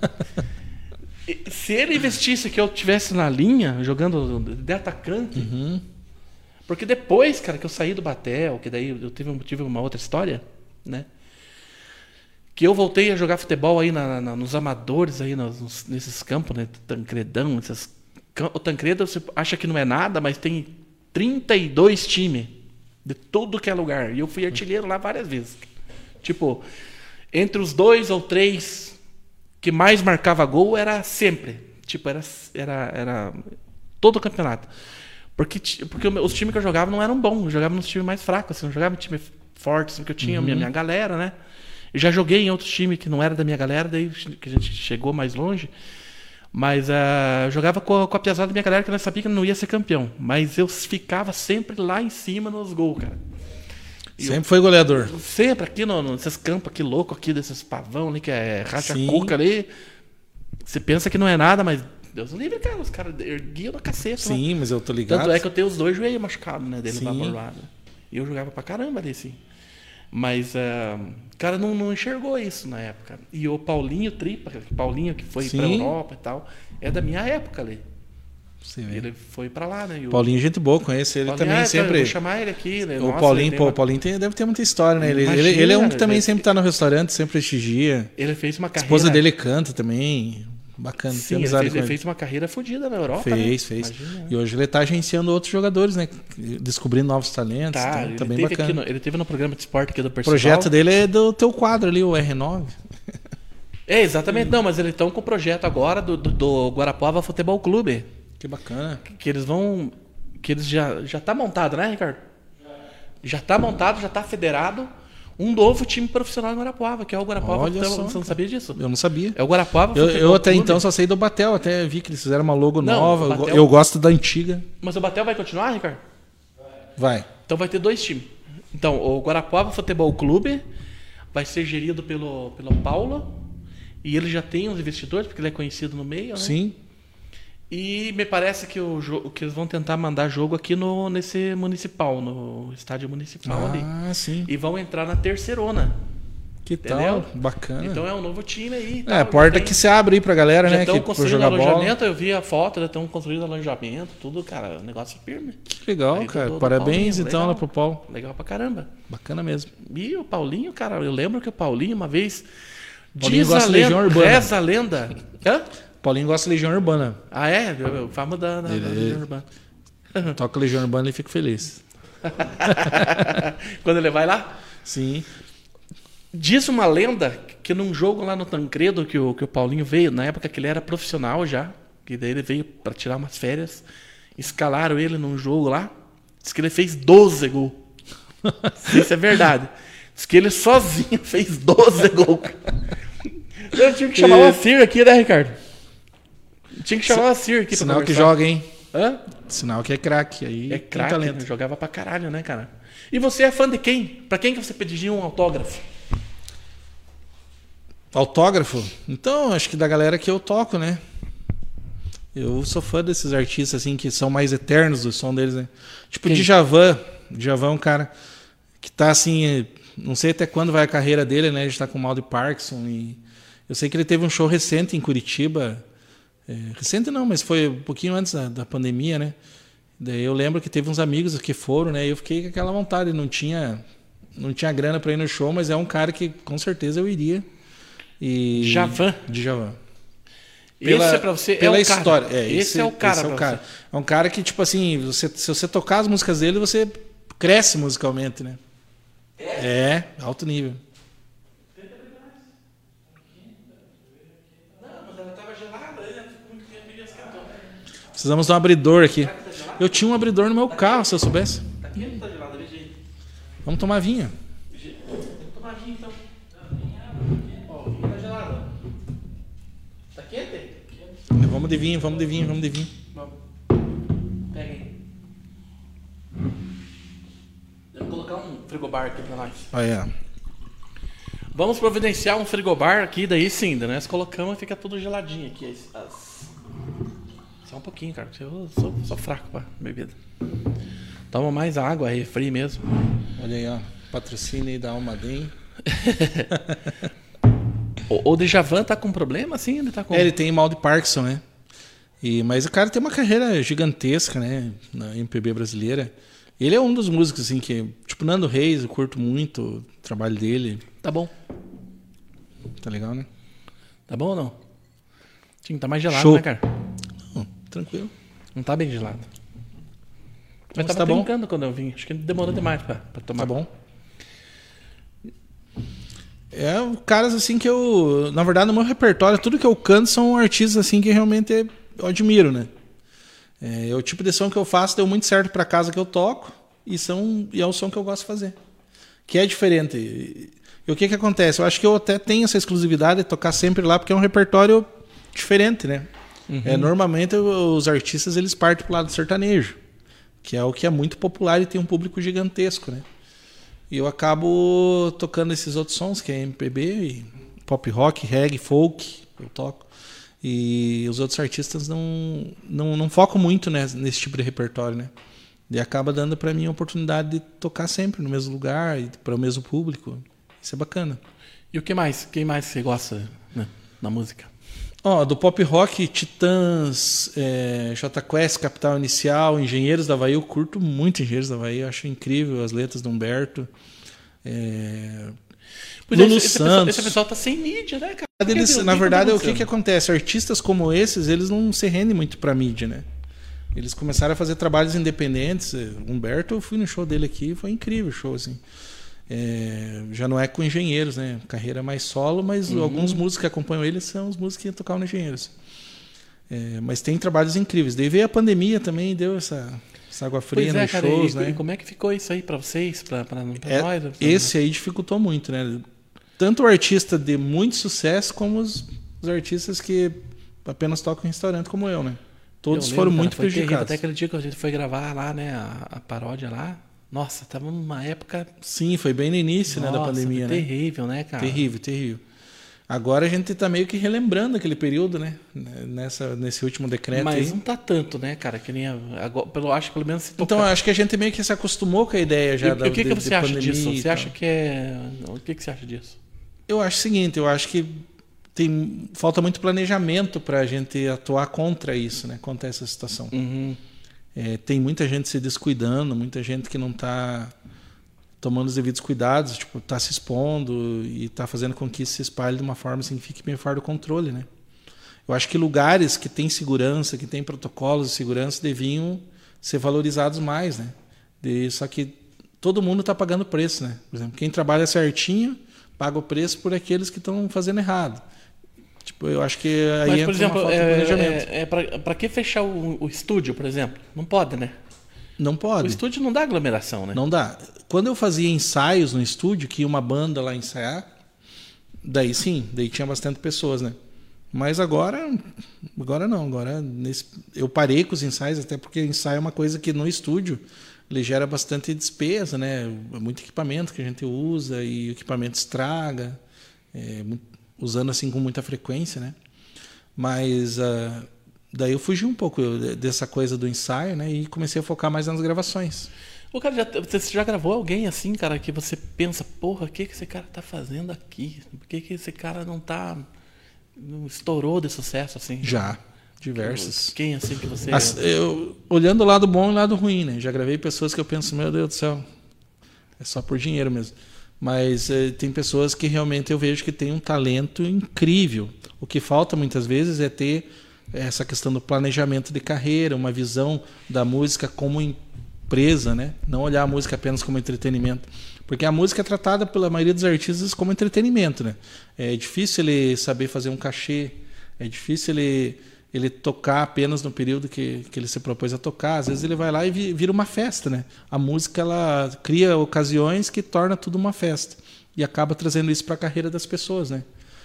Se ele investisse que eu tivesse na linha, jogando de atacante, Uhum. porque depois, cara, que eu saí do Batel, que daí eu tive, tive uma outra história, né? Que eu voltei a jogar futebol aí na, na, nos amadores, aí nos, nesses campos, né? Tancredão, esses cam- o Tancredo você acha que não é nada, mas tem trinta e dois times de tudo que é lugar. E eu fui artilheiro lá várias vezes. Tipo, entre os dois ou três que mais marcava gol era sempre. Tipo, era, era, era todo o campeonato. Porque, ti- porque o meu- os times que eu jogava não eram bons. Eu jogava nos times mais fracos. Assim, eu jogava em time forte, assim, porque eu tinha a minha, minha galera, né? Eu já joguei em outros times que não era da minha galera, daí que a gente chegou mais longe. Mas uh, eu jogava com a, com a piazada da minha galera, que nós sabia que não ia ser campeão. Mas eu ficava sempre lá em cima nos gols, cara. E Sempre foi goleador. eu, sempre aqui no, no- nesses campos aqui loucos, aqui desses pavão ali, que é Sim. racha-cuca ali. Você pensa que não é nada, mas Deus o livre, cara. Os caras erguiam na caceta. lá. Sim, mas eu tô ligado. Tanto é que eu tenho os dois joelhos machucados, né? Dele Sim. vaporado. E eu jogava pra caramba ali, assim. Mas uh, o cara não, não enxergou isso na época. E o Paulinho Tripa, Paulinho que foi pra Europa e tal, é da minha época ali. Sim, ele foi pra lá, né? E o Paulinho, gente boa, conhece ele Paulinho, também ah, sempre. Eu vou chamar ele aqui. Né? O Nossa, Paulinho, pô, uma... o Paulinho tem, deve ter muita história, né? Ele, Imagina, ele, ele é um que também ele... sempre tá no restaurante, sempre prestigia. Ele fez uma carreira. A carreira. esposa dele canta também. Bacana. Sim, ele fez, ele fez uma carreira fodida na Europa. Fez, né? fez. Imagina. E hoje ele tá agenciando outros jogadores, né? Descobrindo novos talentos. Tá, tá, ele, tá bem teve bacana. aqui no, ele teve no programa de esporte aqui do O Percival. projeto dele é do teu quadro ali, o R nove. É, exatamente. Não, mas eles estão com o projeto agora do, do, do Guarapuava Futebol Clube. Que bacana. Que, que eles vão... Que eles já, já tá montado, né, Ricardo? Já tá montado, já tá federado um novo time profissional em Guarapuava, que é o Guarapuava Olha Futebol. só, Você não sabia disso? Eu não sabia. É o Guarapuava Eu, Futebol eu até Clube. então só sei do Batel, até vi que eles fizeram uma logo Não, nova. Batel- Eu, eu gosto da antiga. Mas o Batel vai continuar, Ricardo? Vai. Então vai ter dois times. Então, o Guarapuava Futebol Clube vai ser gerido pelo, pelo Paulo. E ele já tem uns investidores, porque ele é conhecido no meio, né? Sim. E me parece que, o jogo, que eles vão tentar mandar jogo aqui no, nesse municipal, no estádio municipal ali. Ah, sim. E vão entrar na terceirona. Que Entendeu? tal? Bacana. Então é um novo time aí. é, a porta tem, que se abre aí pra galera, já né? estão Que, pra construindo jogar bola. alojamento, eu vi a foto, já estão construindo alojamento, tudo, cara, o negócio é firme. Que legal, Aí do- cara. do- do Parabéns Paulinho, então legal. lá pro Paulo. Legal pra caramba. Bacana mesmo. E o Paulinho, cara, eu lembro que o Paulinho uma vez... Paulinho diz gosta a de Legião lenda, Urbana. reza a lenda. Hã? Paulinho gosta de Legião Urbana. Ah, é? O fama da, da, da Ele- Legião Urbana. Toca Legião Urbana e fico feliz. Quando ele vai lá? Sim. Diz uma lenda que num jogo lá no Tancredo que o, que o Paulinho veio, na época que ele era profissional já, que daí ele veio para tirar umas férias, escalaram ele num jogo lá, diz que ele fez doze gols. Isso é verdade. Diz que ele sozinho fez doze gols. Eu tinha que chamar o Acir aqui, né, Ricardo? Tinha que chamar o Acir aqui. Sinal pra que conversar. joga, hein? Hã? Sinal que é craque. Aí É tem craque, talento. né? Jogava pra caralho, né, cara? E você é fã de quem? Pra quem que você pediria um autógrafo? Autógrafo? Então, acho que da galera que eu toco, né? Eu sou fã desses artistas assim que são mais eternos do som deles, né? Tipo Quem? Djavan. Djavan é um cara que tá assim, não sei até quando vai a carreira dele, né? Ele está com mal de Parkinson e eu sei que ele teve um show recente em Curitiba. É, recente não, mas foi um pouquinho antes da, da pandemia, né? Daí eu lembro que teve uns amigos que foram, né? E eu fiquei com aquela vontade, não tinha não tinha grana para ir no show, mas é um cara que com certeza eu iria. E Djavan. Djavan. Esse é pra você, pela é o cara. história. É, esse, é o cara. esse é o pra cara. você. É um cara que, tipo assim, você, se você tocar as músicas dele, você cresce musicalmente, né? É, alto nível. Precisamos de um abridor aqui. Eu tinha um abridor no meu carro, se eu soubesse. Tá quente ou tá gelado? Vê jeito. Vamos tomar vinho. Vamos tomar vinho então. Ó, o vinho tá gelado. Tá quente? Vamos de vinho, vamos de vinho, vamos de vinho. Vamos. Pega aí. Eu vou colocar um frigobar aqui pra nós. Aí, ó. Vamos providenciar um frigobar aqui, daí sim, daí nós colocamos e fica tudo geladinho aqui. As, as... Só um pouquinho, cara, porque eu sou, sou fraco pra bebida. Toma mais água, refri mesmo. Olha aí, ó. Patrocínio aí da Almaden. O, o Djavan tá com problema, assim? Ele tá com... É, ele tem mal de Parkinson, né? E, mas o cara tem uma carreira gigantesca, né? Na M P B brasileira. Ele é um dos músicos, assim, que... Tipo, Nando Reis, eu curto muito o trabalho dele. Tá bom. Tá legal, né? Tá bom ou não? Tinha que tá mais gelado, Show. né, cara? Não, tranquilo. Não tá bem gelado. Mas Mas tava tá bom. trincando quando eu vim. Acho que demorou demais pra, pra tomar. Tá bom. É, caras assim que eu... Na verdade, no meu repertório, tudo que eu canto são artistas assim que realmente eu admiro, né? É, é o tipo de som que eu faço, deu muito certo pra casa que eu toco e, são, e é o som que eu gosto de fazer. Que é diferente. E, e o que que acontece? Eu acho que eu até tenho essa exclusividade de tocar sempre lá porque é um repertório diferente, né? Uhum. É, normalmente os artistas eles partem pro lado do sertanejo, que é o que é muito popular e tem um público gigantesco, né? E eu acabo tocando esses outros sons, que é M P B, e pop rock, reggae, folk, eu toco. E os outros artistas não, não, não focam muito, né, nesse tipo de repertório, né? E acaba dando para mim a oportunidade de tocar sempre no mesmo lugar e para o mesmo público. Isso é bacana. E o que mais? Quem mais você gosta, né, na música? Ó, do pop rock, Titãs, é, Jota Quest, Capital Inicial, Engenheiros da Havaí. Eu curto muito Engenheiros da Havaí, eu acho incrível as letras do Humberto. É... Lulu esse, Santos. Esse pessoal tá sem mídia, né, cara? Eles, na verdade, o que, que acontece? Artistas como esses, eles não se rendem muito pra mídia, né? Eles começaram a fazer trabalhos independentes. Humberto, eu fui no show dele aqui, foi incrível o show, assim. É, já não é com Engenheiros, né? Carreira mais solo, mas uhum. alguns músicos que acompanham ele são os músicos que tocavam no Engenheiros. É, mas tem trabalhos incríveis. Daí veio a pandemia também, deu essa, essa água fria é, nos cara, shows, e, né? E como é que ficou isso aí pra vocês, pra, pra, pra é, nós? Pra... Esse aí dificultou muito, né? Tanto o artista de muito sucesso, como os, os artistas que apenas tocam em restaurante, como eu, né? Todos eu foram lembro, muito cara, foi prejudicados. Até aquele dia que a gente foi gravar lá, né? A, a paródia lá. Nossa, tava numa época... Sim, foi bem no início, Nossa, né, da pandemia, né? Terrível, né, cara? Terrível, terrível. Agora a gente tá meio que relembrando aquele período, né? Nessa, nesse último decreto. Mas aí. não tá tanto, né, cara? Que nem a, agora, pelo, acho que pelo menos se tocar... Então, acho que a gente meio que se acostumou com a ideia já e, da e o que, de, que você de acha disso? Você tal. acha que é... O que, que você acha disso? Eu acho o seguinte, eu acho que tem, falta muito planejamento para a gente atuar contra isso, né? Contra essa situação. Uhum. É, tem muita gente se descuidando, muita gente que não está tomando os devidos cuidados, tipo, está se expondo e está fazendo com que isso se espalhe de uma forma assim que fique bem fora do controle, né? Eu acho que lugares que têm segurança, que têm protocolos de segurança, deviam ser valorizados mais, né? De, só que todo mundo está pagando preço, né? Por exemplo, quem trabalha certinho paga o preço por aqueles que estão fazendo errado. Tipo, eu acho que aí Mas, entra por exemplo, uma falta é, de planejamento. É, é para que fechar o, o estúdio, por exemplo? Não pode, né? Não pode. O estúdio não dá aglomeração, né? Não dá. Quando eu fazia ensaios no estúdio, que ia uma banda lá ensaiar, daí sim, daí tinha bastante pessoas, né? Mas agora, agora não. Agora nesse, eu parei com os ensaios, até porque ensaio é uma coisa que no estúdio ele gera bastante despesa, né? Muito equipamento que a gente usa e o equipamento estraga, é, usando assim com muita frequência, né? Mas uh, daí eu fugi um pouco dessa coisa do ensaio, né? E comecei a focar mais nas gravações. O cara já, você já gravou alguém assim, cara, que você pensa, porra, o que que esse cara tá fazendo aqui? Por que que esse cara não tá não estourou de sucesso assim? Já. Diversas. Quem assim que você... As, eu, olhando o lado bom e o lado ruim, né? Já gravei pessoas que eu penso, meu Deus do céu, é só por dinheiro mesmo. Mas eh, tem pessoas que realmente eu vejo que tem um talento incrível. O que falta muitas vezes é ter essa questão do planejamento de carreira, uma visão da música como empresa, né? Não olhar a música apenas como entretenimento. Porque a música é tratada pela maioria dos artistas como entretenimento, né? É difícil ele saber fazer um cachê, é difícil ele... ele tocar apenas no período que, que ele se propôs a tocar. Às vezes ele vai lá e vira uma festa, né? A música ela cria ocasiões que torna tudo uma festa e acaba trazendo isso para a carreira das pessoas, né?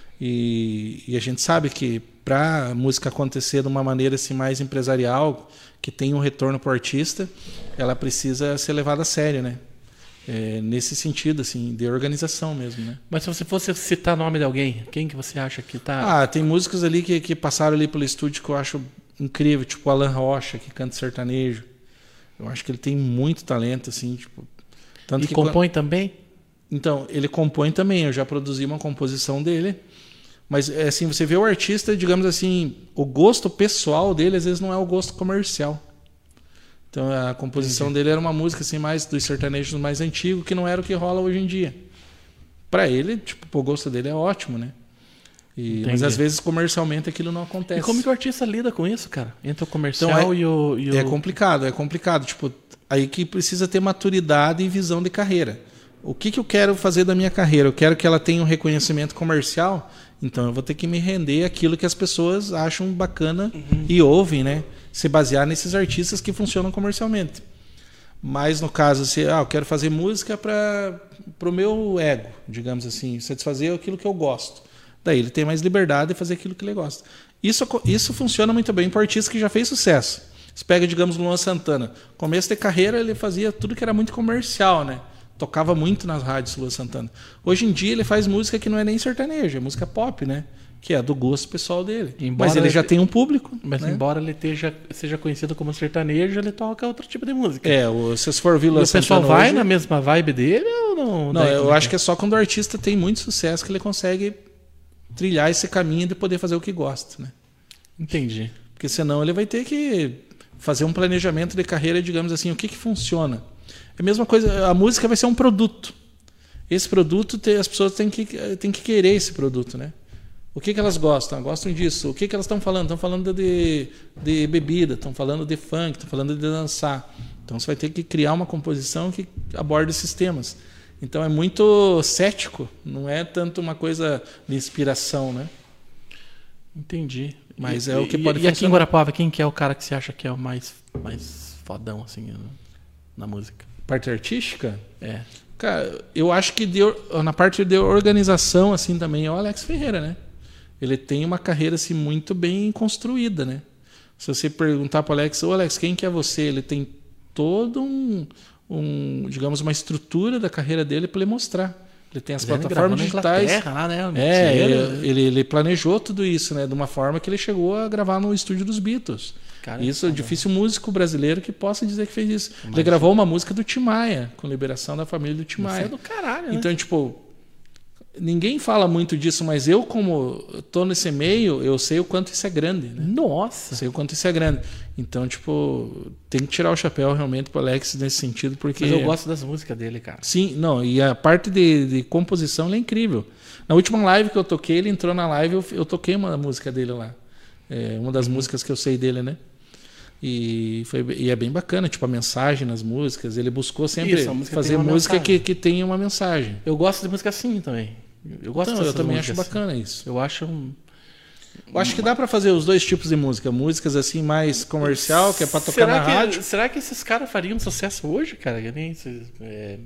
E, e a gente sabe que para a música acontecer de uma maneira assim mais empresarial, que tenha um retorno para o artista, ela precisa ser levada a sério, né? É, nesse sentido, assim, de organização mesmo, né? Mas se você fosse citar o nome de alguém, quem que você acha que tá... Ah, tem músicos ali que, que passaram ali pelo estúdio que eu acho incrível, tipo o Alan Rocha, que canta sertanejo. Eu acho que ele tem muito talento, assim, tipo... Tanto e que compõe quando... também? Então, ele compõe também, eu já produzi uma composição dele, mas, assim, você vê o artista, digamos assim, o gosto pessoal dele, às vezes, não é o gosto comercial. Então a composição Entendi. dele era uma música assim mais dos sertanejos mais antigos, que não era o que rola hoje em dia. Para ele, tipo, o gosto dele é ótimo, né? E, mas às vezes comercialmente aquilo não acontece. E como que o artista lida com isso, cara? Entre o comercial então, é, e, o, e o... É complicado, é complicado. Tipo, aí que precisa ter maturidade e visão de carreira. O que, que eu quero fazer da minha carreira? Eu quero que ela tenha um reconhecimento comercial, então eu vou ter que me render àquilo que as pessoas acham bacana uhum. e ouvem, né? Se basear nesses artistas que funcionam comercialmente. Mas no caso, se ah, eu quero fazer música para o meu ego, digamos assim, satisfazer aquilo que eu gosto. Daí ele tem mais liberdade de fazer aquilo que ele gosta. Isso, isso funciona muito bem para o artista que já fez sucesso. Você pega, digamos, o Luan Santana. Começo de carreira ele fazia tudo que era muito comercial, né? tocava muito nas rádios Lua Santana. Hoje em dia ele faz música que não é nem sertaneja, é música pop, né? Que é do gosto pessoal dele. Embora mas ele já ele- tem um público. Mas né? embora ele esteja, seja conhecido como sertanejo, ele toca outro tipo de música. É, o, se você for ouvir E Lua o pessoal Santana vai hoje, na mesma vibe dele ou não? Não, Daí, eu como é acho que é só quando o artista tem muito sucesso que ele consegue trilhar esse caminho de poder fazer o que gosta, né? Entendi. Porque senão ele vai ter que fazer um planejamento de carreira, digamos assim, o que que funciona. É a mesma coisa, a música vai ser um produto. Esse produto, tem- as pessoas têm que, têm que querer esse produto, né? O que que elas gostam? Gostam disso. O que que elas estão falando? Estão falando de, de bebida, estão falando de funk, estão falando de dançar. Então você vai ter que criar uma composição que aborde esses temas. Então é muito cético, não é tanto uma coisa de inspiração, né? Entendi. Mas E- é o que e- pode E aqui em funcionar. Guarapuava, quem que é o cara que você acha que é o mais, mais fodão, assim, no- na música? Parte artística? É. Cara, eu acho que de or- na parte de organização assim também é o Alex Ferreira, né? Ele tem uma carreira assim muito bem construída, né? Se você perguntar para o Alex, ô Alex, quem que é você? Ele tem todo um, um digamos, uma estrutura da carreira dele para ele mostrar. Ele tem as Mas ele plataformas gravou na digitais. Inglaterra, lá, né? É, Mentira. ele, ele, ele planejou tudo isso, né? De uma forma que ele chegou a gravar no estúdio dos Beatles. Cara, Isso é foda. difícil músico brasileiro que possa dizer que fez isso. Ele Imagina. gravou uma música do Tim Maia, com liberação da família do Tim Isso Maia. é do caralho, né? Então, tipo, ninguém fala muito disso, mas eu, como tô nesse meio, eu sei o quanto isso é grande, né? Nossa. Sei o quanto isso é grande. Então, tipo, tem que tirar o chapéu realmente pro Alex nesse sentido, porque... Mas eu gosto das músicas dele, cara. Sim, não, e a parte de, de composição ela é incrível. Na última live que eu toquei, ele entrou na live, eu, eu toquei uma música dele lá. É, uma das músicas que eu sei dele, né? E, foi, e é bem bacana, tipo, a mensagem nas músicas. Ele buscou sempre Isso, a música fazer tem uma música que, mensagem. que tenha uma mensagem. Eu gosto de música assim também. Eu gosto Então, eu dessas também acho músicas bacana assim. isso. Eu acho um... Eu acho que dá pra fazer os dois tipos de música. Músicas assim mais comercial, que é pra tocar será na que, rádio. Será que esses caras fariam sucesso hoje, cara? Que nem esses, é,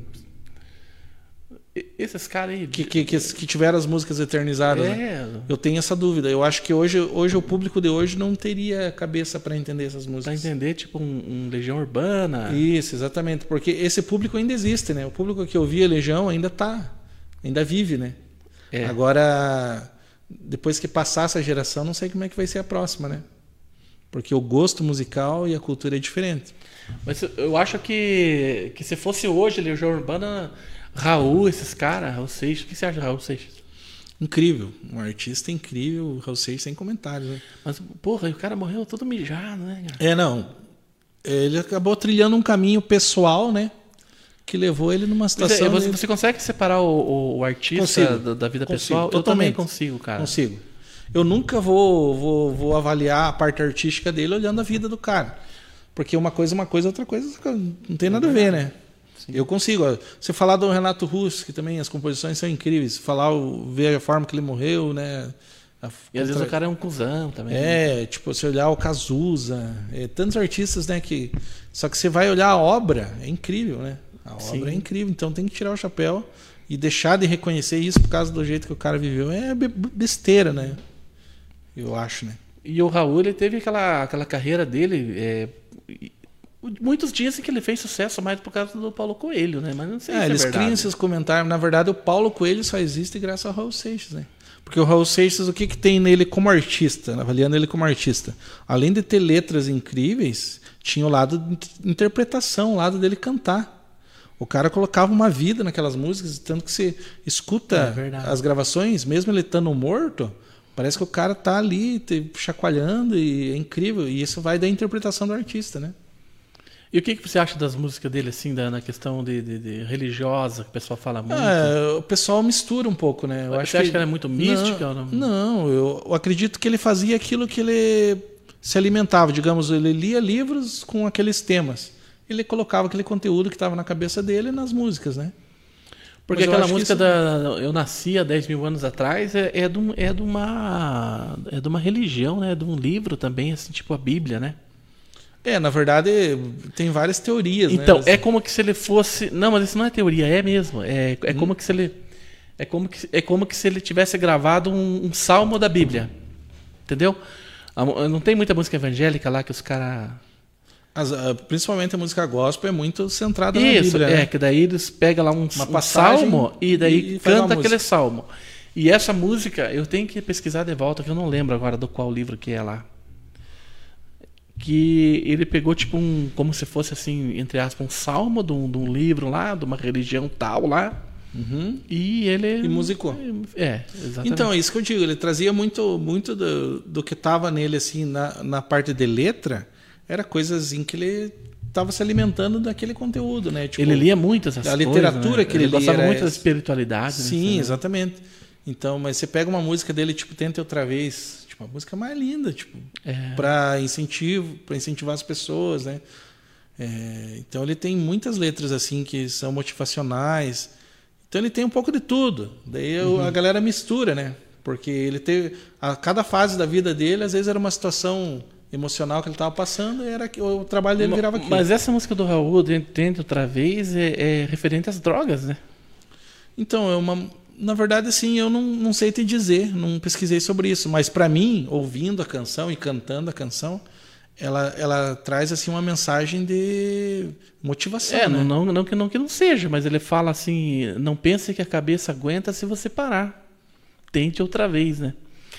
esses caras aí. Que, que, que, que tiveram as músicas eternizadas. né? É. Eu tenho essa dúvida. Eu acho que hoje, hoje o público de hoje não teria cabeça pra entender essas Pra músicas. entender, tipo, um, um Legião Urbana. Isso, exatamente. Porque esse público ainda existe, né? O público que ouvia Legião ainda tá. Ainda vive, né? É. Agora, depois que passar essa geração, não sei como é que vai ser a próxima, né? Porque o gosto musical e a cultura é diferente. Mas eu- eu acho que, que se fosse hoje Legião Urbana, Raul, esses caras, Raul Seixas, o que você acha de Raul Seixas? Incrível. Um artista incrível, o Raul Seixas sem comentários, né? Mas, porra, o cara morreu todo mijado, né, cara? É, não. Ele acabou trilhando um caminho pessoal, né? Que levou ele numa Mas é, situação... você, de- você consegue separar o, o- o artista Consigo. da, da vida Consigo, pessoal? Eu totalmente. também consigo, cara. Consigo. Eu nunca vou, vou, vou avaliar a parte artística dele olhando a vida do cara. Porque uma coisa é uma coisa, outra coisa não tem nada a ver, né? Sim. Eu consigo. Ó, você falar do Renato Russo, que também as composições são incríveis. Falar, o, ver a forma que ele morreu, né? A, E às vezes o cara é um cuzão também. É, tipo, você olhar o Cazuza, é, tantos artistas, né, que... Só que você vai olhar a obra, é incrível, né? A obra Sim. é incrível, então tem que tirar o chapéu e deixar de reconhecer isso por causa do jeito que o cara viveu. É be- besteira, né? Eu acho, né? E o Raul, ele teve aquela, aquela carreira dele. é, e- muitos dizem que ele fez sucesso mais por causa do Paulo Coelho, né? Mas não sei É, se eles é verdade. criam esses comentários. Na verdade, o Paulo Coelho só existe graças ao Raul Seixas, né? Porque o Raul Seixas, o que, que tem nele como artista, avaliando ele como artista? Além de ter letras incríveis, tinha o lado de interpretação, o lado dele cantar. O cara colocava uma vida naquelas músicas, tanto que você escuta É verdade. as gravações, mesmo ele estando morto, parece que o cara tá ali te chacoalhando e é incrível. E isso vai da interpretação do artista, né? E o que, que você acha das músicas dele, assim, da, na questão de, de- de religiosa, que o pessoal fala muito? É, o pessoal mistura um pouco, né? Eu Você acho acha que ela é muito mística ou Não, não? não eu, eu acredito que ele fazia aquilo que ele se alimentava. Digamos, ele lia livros com aqueles temas. Ele colocava aquele conteúdo que estava na cabeça dele nas músicas, né? Porque Mas eu aquela acho que música isso- da Eu Nasci há dez mil anos atrás é, é, de, um- é, de uma, é de uma religião, né? É de um livro também, assim, tipo a Bíblia, né? É, na verdade, tem várias teorias, Então, né? é como que se ele fosse... Não, mas isso não é teoria, é mesmo. É, é como que se ele... É como que, é como que se ele tivesse gravado um, um salmo da Bíblia. Entendeu? A mu- Não tem muita música evangélica lá que os caras... As, a, principalmente a música gospel é muito centrada Isso, na Bíblia, é, né? que daí eles pegam lá um, Uma um passagem salmo e daí e faz uma canta aquele música. salmo. E essa música, eu tenho que pesquisar de volta, que eu não lembro agora do qual livro que é lá. Que ele pegou tipo um, como se fosse assim, entre aspas, um salmo de um, de um livro lá, de uma religião tal lá. Uhum. E ele... E musicou. É, exatamente. Então, é isso que eu digo. Ele trazia muito, muito do, do que estava nele, assim, na, na parte de letra. Era coisas assim que ele estava se alimentando daquele conteúdo, né? Tipo, ele lia muito essas a coisas. literatura né? que ele, ele gostava lia era muito da essa. espiritualidade. Sim, né? exatamente. Então, mas você pega uma música dele, tipo, Tenta Outra Vez. Tipo, a música mais linda, tipo, É. para incentivo, para incentivar as pessoas, né? É, então ele tem muitas letras assim que são motivacionais. Então ele tem um pouco de tudo. Daí eu, Uhum. a galera mistura, né? Porque ele teve a cada fase da vida dele, às vezes era uma situação emocional que ele estava passando e era que o trabalho dele virava aquilo. Mas essa música do Raul, Tenta Outra Vez, é, é referente às drogas, né? Então, é uma, na verdade, assim, eu não, não sei te dizer, não pesquisei sobre isso, mas para mim, ouvindo a canção e cantando a canção, ela, ela traz assim uma mensagem de motivação. É, né? não, não, não, que não que não seja, mas ele fala assim, não pense que a cabeça aguenta se você parar. Tente outra vez, né?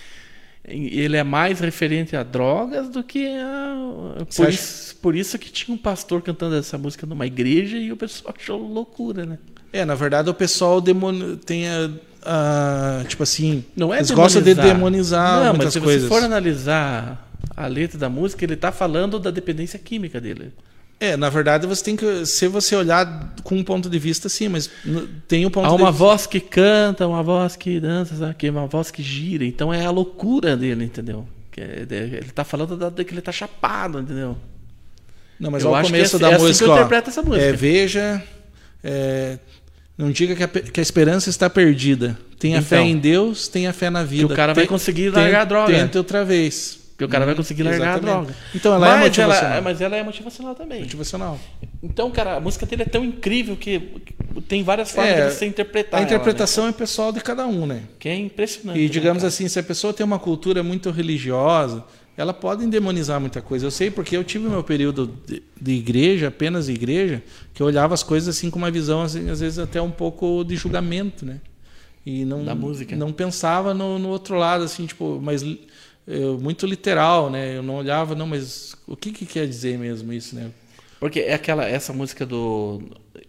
Ele é mais referente a drogas do que a... Por isso, por isso que tinha um pastor cantando essa música numa igreja e o pessoal achou loucura, né? É, na verdade o pessoal demon... tem a, a... tipo assim, Não é eles gostam de demonizar não, muitas mas se coisas. você for analisar a letra da música, ele está falando da dependência química dele. É, na verdade você tem que, se você olhar com um ponto de vista, sim, mas tem um ponto Há uma de... voz que canta, uma voz que dança, sabe? Uma voz que gira. Então é a loucura dele, entendeu? Que é, ele está falando da, da, que ele está chapado, entendeu? Não, mas Eu ao acho começo que é, da é música, assim que eu ó, interpreto essa música. É, veja, é, não diga que a, que a esperança está perdida. Tenha Então, fé em Deus, tenha fé na vida. Que o cara vai Tem- conseguir tem- largar a droga. Tenta outra vez. Que o cara vai conseguir largar Exatamente. a droga. Então ela é mas motivacional. Ela, mas ela é motivacional também. Motivacional. Então, cara, a música dele é tão incrível que tem várias formas É, de você interpretar. A ela, interpretação é pessoal de cada um, né? né? Que é impressionante. E digamos né, assim, se a pessoa tem uma cultura muito religiosa, ela pode endemonizar muita coisa. Eu sei porque eu tive meu período de, de igreja, apenas igreja, que eu olhava as coisas assim com uma visão, assim, às vezes até um pouco de julgamento, né? E não, Da música. não pensava no, no outro lado, assim, tipo, mas eu, muito literal, né? Eu não olhava, não, mas o que, que quer dizer mesmo isso, né? Porque é aquela, essa música do...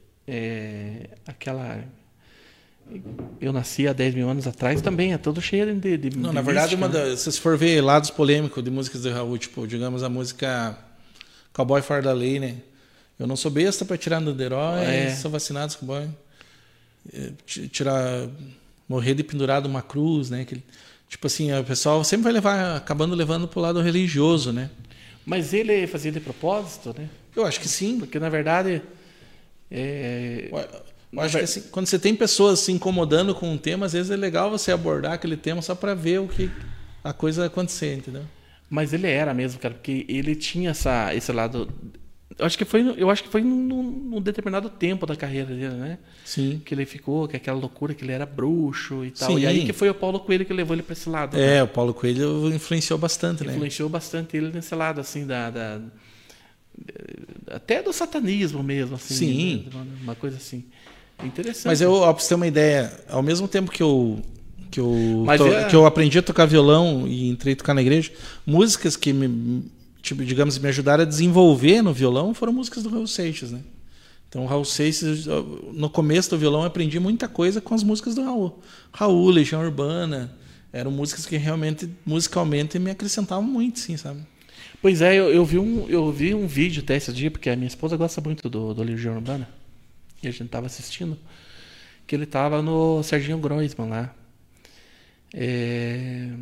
É, aquela... Eu nasci há dez mil anos atrás também, é todo cheio de, de Não, de na verdade, mística, uma né? das, se você for ver lados polêmicos de músicas de Raul, tipo, digamos a música Cowboy Fora da Lei, né? Eu não sou besta para tirar no herói, É. sou vacinado, cowboy. É, ti- Tirar, morrer de pendurado uma cruz, né? Que, tipo assim, o pessoal sempre vai levar, acabando levando pro lado religioso, né? Mas ele fazia de propósito, né? Eu acho que sim. Porque, na verdade... É, Eu eu acho que assim, quando você tem pessoas se incomodando com um tema, às vezes é legal você abordar aquele tema só para ver o que a coisa acontecer, entendeu? Mas ele era mesmo, cara, porque ele tinha essa, esse lado... Eu acho que foi, eu acho que foi num, num determinado tempo da carreira dele, né? Sim. Que ele ficou, que aquela loucura que ele era bruxo e tal. Sim. E aí que foi o Paulo Coelho que levou ele para esse lado. né? É, o Paulo Coelho influenciou bastante, né? Influenciou bastante ele nesse lado, assim, da... da- até do satanismo mesmo, assim. Sim. né? Uma coisa assim. Interessante. Mas eu, ó, pra você ter uma ideia, ao mesmo tempo que eu, que eu, Mas to- é- que eu aprendi a tocar violão e entrei a tocar na igreja, músicas que, me, tipo, digamos, me ajudaram a desenvolver no violão foram músicas do Raul Seixas, né? Então, o Raul Seixas, no começo do violão, eu aprendi muita coisa com as músicas do Raul. Raul, Legião Urbana, eram músicas que realmente, musicalmente, me acrescentavam muito, sim, sabe? Pois é, eu, eu, vi um, eu vi um vídeo até esse dia, porque a minha esposa gosta muito do, do Legião Urbana. E a gente tava assistindo. Que ele tava no Serginho Groisman lá. É...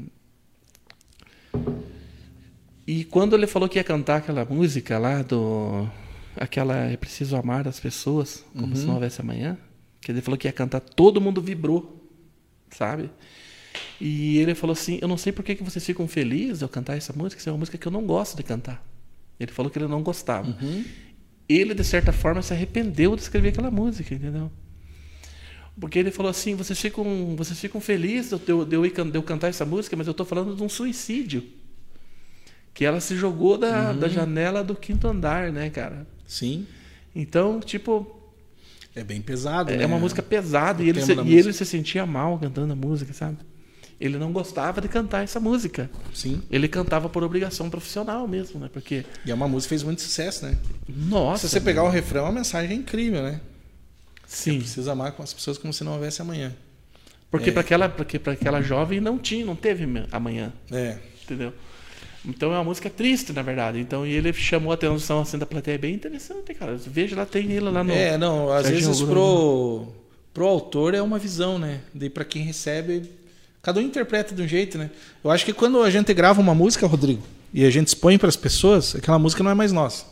E quando ele falou que ia cantar aquela música lá do... Aquela É Preciso Amar as Pessoas, como Uhum. se não houvesse amanhã. Que ele falou que ia cantar, todo mundo vibrou. Sabe? E ele falou assim, eu não sei por que que vocês ficam felizes de eu cantar essa música, isso é uma música que eu não gosto de cantar. Ele falou que ele não gostava. Uhum. Ele, de certa forma, se arrependeu de escrever aquela música, entendeu? Porque ele falou assim, vocês ficam, vocês ficam felizes de eu, de eu, de eu cantar essa música, mas eu estou falando de um suicídio. que ela se jogou da, Uhum. da janela do quinto andar, né, cara? Sim. Então, tipo, É bem pesado, é né? uma música pesada O e, ele tema se, da e música. ele se sentia mal cantando a música, sabe? Ele não gostava de cantar essa música. Sim. Ele cantava por obrigação profissional mesmo, né? Porque, E é uma música que fez muito sucesso, né? nossa... Se você pegar o refrão, a mensagem é incrível, né? Sim, Precisa amar com as pessoas como se não houvesse amanhã. porque É. para aquela, porque para aquela jovem não tinha, não teve amanhã, É. entendeu? Então é uma música triste, na verdade. Então, e ele chamou a atenção assim da plateia, bem interessante, cara. Veja, lá tem ele lá no... É, não, às Serginho vezes Augusto, pro, pro autor é uma visão, né? Daí pra quem recebe, cada um interpreta de um jeito, né? Eu acho que quando a gente grava uma música, Rodrigo, e a gente expõe para as pessoas, aquela música não é mais nossa.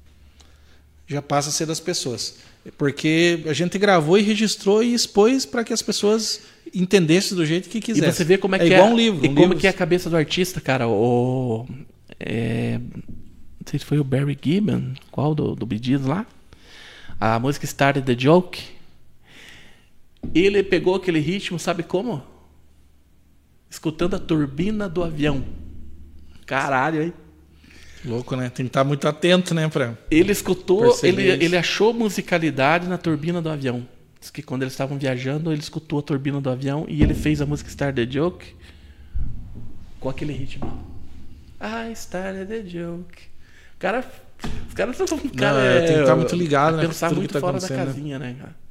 Já passa a ser das pessoas. Porque a gente gravou e registrou e expôs para que as pessoas entendessem do jeito que E quisessem. você vê como é, é que igual é, um livro. e um como livro... que é a cabeça do artista, cara. O, é, não sei se foi o Barry Gibbon, qual do, do Bee Gees lá. A música Started the Joke. Ele pegou aquele ritmo, sabe como? Escutando a turbina do avião. Caralho, hein? Louco, né? Tem que estar muito atento, né? Pra... Ele escutou, Perceber ele, isso. ele achou musicalidade na turbina do avião. Diz que quando eles estavam viajando, ele escutou a turbina do avião e ele fez a música Started the Joke com aquele ritmo. I started the joke. O cara, os caras são um cara, Não, é, tem que estar muito ligado, né? Pensar com tudo muito que tá fora da acontecendo, né? casinha, né, cara?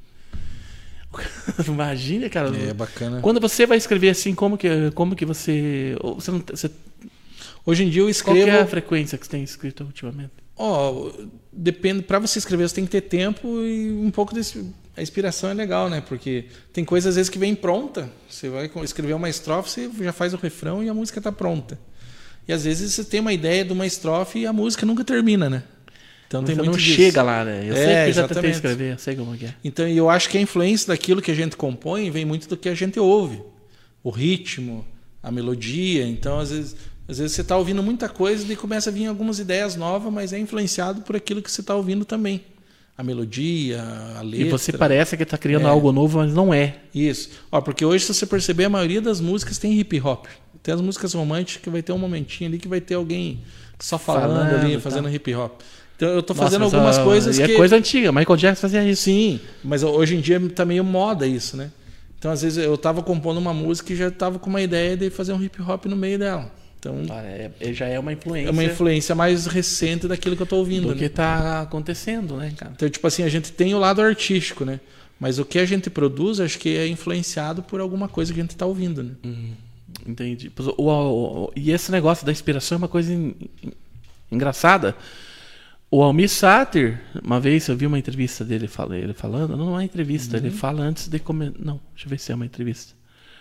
Imagina, cara. É bacana. Quando você vai escrever assim, como que, como que você, ou você não, você, Hoje em dia eu qual escrevo. que é a frequência que você tem escrito ultimamente? Ó, depende. Para você escrever, você tem que ter tempo e um pouco desse. A inspiração é legal, né? Porque tem coisas às vezes que vem pronta. Você vai escrever uma estrofe, você já faz o refrão e a música está pronta. E às vezes você tem uma ideia de uma estrofe e a música nunca termina, né? Então tem Você muito não disso. chega lá, né? Eu É, sei que eu já tentei exatamente. escrever, eu sei como que é. Então eu acho que a influência daquilo que a gente compõe vem muito do que a gente ouve. O ritmo, a melodia. Então às vezes, às vezes você está ouvindo muita coisa e começa a vir algumas ideias novas, mas é influenciado por aquilo que você está ouvindo também. A melodia, a letra. E você parece que está criando É. algo novo, mas não é. Isso. Ó, porque hoje, se você perceber, a maioria das músicas tem hip hop. Tem as músicas românticas que vai ter um momentinho ali que vai ter alguém só falando, Falando, ali, tá. fazendo hip hop. Então eu tô Nossa, fazendo mas, algumas ah, coisas e que... é coisa antiga, Michael Jackson fazia isso. Sim, mas hoje em dia tá meio moda isso, né? Então às vezes eu tava compondo uma música e já tava com uma ideia de fazer um hip hop no meio dela. Então Olha, é, é- já é uma influência, é uma influência mais recente daquilo que eu tô ouvindo, do né? que está acontecendo, né, cara? Então, tipo assim, a gente tem o lado artístico, né? Mas o que a gente produz, acho que é influenciado por alguma coisa que a gente tá ouvindo, né? Hum, entendi. Pois, o- o- o- e esse negócio da inspiração é uma coisa en- en- engraçada. O Almir Sater, uma vez eu vi uma entrevista dele fala- ele falando, não é uma entrevista, Uhum. ele fala antes de começar. Não, deixa eu ver se é uma entrevista.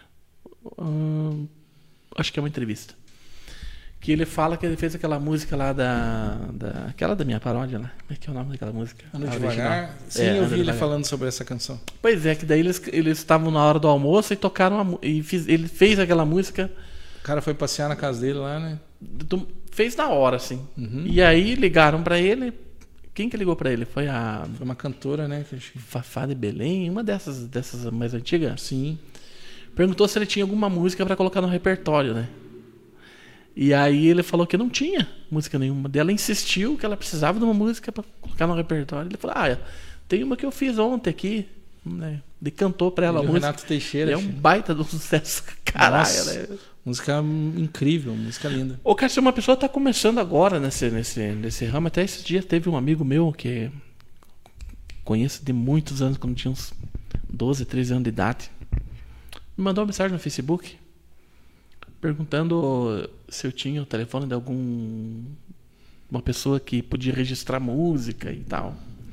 Hum, acho que é uma entrevista. Que ele fala que ele fez aquela música lá da, da. Aquela da minha paródia lá. Como é que é o nome daquela música? Anda A devagar. original. Sim, É, eu Anda vi ele Devagar. falando sobre essa canção. Pois é, que daí eles, eles estavam na hora do almoço e tocaram a, mu- e fiz- ele fez aquela música, O cara foi passear na casa dele lá, né? do- fez na hora, assim. Uhum. E aí ligaram pra ele. Quem que ligou pra ele? Foi a Foi uma cantora, né? Que acho que- Fafá de Belém, uma dessas, dessas mais antigas. Sim. Perguntou se ele tinha alguma música pra colocar no repertório, né? E aí ele falou que não tinha música nenhuma. Daí ela insistiu que ela precisava de uma música pra colocar no repertório. Ele falou: ah, tem uma que eu fiz ontem aqui, né? Ele cantou pra ela Ele a e o música. Renato Teixeira. É um filho. baita de um sucesso. Caralho, Nossa, né? música incrível, música linda. Ô, cara, se uma pessoa tá começando agora nesse, nesse, nesse ramo, até esse dia teve um amigo meu que conheço de muitos anos, quando tinha uns doze, treze anos de idade. Me mandou uma mensagem no Facebook perguntando se eu tinha o telefone de algum uma pessoa que podia registrar música e tal.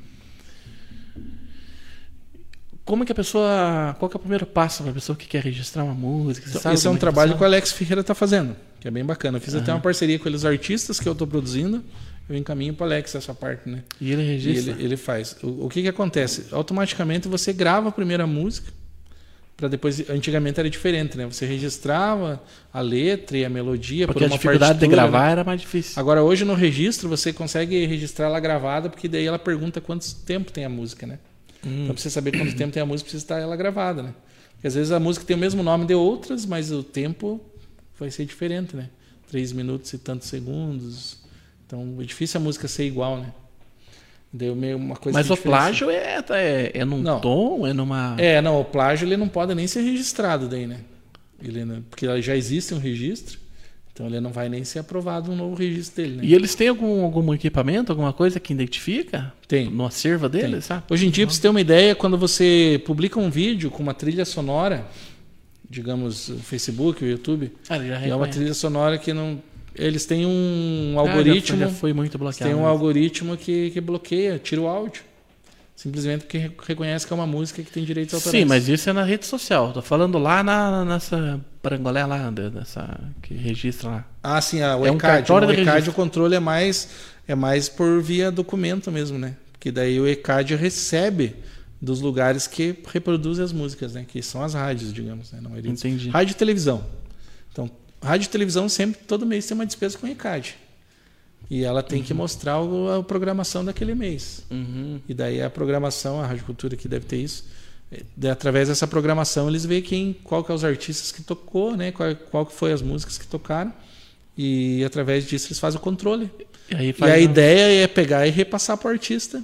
Como é que a pessoa, qual que é o primeiro passo para a pessoa que quer registrar uma música? Você Então, sabe esse é um como trabalho que o funciona? Alex Ferreira está fazendo, que é bem bacana. Eu fiz até uma parceria com eles artistas que eu estou produzindo. Eu encaminho para o Alex essa parte, né? E ele E registra. ele, ele faz. O, o que que acontece? Automaticamente você grava a primeira música para depois. Antigamente era diferente, né? Você registrava a letra e a melodia Porque por a uma dificuldade de partitura, gravar né? era mais difícil. Agora hoje no registro você consegue registrar ela gravada, porque daí ela pergunta quanto tempo tem a música, né? Hum. Então, pra você saber quanto tempo tem a música, precisa estar ela gravada, né? Porque às vezes a música tem o mesmo nome de outras, mas o tempo vai ser diferente, né? três minutos e tantos segundos. Então é difícil a música ser igual, né? Deu meio uma coisa. Mas o plágio é, é, é num não. tom, é numa... É, não, o plágio ele não pode nem ser registrado daí, né? Ele, porque já existe um registro, então ele não vai nem ser aprovado um novo registro dele, né? E eles têm algum, algum equipamento, alguma coisa que identifica? Tem. No acervo deles, Tem. sabe? Hoje em dia, uhum. para você ter uma ideia, quando você publica um vídeo com uma trilha sonora, digamos, o Facebook, o YouTube, ah, já é uma trilha sonora que não... Eles têm um algoritmo... Ah, já foi muito bloqueado. Tem um mesmo. algoritmo que, que bloqueia, tira o áudio. Simplesmente porque reconhece que é uma música que tem direitos autorais. Sim, mas isso é na rede social. Tô falando lá na, nessa parangolé lá, dessa, que registra lá. Ah, sim, a, o é ECAD. Um cartório o de ECAD, o controle é mais, é mais por via documento mesmo, né? Porque daí o ECAD recebe dos lugares que reproduzem as músicas, né? Que são as rádios, digamos. Né? Não, Entendi. Rádio e televisão. Então, rádio e televisão sempre, todo mês tem uma despesa com o ECAD. E ela tem uhum. que mostrar a programação daquele mês. Uhum. E daí a programação, a Rádio Cultura que deve ter isso, de, através dessa programação eles veem quem, qual que é os artistas que tocou, né? qual, qual que foi as músicas que tocaram, e através disso eles fazem o controle. E, aí faz e a uma... ideia é pegar e repassar para o artista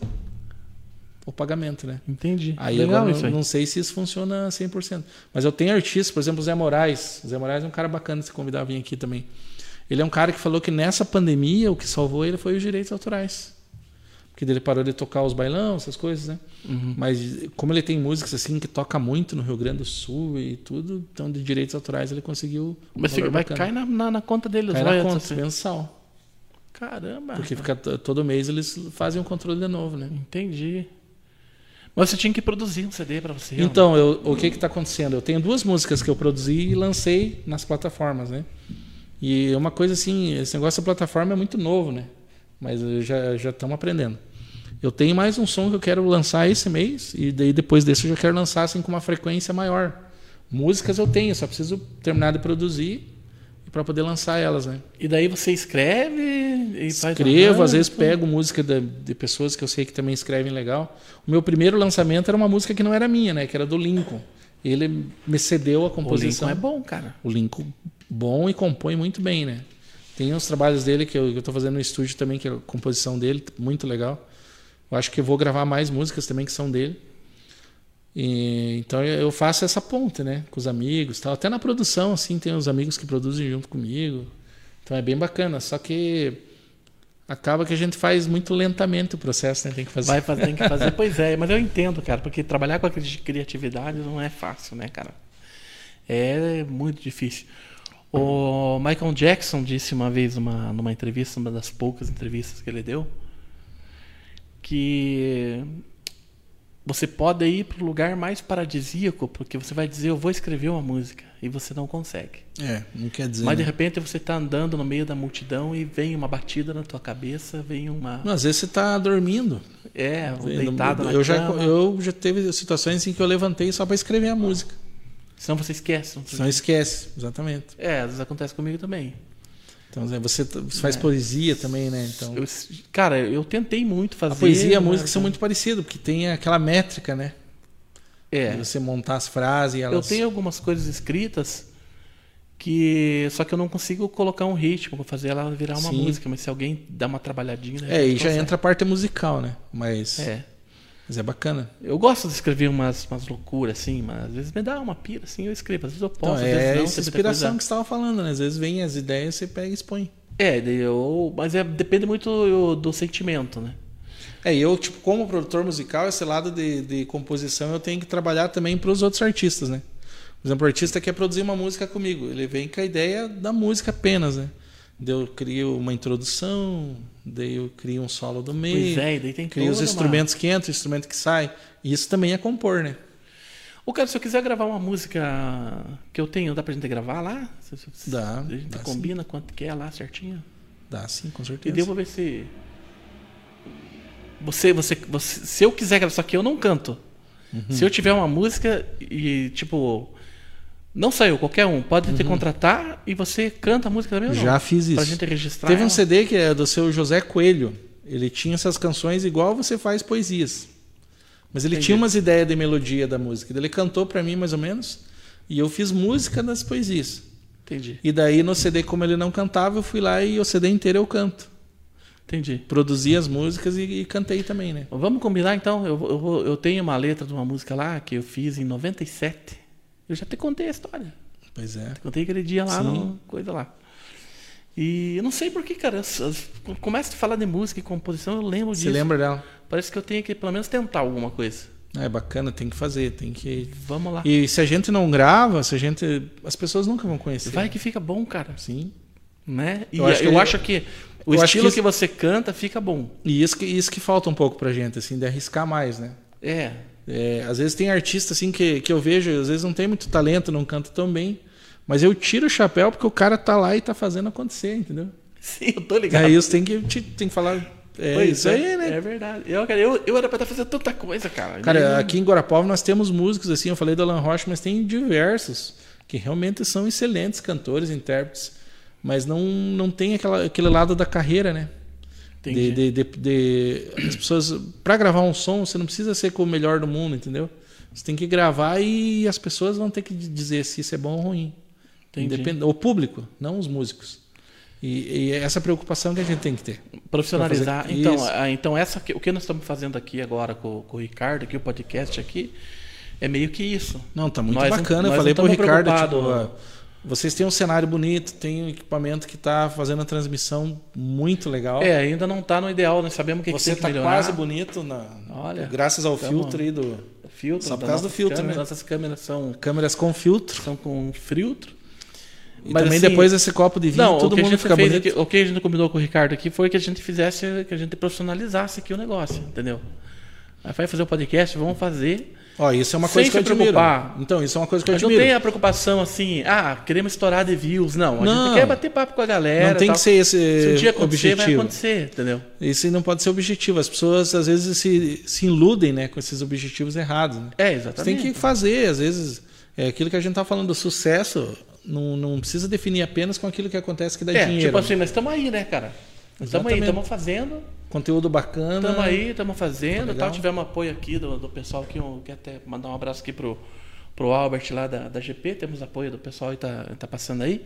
o pagamento, né? Entendi. Aí Legal agora isso aí. Não sei se isso funciona cem por cento. Mas eu tenho artistas, por exemplo, o Zé Moraes. O Zé Moraes é um cara bacana de se convidar a vir aqui também. Ele é um cara que falou que nessa pandemia o que salvou ele foi os direitos autorais. Porque ele parou de tocar os bailão, essas coisas, né? Uhum. Mas como ele tem músicas assim que toca muito no Rio Grande do Sul e tudo, então de direitos autorais ele conseguiu... Mas fica, vai cair na, na, na conta deles. Cai na conta, assim. Mensal. Caramba! Porque fica, todo mês eles fazem um controle de novo, né? Entendi. Mas você tinha que produzir um C D para você. Então, eu, o que está acontecendo? Eu tenho duas músicas que eu produzi e lancei nas plataformas, né? E uma coisa assim, esse negócio da plataforma é muito novo, né? Mas já já estamos aprendendo. Eu tenho mais um som que eu quero lançar esse mês e daí depois desse eu já quero lançar assim com uma frequência maior. Músicas eu tenho, só preciso terminar de produzir para poder lançar elas, né? E daí você escreve e faz Escrevo, arranjo, às vezes tudo. pego música de, de pessoas que eu sei que também escrevem legal. O meu primeiro lançamento era uma música que não era minha, né? Que era do Lincoln. Ele me cedeu a composição. O Lincoln é bom, cara. O Lincoln bom e compõe muito bem, né? Tem uns trabalhos dele que eu estou fazendo no estúdio também, que é a composição dele, muito legal. Eu acho que eu vou gravar mais músicas também que são dele. E, então eu faço essa ponte, né? Com os amigos, tal. Até na produção, assim, tem os amigos que produzem junto comigo. Então é bem bacana. Só que acaba que a gente faz muito lentamente o processo, né? Tem que fazer. Vai fazer, tem que fazer. Pois é, mas eu entendo, cara, porque trabalhar com a criatividade não é fácil, né, cara? É muito difícil. O Michael Jackson disse uma vez uma, numa entrevista, uma das poucas entrevistas que ele deu, que você pode ir para o lugar mais paradisíaco, porque você vai dizer, eu vou escrever uma música, e você não consegue. É, não quer dizer. Mas de né? repente você está andando no meio da multidão e vem uma batida na tua cabeça, vem uma... Não, às vezes você está dormindo. É, deitado na eu já, cama. eu já teve situações em que eu levantei só para escrever a música. Senão você esquece. Não Senão esquece, exatamente. É, às vezes acontece comigo também. Então você, você faz é. poesia também, né? Então, eu, cara, eu tentei muito fazer. A poesia e a mas... música são muito parecidas, porque tem aquela métrica, né? É. De você montar as frases e elas... Eu tenho algumas coisas escritas que só que eu não consigo colocar um ritmo para fazer ela virar uma Sim. música, mas se alguém dá uma trabalhadinha... É, e já consegue. Entra a parte musical, né? Mas é. Mas é bacana. Eu gosto de escrever umas, umas loucuras, assim, mas às vezes me dá uma pira, assim, eu escrevo. Às vezes eu posso, então, às vezes é não. essa inspiração coisa... que você estava falando, né? Às vezes vem as ideias, você pega e expõe. É, eu, mas é, depende muito do, do sentimento, né? É, eu, tipo, como produtor musical, esse lado de, de composição eu tenho que trabalhar também para os outros artistas, né? Por exemplo, o artista quer produzir uma música comigo, ele vem com a ideia da música apenas, né? Daí eu crio uma introdução, daí eu crio um solo do meio, pois é, daí tem crio os instrumentos uma... que entram, o instrumento que sai. E isso também é compor, né? O cara, se eu quiser gravar uma música que eu tenho, dá pra gente gravar lá? Dá. A gente dá combina sim. quanto que é lá certinho? Dá sim, com certeza. E daí eu vou ver se... Você, você, você, se eu quiser gravar, só que eu não canto. Uhum. Se eu tiver uma música e, tipo... Não saiu, qualquer um. Pode uhum. te contratar e você canta a música também ou não? Já fiz isso. Pra gente registrar Teve ela. um C D que é do seu José Coelho. Ele tinha essas canções igual você faz poesias. Mas ele Entendi. Tinha umas ideias de melodia da música. Ele cantou para mim mais ou menos. E eu fiz música das poesias. Entendi. E daí no C D, como ele não cantava, eu fui lá e o C D inteiro eu canto. Entendi. Produzi as músicas e, e cantei também, né? Vamos combinar então? Eu, eu, eu tenho uma letra de uma música lá que eu fiz em noventa e sete. Eu já te contei a história. Pois é. Te contei aquele dia lá, Sim. no, coisa lá. E eu não sei porquê, cara. Eu, eu começo a falar de música e composição, eu lembro disso. Você lembra dela? Parece que eu tenho que pelo menos tentar alguma coisa. É bacana, tem que fazer, tem que... Vamos lá. E se a gente não grava, se a gente... as pessoas nunca vão conhecer. Vai que fica bom, cara. Sim. Né? E Eu acho que, eu ele... acho que o eu estilo acho que, que, isso... você canta fica bom. E isso que, isso que falta um pouco pra gente, assim, de arriscar mais, né? É. É, às vezes tem artista assim que, que eu vejo, às vezes não tem muito talento, não canta tão bem, mas eu tiro o chapéu porque o cara tá lá e tá fazendo acontecer, entendeu? Sim, eu tô ligado. Aí você tem que, tem que falar, é pois isso é, aí, né? É verdade. Eu, cara, eu, eu era pra estar fazendo tanta coisa, cara. Cara, eu... aqui em Guarapuava nós temos músicos assim, eu falei do Alan Rocha, mas tem diversos que realmente são excelentes cantores, intérpretes, mas não, não tem aquela, aquele lado da carreira, né? De, de, de, de, as pessoas, para gravar um som, você não precisa ser com o melhor do mundo, entendeu? Você tem que gravar e as pessoas vão ter que dizer se isso é bom ou ruim. Independ... O público, não os músicos. E, e essa preocupação que a gente tem que ter. Profissionalizar. Então, a, então essa, o que nós estamos fazendo aqui agora com, com o Ricardo, aqui, o podcast aqui, é meio que isso. Não, tá muito nós, bacana. nós Eu falei pro Ricardo, tipo, né? vocês têm um cenário bonito, tem um equipamento que está fazendo a transmissão muito legal. É, ainda não está no ideal, nós sabemos que você está quase bonito, na, Olha, graças ao tamo, filtro aí do... Filtro, só por causa do filtro, câmeras, né? Nossas câmeras são... Câmeras com filtro. São com filtro. E mas também assim, depois desse copo de vinho, não, todo mundo fica fez bonito. Aqui, o que a gente combinou com o Ricardo aqui foi que a gente fizesse, que a gente profissionalizasse aqui o negócio, entendeu? Aí vai fazer o podcast, vamos fazer... Ó, isso é uma coisa que eu admiro. Então, isso é uma coisa que eu admiro. Não tem a preocupação assim, ah, queremos estourar de views. Não, a não, gente quer bater papo com a galera. Não tem tal. que ser esse Se um dia acontecer, objetivo. vai acontecer, entendeu? Isso não pode ser objetivo. As pessoas, às vezes, se, se iludem, né, com esses objetivos errados. Né? É, exatamente. Você tem que fazer, às vezes, é aquilo que a gente está falando do sucesso, não, não precisa definir apenas com aquilo que acontece que dá é, dinheiro. Tipo assim, nós estamos aí, né, cara? Estamos aí, estamos fazendo. Conteúdo bacana. Estamos aí, estamos fazendo. Tá tal. Tivemos apoio aqui do, do pessoal que eu quero até mandar um abraço aqui pro, pro Albert lá da, da G P. Temos apoio do pessoal que tá, tá passando aí.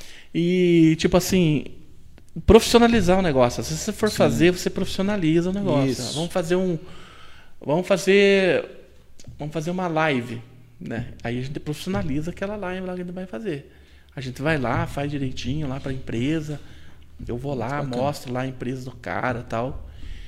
E, tipo assim, profissionalizar o negócio. Se você for Sim. fazer, você profissionaliza o negócio. Isso. Vamos fazer um. Vamos fazer. Vamos fazer uma live. Né? Aí a gente profissionaliza aquela live lá que a gente vai fazer. A gente vai lá, faz direitinho lá para a empresa. Eu vou lá, mostro lá a empresa do cara e tal.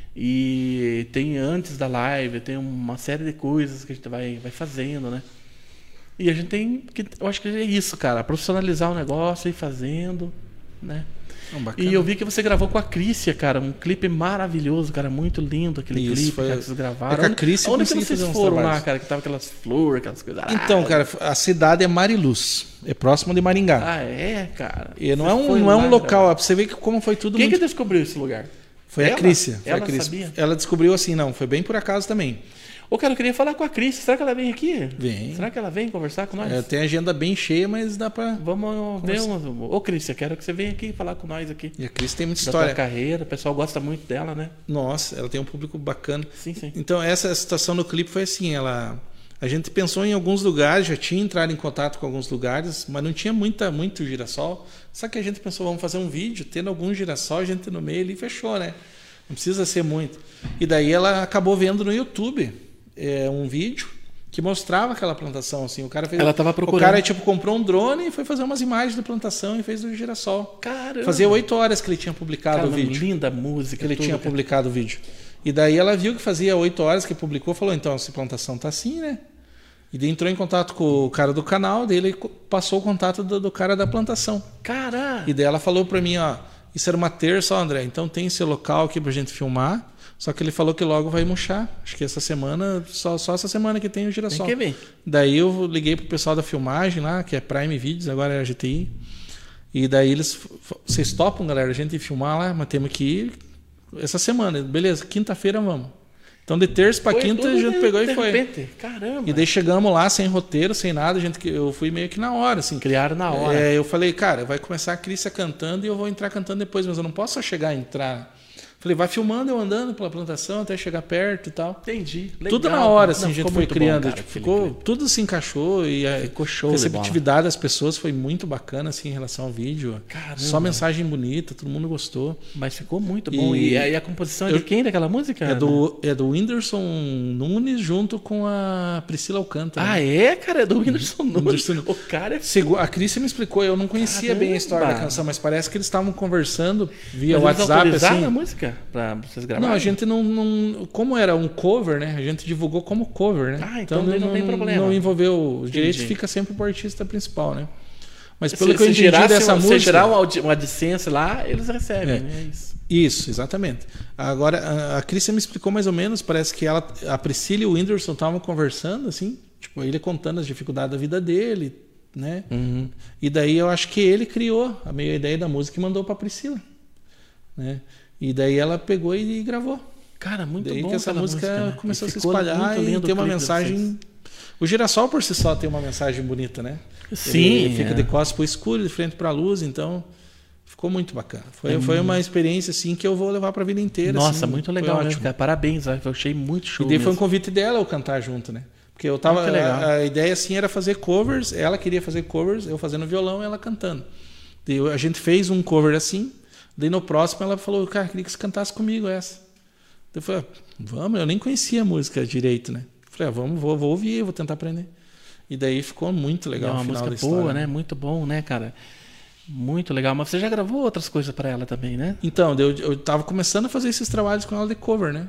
E tem antes da live, tem uma série de coisas que a gente vai, vai fazendo, né? E a gente tem que, eu acho que é isso, cara, profissionalizar o negócio e ir fazendo, né? Oh, e eu vi que você gravou com a Crícia, cara, um clipe maravilhoso, cara, muito lindo aquele isso, clipe foi... cara, que vocês gravaram. É que a Crícia onde que vocês foram lá, cara, que tava aquelas flores, aquelas coisas. Então, ah, cara, a cidade é Mariluz, é próximo de Maringá. Ah, é, cara. E não é um, não é um local, pra você ver que como foi tudo Quem muito... que descobriu esse lugar? Foi ela? a Crícia. Foi ela a Crícia. sabia? Ela descobriu assim, não, foi bem por acaso também. Ô, cara, eu queria falar com a Cris. Será que ela vem aqui? Vem. Será que ela vem conversar com nós? É, tem agenda bem cheia, mas dá pra... Vamos ver. Um... Ô, Cris, eu quero que você venha aqui falar com nós aqui. E a Cris tem muita da história. Da carreira, o pessoal gosta muito dela, né? Nossa, ela tem um público bacana. Sim, sim. Então, essa situação no clipe foi assim, ela... A gente pensou em alguns lugares, já tinha entrado em contato com alguns lugares, mas não tinha muita, muito girassol. Só que a gente pensou, vamos fazer um vídeo, tendo algum girassol, a gente no meio ali fechou, né? Não precisa ser muito. E daí ela acabou vendo no YouTube é, um vídeo que mostrava aquela plantação. Assim. O cara fez, ela estava procurando. O cara tipo, comprou um drone e foi fazer umas imagens da plantação e fez do girassol. Caramba! Fazia oito horas que ele tinha publicado Cara, o vídeo. Linda música. Que ele tudo, tinha cara. publicado o vídeo. E daí ela viu que fazia oito horas que publicou, falou, então, essa plantação tá assim, né? E daí entrou em contato com o cara do canal, daí ele passou o contato do, do cara da plantação. Caramba! E daí ela falou para mim, ó, isso era uma terça, ó, André, então tem esse local aqui pra gente filmar, só que ele falou que logo vai murchar. Acho que essa semana, só, só essa semana que tem o girassol. Tem que ver. Daí eu liguei pro pessoal da filmagem lá, que é Prime Videos, agora é a G T I. E daí eles, vocês topam, galera, a gente ir filmar lá, mas temos que ir essa semana. Beleza, quinta-feira vamos. Então de terça para quinta a gente pegou e foi. Repente. Caramba. E daí chegamos lá sem roteiro, sem nada, a gente, eu fui meio que na hora, assim. Criaram na hora. É, eu falei, cara, vai começar a Crícia cantando e eu vou entrar cantando depois, mas eu não posso só chegar e entrar Falei, vai filmando, eu andando pela plantação até chegar perto e tal. Entendi. Legal, tudo na hora, assim, não, a gente ficou foi muito criando. bom, cara, tipo, ficou, tudo se encaixou e a ficou show, receptividade das pessoas foi muito bacana, assim, em relação ao vídeo. Caramba. Só mensagem bonita, todo mundo gostou. Mas ficou muito bom. E, e, a, e a composição é eu, de quem daquela música? É do, é do Whindersson Nunes junto com a Priscila Alcântara. Ah, né? é, cara? É do Whindersson Nunes. Whindersson... O cara é... A Cris me explicou, eu não conhecia Caramba. bem a história da canção, mas parece que eles estavam conversando via mas WhatsApp. Eles assim. a música pra vocês gravarem? Não, a gente não, não... Como era um cover, né? A gente divulgou como cover, né? Ah, então, então não, não tem problema. Não envolveu... Os direitos fica sempre pro artista principal, né? Mas pelo se, que eu entendi dessa se música... Se gerar uma, uma AdSense lá, eles recebem, é. né? É isso. Isso, exatamente. Agora, a, a Cris me explicou mais ou menos, parece que ela, a Priscila e o Whindersson estavam conversando, assim, tipo, ele contando as dificuldades da vida dele, né? Uhum. E daí eu acho que ele criou a meia ideia da música e mandou pra Priscila, né? E daí ela pegou e gravou. Cara, muito daí bom que essa música, música né? começou a se espalhar e tem uma mensagem... O Girassol por si só tem uma mensagem bonita, né? Sim. Ele fica é. de costas pro escuro, de frente pra luz, então... Ficou muito bacana. Foi, é foi uma experiência assim que eu vou levar para a vida inteira. Nossa, assim, muito legal, mesmo, cara. Parabéns, eu achei muito show. E daí mesmo. foi um convite dela eu cantar junto, né? Porque eu tava. Ah, a, a ideia assim era fazer covers, ela queria fazer covers, eu fazendo violão e ela cantando. Daí a gente fez um cover assim, daí no próximo ela falou, cara, queria que você cantasse comigo essa. Daí eu falei, ah, vamos, eu nem conhecia a música direito, né? Eu falei, ah, vamos, vou, vou ouvir, vou tentar aprender. E daí ficou muito legal. É uma no final música da boa, história. né? Muito bom, né, cara? Muito legal, mas você já gravou outras coisas para ela também, né? Então, eu, eu tava começando a fazer esses trabalhos com ela de cover, né?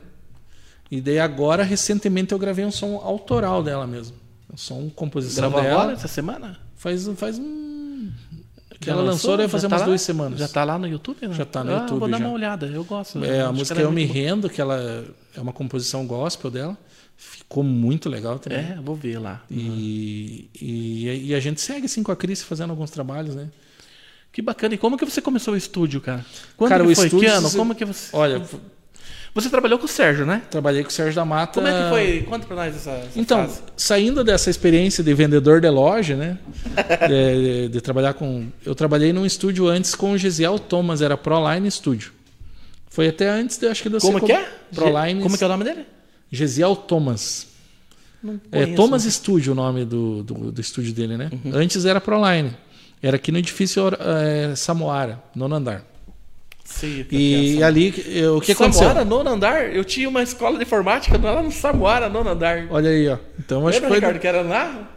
E daí agora, recentemente, eu gravei um som autoral dela mesmo. Um som, composição Gravou dela. agora, essa semana? Faz, faz um... Que já ela lançou, lançou deve fazer umas tá duas semanas. Já tá lá no YouTube, né? Já tá no ah, YouTube. Vou dar já. uma olhada, eu gosto. É, a música Eu Me boa. Rendo, que ela é uma composição gospel dela. Ficou muito legal também. É, vou ver lá. E, uhum. e, e a gente segue assim com a Cris fazendo alguns trabalhos, né? Que bacana. E como que você começou o estúdio, cara? Quando cara, que o foi? Estúdio, Que ano? você... Como que você... Olha... Você trabalhou com o Sérgio, né? Trabalhei com o Sérgio da Mata. Como é que foi? Conta pra nós essa, essa Então, fase. Saindo dessa experiência de vendedor de loja, né? de, de, de trabalhar com... Eu trabalhei num estúdio antes com o Gesiel Thomas, era Proline Studio. Foi até antes, de, acho que... De como que é? Proline... Como que é o nome dele? Gesiel Thomas. Não é Thomas Studio o nome do, do, do estúdio dele, né? Uhum. Antes era Proline. Era aqui no edifício é, Samoara, nono andar. Sim, e é ali, o que Samoara, aconteceu? Samoara, nono andar? Eu tinha uma escola de informática lá no Samoara, nono andar. Olha aí, ó. Então, acho Lembra, que foi... Ricardo, que era lá?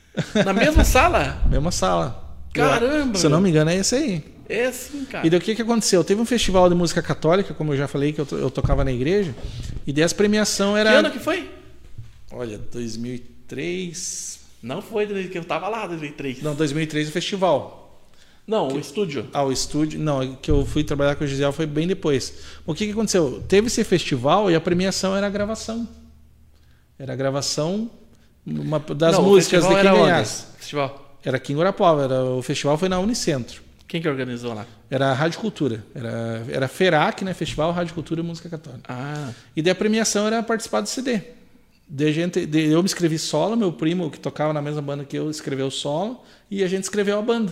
Na mesma sala? Mesma sala. Caramba! Eu, se eu não me engano, é esse aí. É sim, cara. E daí o que, que aconteceu? Teve um festival de música católica, como eu já falei, que eu, eu tocava na igreja, e daí as premiação era... Que ano que foi? Olha, dois mil e três... Não foi que eu tava lá, dois mil e três. Não, dois mil e três o festival. Não, que... o estúdio. Ah, o estúdio... Não, que eu fui trabalhar com o Gisele foi bem depois. O que, que aconteceu? Teve esse festival e a premiação era a gravação. Era a gravação uma das não, músicas de quem era ganhasse. Onde? Festival? Era aqui em Guarapuava. Era... O festival foi na Unicentro. Quem que organizou lá? Era a Rádio Cultura. Era, era FERAC, né? Festival Rádio Cultura e Música Católica. Ah. E daí a premiação era participar do C D. De gente, de, eu me escrevi solo, meu primo que tocava na mesma banda que eu escreveu solo, e a gente escreveu a banda.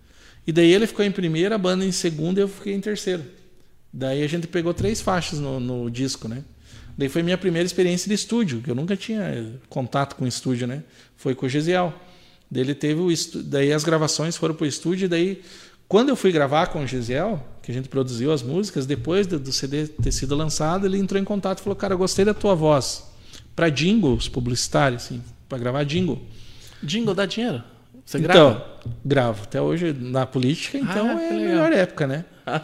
E daí ele ficou em primeira, a banda em segunda e eu fiquei em terceiro. Daí a gente pegou três faixas no, no disco, né? Daí foi minha primeira experiência de estúdio, que eu nunca tinha contato com estúdio, né? Foi com o Gesiel. Daí ele teve o estu... daí as gravações foram pro estúdio, e daí quando eu fui gravar com o Gesiel, que a gente produziu as músicas, depois do, do C D ter sido lançado, ele entrou em contato e falou: "Cara, eu gostei da tua voz para jingles publicitários, assim, para gravar jingle". Jingle dá dinheiro? Você grava? Então, gravo. Até hoje na política, então ah, é a melhor época, né?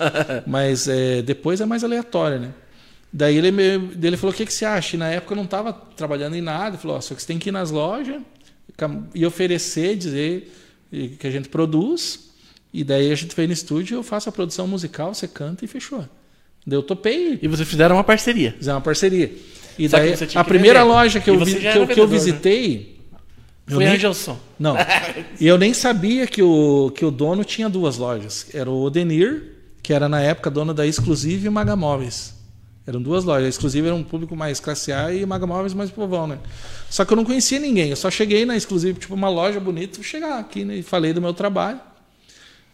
Mas é, depois é mais aleatório, né? Daí ele, me, daí ele falou: "O que, que você acha?" E na época eu não estava trabalhando em nada. Ele falou: "Ó, só que você tem que ir nas lojas e oferecer, dizer que a gente produz. E daí a gente vem no estúdio, eu faço a produção musical, você canta e fechou". Daí eu topei. E vocês fizeram uma parceria? Fizemos uma parceria. E Só daí a primeira vender. loja que eu, vi, que, eu, que eu vendedor, visitei... Né? Foi a Angelson. Não. E eu nem sabia que o, que o dono tinha duas lojas. Era o Odenir, que era na época dono da Exclusive e Magamóveis. Eram duas lojas. A Exclusive era um público mais classe A e Magamóveis mais povão, né? Só que eu não conhecia ninguém. Eu só cheguei na Exclusive, tipo uma loja bonita, vou chegar aqui, né, e falei do meu trabalho.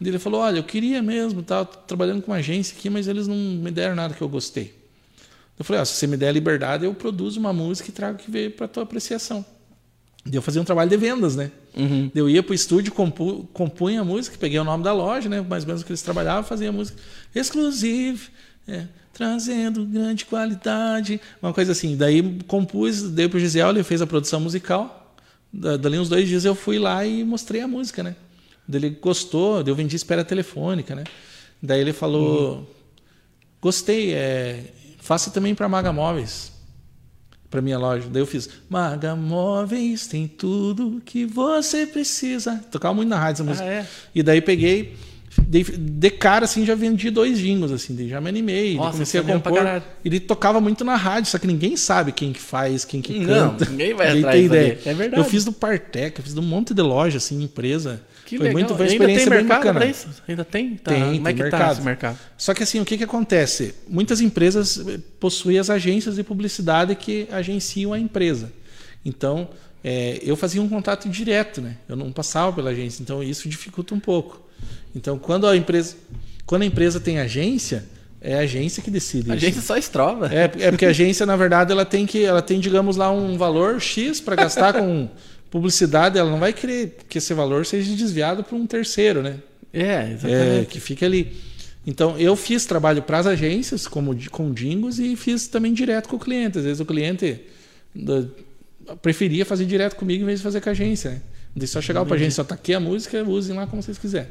Ele falou, olha, eu queria mesmo, tá, trabalhando com uma agência aqui, mas eles não me deram nada que eu gostei. Eu falei, ah, se você me der a liberdade, eu produzo uma música e trago que veio para tua apreciação. Daí eu fazia um trabalho de vendas, né? Uhum. Eu ia pro estúdio, compu, compunha a música, peguei o nome da loja, né? Mais ou menos o que eles trabalhavam, fazia a música exclusive, é, trazendo grande qualidade, uma coisa assim. Daí compus, dei pro Gisiel, ele fez a produção musical. Dali uns dois dias eu fui lá e mostrei a música, né? Daí ele gostou, daí eu vendi espera telefônica, né? Daí ele falou, uhum. gostei, é, faça também para Maga Móveis, para minha loja. Daí eu fiz, Maga Móveis tem tudo que você precisa. Tocava muito na rádio essa música. Ah, é? E daí peguei, de, de cara assim, já vendi dois jingles, assim, já me animei. Nossa, comecei a compor. Ele tocava muito na rádio, só que ninguém sabe quem que faz, quem que canta. Não, ninguém vai atrás ideia. É verdade. Eu fiz do Partec, eu fiz de um monte de loja, assim, empresa. Que foi legal. muito, foi uma experiência ainda tem bem bacana. Pra isso? Ainda tem? Tá. Tem, Como é tem que mercado. Tá esse mercado? Só que assim, o que, que acontece? Muitas empresas possuem as agências de publicidade que agenciam a empresa. Então, é, eu fazia um contato direto, né? Eu não passava pela agência, então isso dificulta um pouco. Então, quando a empresa, quando a empresa tem agência, é a agência que decide. A agência só estrova. É, é porque a agência, na verdade, ela tem que, ela tem, digamos lá, um valor X para gastar com publicidade. Ela não vai querer que esse valor seja desviado para um terceiro, né? É, exatamente. É, que fica ali. Então, eu fiz trabalho para as agências, como com jingles, e fiz também direto com o cliente. Às vezes o cliente da, preferia fazer direto comigo em vez de fazer com a agência, né? De só chegar para a agência, só tá aqui a música, usem lá como vocês quiserem.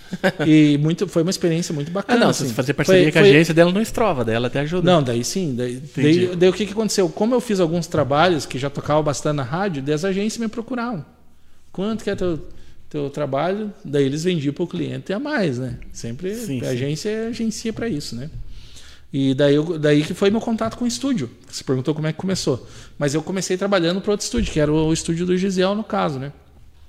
E muito, foi uma experiência muito bacana. Ah, não, assim. se você fazer parceria foi, com a foi... agência dela, não estrova, dela até ajuda. Não, daí sim. Daí, daí, daí o que, que aconteceu? Como eu fiz alguns trabalhos que já tocavam bastante na rádio, daí as agências me procuravam. Quanto que é teu, teu trabalho? Daí eles vendiam para o cliente a mais, né? Sempre sim, a sim. agência é agência para isso, né? E daí, eu, daí que foi meu contato com o estúdio. Você perguntou como é que começou. Mas eu comecei trabalhando para outro estúdio, que era o estúdio do Gisiel, no caso, né?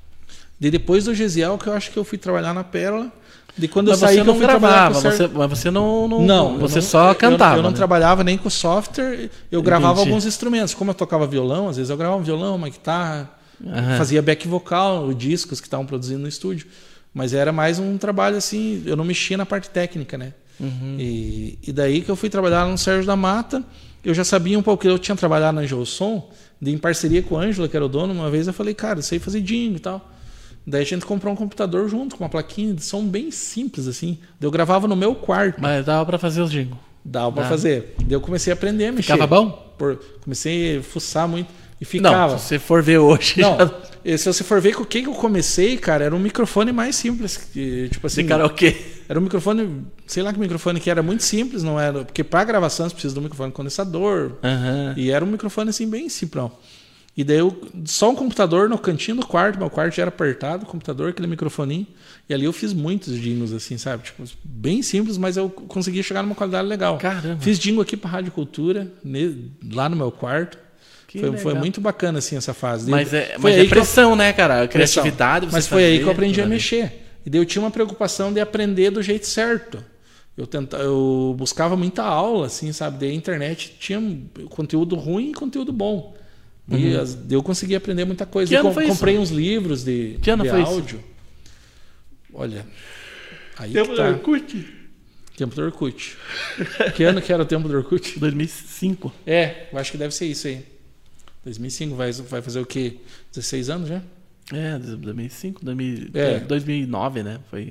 De depois do Gisiel, que eu acho que eu fui trabalhar na Pérola. De quando mas eu saí, você que não eu fui gravava, trabalhar com você, mas você não, não, não você não, só cantava. Eu, eu não né? trabalhava nem com software, eu gravava Entendi. alguns instrumentos. Como eu tocava violão, às vezes eu gravava um violão, uma guitarra, uhum. fazia back vocal, discos que estavam produzindo no estúdio. Mas era mais um trabalho assim, eu não mexia na parte técnica, né? Uhum. E, e daí que eu fui trabalhar no Sérgio da Mata, eu já sabia um pouco que eu tinha trabalhado na Angelo Som, em parceria com o Ângelo, que era o dono. Uma vez eu falei, cara, eu sei fazer jingle e tal. Daí a gente comprou um computador junto, com uma plaquinha de som bem simples, assim. Daí eu gravava no meu quarto. Mas dava pra fazer os jingles? Dava pra fazer. Daí eu comecei a aprender a mexer. Ficava bom? Por, comecei a fuçar muito e ficava. Não, se você for ver hoje... Não, já... se você for ver com o que eu comecei, cara, era um microfone mais simples. Que, tipo assim... De karaokê. Era um microfone, sei lá que microfone que era, muito simples, não era... Porque pra gravação você precisa de um microfone condensador. Uhum. E era um microfone assim bem simplão. E daí eu, só um computador no cantinho do quarto, meu quarto já era apertado, o computador, aquele microfoninho, e ali eu fiz muitos jingles assim, sabe? Tipo, bem simples, mas eu consegui chegar numa qualidade legal. Caramba. Fiz jingle aqui para Rádio Cultura, lá no meu quarto. Foi, foi muito bacana assim essa fase. Mas é, mas é pressão, eu... né, cara? A criatividade. Você mas foi fazer, aí que eu aprendi a mexer. E daí eu tinha uma preocupação de aprender do jeito certo. Eu, tentava, eu buscava muita aula, assim, sabe? Daí a internet tinha conteúdo ruim e conteúdo bom. E uhum. as, eu consegui aprender muita coisa. Eu com, comprei uns livros de, que ano de foi áudio. Isso? Olha. Aí tempo que tá. do Orkut? Tempo do Orkut. Que ano que era o tempo do Orkut? dois mil e cinco. É, eu acho que deve ser isso aí. dois mil e cinco vai, vai fazer o quê? dezesseis anos já? É, dois mil e cinco, dois mil, é. dois mil e nove, né? Foi.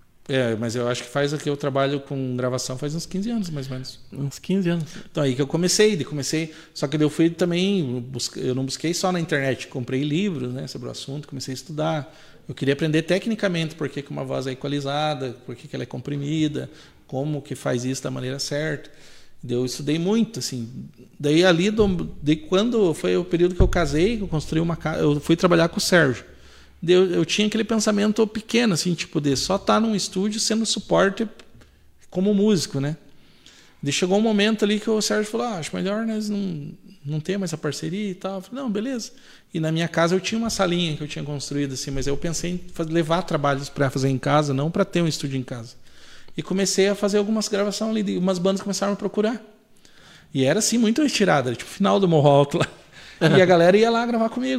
É, mas eu acho que faz aqui, eu trabalho com gravação faz uns quinze anos, mais ou menos. Uns quinze anos. Então aí que eu comecei, comecei, só que eu fui também, eu não busquei só na internet, comprei livros, né, sobre o assunto, comecei a estudar. Eu queria aprender tecnicamente por que que uma voz é equalizada, por que que ela é comprimida, como que faz isso da maneira certa. Eu estudei muito, assim. Daí ali, do, de quando foi o período que eu casei, que eu construí uma casa, eu fui trabalhar com o Sérgio. Eu, eu tinha aquele pensamento pequeno, assim, tipo, de só estar num estúdio sendo suporte como músico, né? Daí chegou um momento ali que o Sérgio falou, ah, acho melhor nós não, não ter mais essa parceria e tal. Eu falei, não, beleza. E na minha casa eu tinha uma salinha que eu tinha construído, assim, mas eu pensei em fazer, levar trabalhos para fazer em casa, não para ter um estúdio em casa. E comecei a fazer algumas gravações ali, umas bandas começaram a procurar. E era, assim, muito retirada, tipo, final do Morro Alto lá. E a galera ia lá gravar comigo, tipo.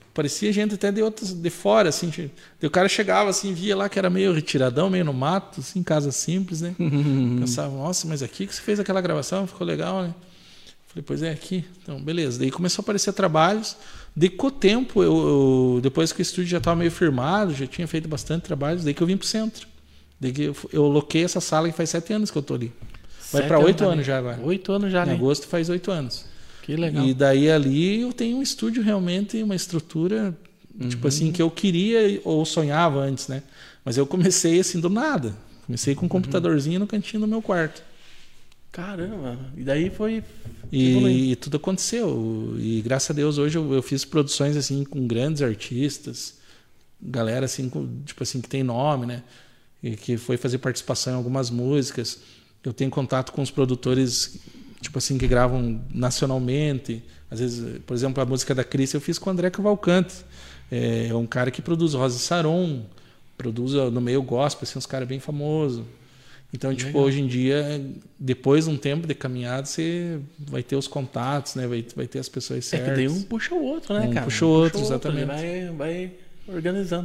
parecia gente até de outras, de fora, assim. O cara chegava assim, via lá que era meio retiradão, meio no mato, assim, casa simples, né? Pensava, nossa, mas aqui que você fez aquela gravação, ficou legal, né? Falei, pois é, aqui. Então, beleza. Daí começou a aparecer trabalhos. Daí com o tempo, eu, eu, depois que o estúdio já estava meio firmado, já tinha feito bastante trabalhos, daí que eu vim pro centro. Daí que eu, eu loquei essa sala que faz sete anos que eu tô ali. Vai para oito anos já agora. Oito anos já, né? Em né? agosto faz oito anos. Que legal. E daí ali eu tenho um estúdio realmente, uma estrutura, uhum. tipo assim, que eu queria ou sonhava antes, né? Mas eu comecei assim do nada. Comecei com um computadorzinho uhum. no cantinho do meu quarto. Caramba, e daí foi... E, e tudo aconteceu. E graças a Deus hoje eu, eu fiz produções assim com grandes artistas, galera assim, com, tipo assim, que tem nome, né? E que foi fazer participação em algumas músicas. Eu tenho contato com os produtores, tipo assim, que gravam nacionalmente. Às vezes, por exemplo, a música da Cris eu fiz com o André Cavalcante. É um cara que produz Rosa Saron, produz no meio gospel, assim, uns caras bem famosos. Então, tipo, legal. Hoje em dia, depois de um tempo de caminhada, você vai ter os contatos, né? Vai, vai ter as pessoas certas. É que daí um puxa o outro, né, um cara? Puxa o outro, puxa o outro, exatamente. Vai, vai organizando.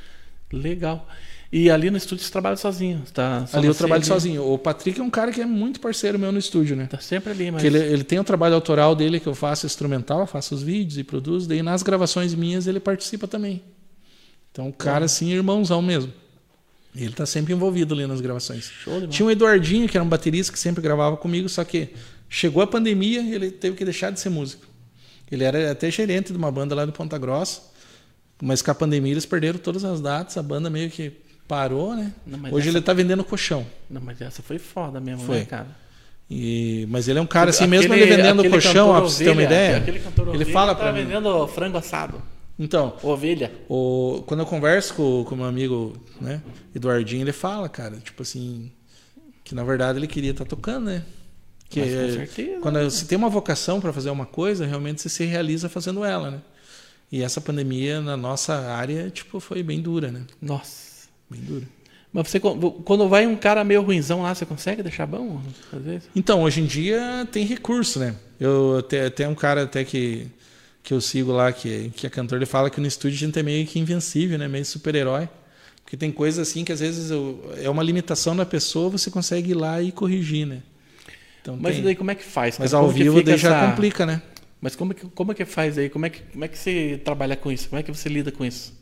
Legal. E ali no estúdio você trabalha sozinho? Tá, ali eu trabalho ali... sozinho. O Patrick é um cara que é muito parceiro meu no estúdio, né? Tá sempre ali, mas... Ele, ele tem o trabalho autoral dele, que eu faço instrumental, eu faço os vídeos e produzo. Daí nas gravações minhas ele participa também. Então, o cara, assim, irmãozão mesmo. Ele está sempre envolvido ali nas gravações. Tinha um Eduardinho, que era um baterista que sempre gravava comigo, só que chegou a pandemia e ele teve que deixar de ser músico. Ele era até gerente de uma banda lá de Ponta Grossa, mas com a pandemia eles perderam todas as datas, a banda meio que parou, né? Não, hoje essa... ele está vendendo colchão. Não, mas essa foi foda mesmo, foi. né, cara? E... Mas ele é um cara assim, aquele, mesmo ele vendendo colchão, ó, pra você ter uma ideia, aquele cantor ele fala para tá mim. vendendo frango assado. Então, ovelha. O, quando eu converso com o meu amigo, né, Eduardinho, ele fala, cara, tipo assim, que na verdade ele queria estar tá tocando, né? Que Mas, com certeza, quando né? você tem uma vocação para fazer uma coisa, realmente você se realiza fazendo ela, né? E essa pandemia na nossa área, tipo, foi bem dura, né? Nossa, bem dura. Mas você, quando vai um cara meio ruinzão lá, você consegue deixar bom? Às vezes? Então, hoje em dia tem recurso, né? Eu tem um cara até que que eu sigo lá, que, que é cantor, ele fala que no estúdio a gente é meio que invencível, né? Meio super-herói. Porque tem coisas assim que às vezes eu, é uma limitação da pessoa, você consegue ir lá e corrigir, né? Então, mas tem... daí como é que faz? Mas ao vivo daí já essa... complica, né? Mas como é que, como é que faz aí? Como é que, como é que você trabalha com isso? Como é que você lida com isso?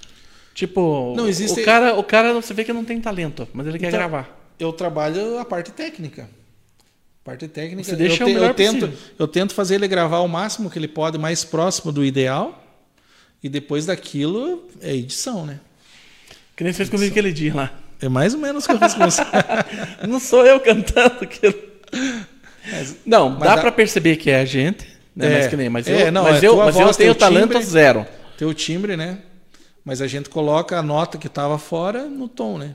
Tipo, não existe... o, cara, o cara você vê que não tem talento, mas ele quer então, gravar. Eu trabalho a parte técnica. Parte técnica, você deixa eu, te, o melhor eu tento, possível. eu tento fazer ele gravar o máximo que ele pode, mais próximo do ideal, e depois daquilo é edição, né? Que nem fez comigo aquele dia lá. É mais ou menos o que eu fiz com você. Não sou eu cantando aquilo. Mas, não, mas dá, dá... para perceber que é a gente, né? É, mas que nem, mas é, eu, não, mas é eu, mas voz, eu tenho talento timbre, zero. Teu timbre, né? Mas a gente coloca a nota que estava fora no tom, né?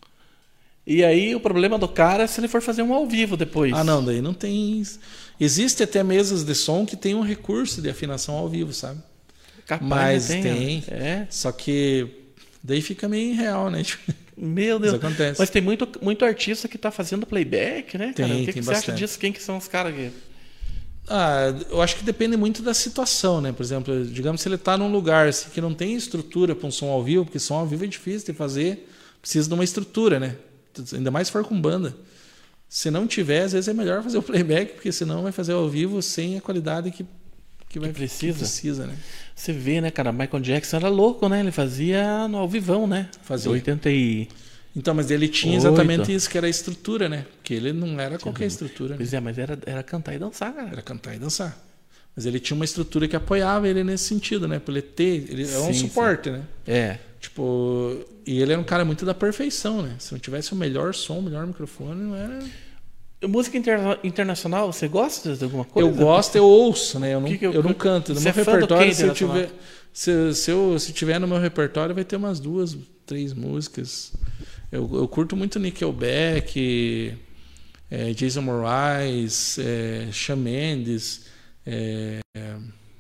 E aí o problema do cara é se ele for fazer um ao vivo depois. Ah, não, daí não tem... Existe até mesas de som que tem um recurso de afinação ao vivo, sabe? Capaz, mas tem. tem É. Só que daí fica meio irreal, né? Meu Deus. Isso acontece. Mas tem muito, muito artista que está fazendo playback, né, cara? Tem, o que, tem que você bastante. acha disso? Quem que são os caras aqui? Ah, eu acho que depende muito da situação, né? Por exemplo, digamos se ele está num lugar assim, que não tem estrutura para um som ao vivo, porque som ao vivo é difícil de fazer, precisa de uma estrutura, né? Ainda mais se for com banda. Se não tiver, às vezes é melhor fazer o playback, porque senão vai fazer ao vivo sem a qualidade que, que, vai, que precisa. Que precisa, né? Você vê, né, cara? Michael Jackson era louco, né? Ele fazia no ao vivão, né? Fazia. oitenta e... Então, mas ele tinha exatamente Oito. isso, que era a estrutura, né? Porque ele não era qualquer estrutura. Pois né? é, mas era, era cantar e dançar, cara. Era cantar e dançar. Mas ele tinha uma estrutura que apoiava ele nesse sentido, né? Para ele ter... Ele é um suporte, sim. né? É. Tipo... E ele era um cara muito da perfeição, né? Se não tivesse o melhor som, o melhor microfone, não era... Música interna internacional, você gosta de alguma coisa? Eu gosto, eu ouço, né? Eu não, que que eu, eu não canto. No meu é repertório, se eu tiver... Se, se, eu, se tiver no meu repertório, vai ter umas duas, três músicas. Eu, eu curto muito Nickelback, é, Jason Mraz, é, Shawn Mendes, é, é,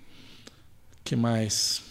que mais?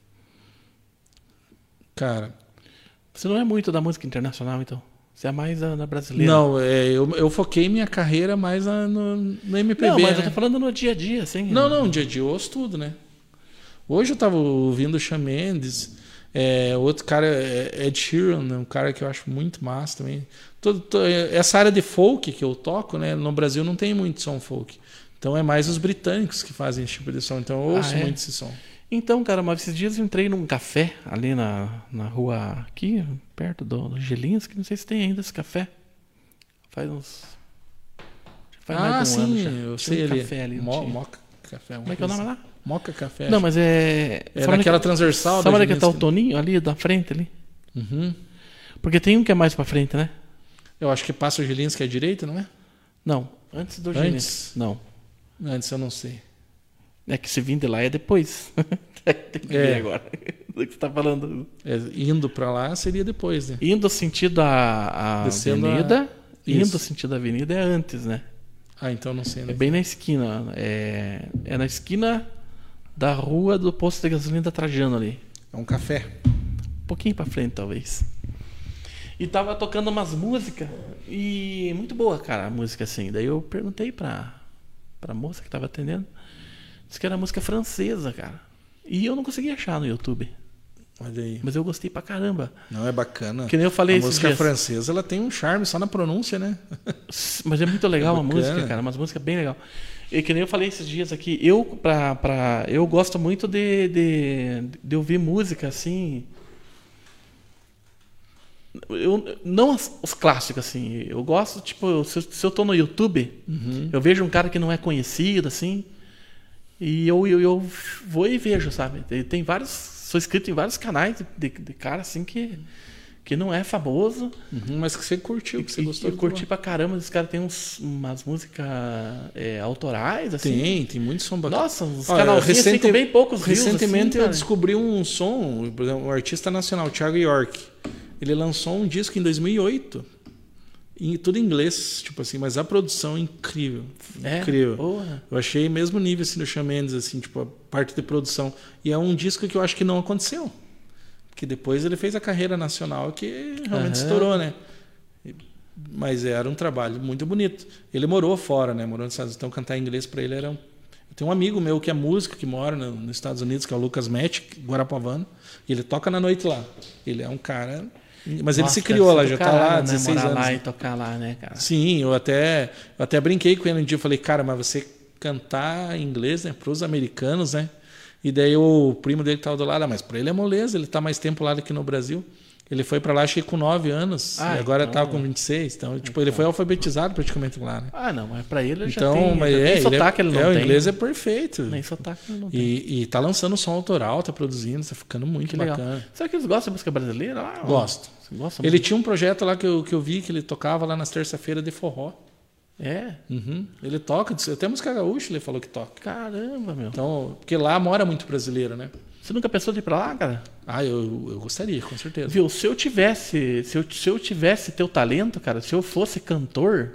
Cara... Você não é muito da música internacional, então? Você é mais da, da brasileira? Não, é, eu, eu foquei minha carreira mais no, no M P B. Não, mas né? eu tô falando no dia a dia, assim. Não, não, no dia a dia eu ouço tudo, né? Hoje eu tava ouvindo o Shawn Mendes, é, outro cara, é Ed Sheeran, né, um cara que eu acho muito massa também. Todo, todo, essa área de folk que eu toco, né, no Brasil não tem muito som folk. Então é mais os britânicos que fazem esse tipo de som. Então eu ouço Ah, é? muito esse som. Então, cara, mas esses dias eu entrei num café ali na, na rua aqui, perto do, do Gelinhos, que não sei se tem ainda esse café. Faz uns... Faz Ah, mais de um sim, ano já. eu Tinha sei um ali. café ali. não Mo, tinha? Moca Café. Como é que é o nome lá? Moca Café. Não, mas é... É sabe naquela que- transversal. Sabe da onde é que tá o Gelinhos? Toninho ali da frente ali? Uhum. Porque tem um que é mais pra frente, né? Eu acho que passa o Gelinhos que é a direita, não é? Não, antes do Antes? Gelinhos. Não. Antes eu não sei. É que se vir de lá é depois. Tem que É. ver agora. Do que você tá falando. É, indo pra lá seria depois, né? Indo sentido a, a Descendo a- avenida. Indo Isso. sentido a avenida é antes, né? Ah, então não sei. É Né? bem na esquina. É, é na esquina da rua do posto de gasolina da Trajano ali. É um café. Um pouquinho pra frente, talvez. E tava tocando umas músicas. E muito boa, cara, a música assim. Daí eu perguntei pra, pra moça que tava atendendo. Disse que era música francesa, cara. E eu não consegui achar no YouTube. Olha aí. Mas eu gostei pra caramba. Não, é bacana. Que nem eu falei A esses música dias. francesa, ela tem um charme só na pronúncia, né? Mas é muito legal É a bacana. música, cara. Umas músicas bem legal. E que nem eu falei esses dias aqui, eu pra, pra, eu gosto muito de, de, de ouvir música assim. Eu, não os, os clássicos, assim. Eu gosto, tipo, se, eu- se eu tô no YouTube, eu vejo um cara que não é conhecido, assim. E eu, eu, eu vou e vejo, sabe? Tem, tem vários. Sou inscrito em vários canais de, de cara assim que, que não é famoso. Uhum, mas que você curtiu, que você E- gostou. eu do curti som. pra caramba, os caras têm uns, umas músicas é, autorais, assim. Tem, tem muito som bacana. Nossa, os Olha, canalzinhos assim, recente- com bem poucos views, Recentemente assim, eu cara. descobri um som, por exemplo, um artista nacional, Thiago York. Ele lançou um disco em dois mil e oito. Em tudo em inglês, tipo assim, mas a produção é incrível. É? Incrível. Porra. Eu achei mesmo nível assim do Shawn Mendes, assim, tipo, a parte de produção. E é um disco que eu acho que não aconteceu. Porque depois ele fez a carreira nacional que realmente Aham. estourou, né? E- Mas era um trabalho muito bonito. Ele morou fora, né? Morou nos Estados Unidos, então cantar em inglês para ele era um... Eu tenho um amigo meu que é músico, que mora no- nos Estados Unidos, que é o Lucas Metch, Guarapavano, e ele toca na noite lá. Ele é um cara... Mas ele Nossa, se deve criou ser lá, do já tá caralho, lá há né, dezesseis morar anos. lá né? e tocar lá, né, cara? Sim, eu até, eu até brinquei com ele um dia, eu falei, cara, mas você cantar em inglês, né, para os americanos, né? E daí o primo dele que tava do lado, ah, mas para ele é moleza, ele tá mais tempo lá do que no Brasil. Ele foi para lá, achei com nove anos, Ah, e agora então, tá com vinte e seis, então, tipo, ele foi alfabetizado praticamente lá, né? Ah, não, mas pra ele já Então, tem, mas já é, tem ele sotaque, é, ele não é, tem. o inglês é perfeito. Nem sotaque ele não tem. E, e tá lançando som autoral, tá produzindo, tá ficando muito Que legal. bacana. Será que eles gostam de música brasileira? lá? Gosto. Você gosta Ele muito? tinha um projeto lá que eu, que eu vi que ele tocava lá nas terça-feiras de forró. É? Uhum. Ele toca, até música gaúcha ele falou que toca. Caramba, meu. Então, porque lá mora muito brasileiro, né? Você nunca pensou de ir pra lá, cara? Ah, eu, eu gostaria, com certeza. Viu, se eu tivesse, se eu, se eu tivesse teu talento, cara, se eu fosse cantor,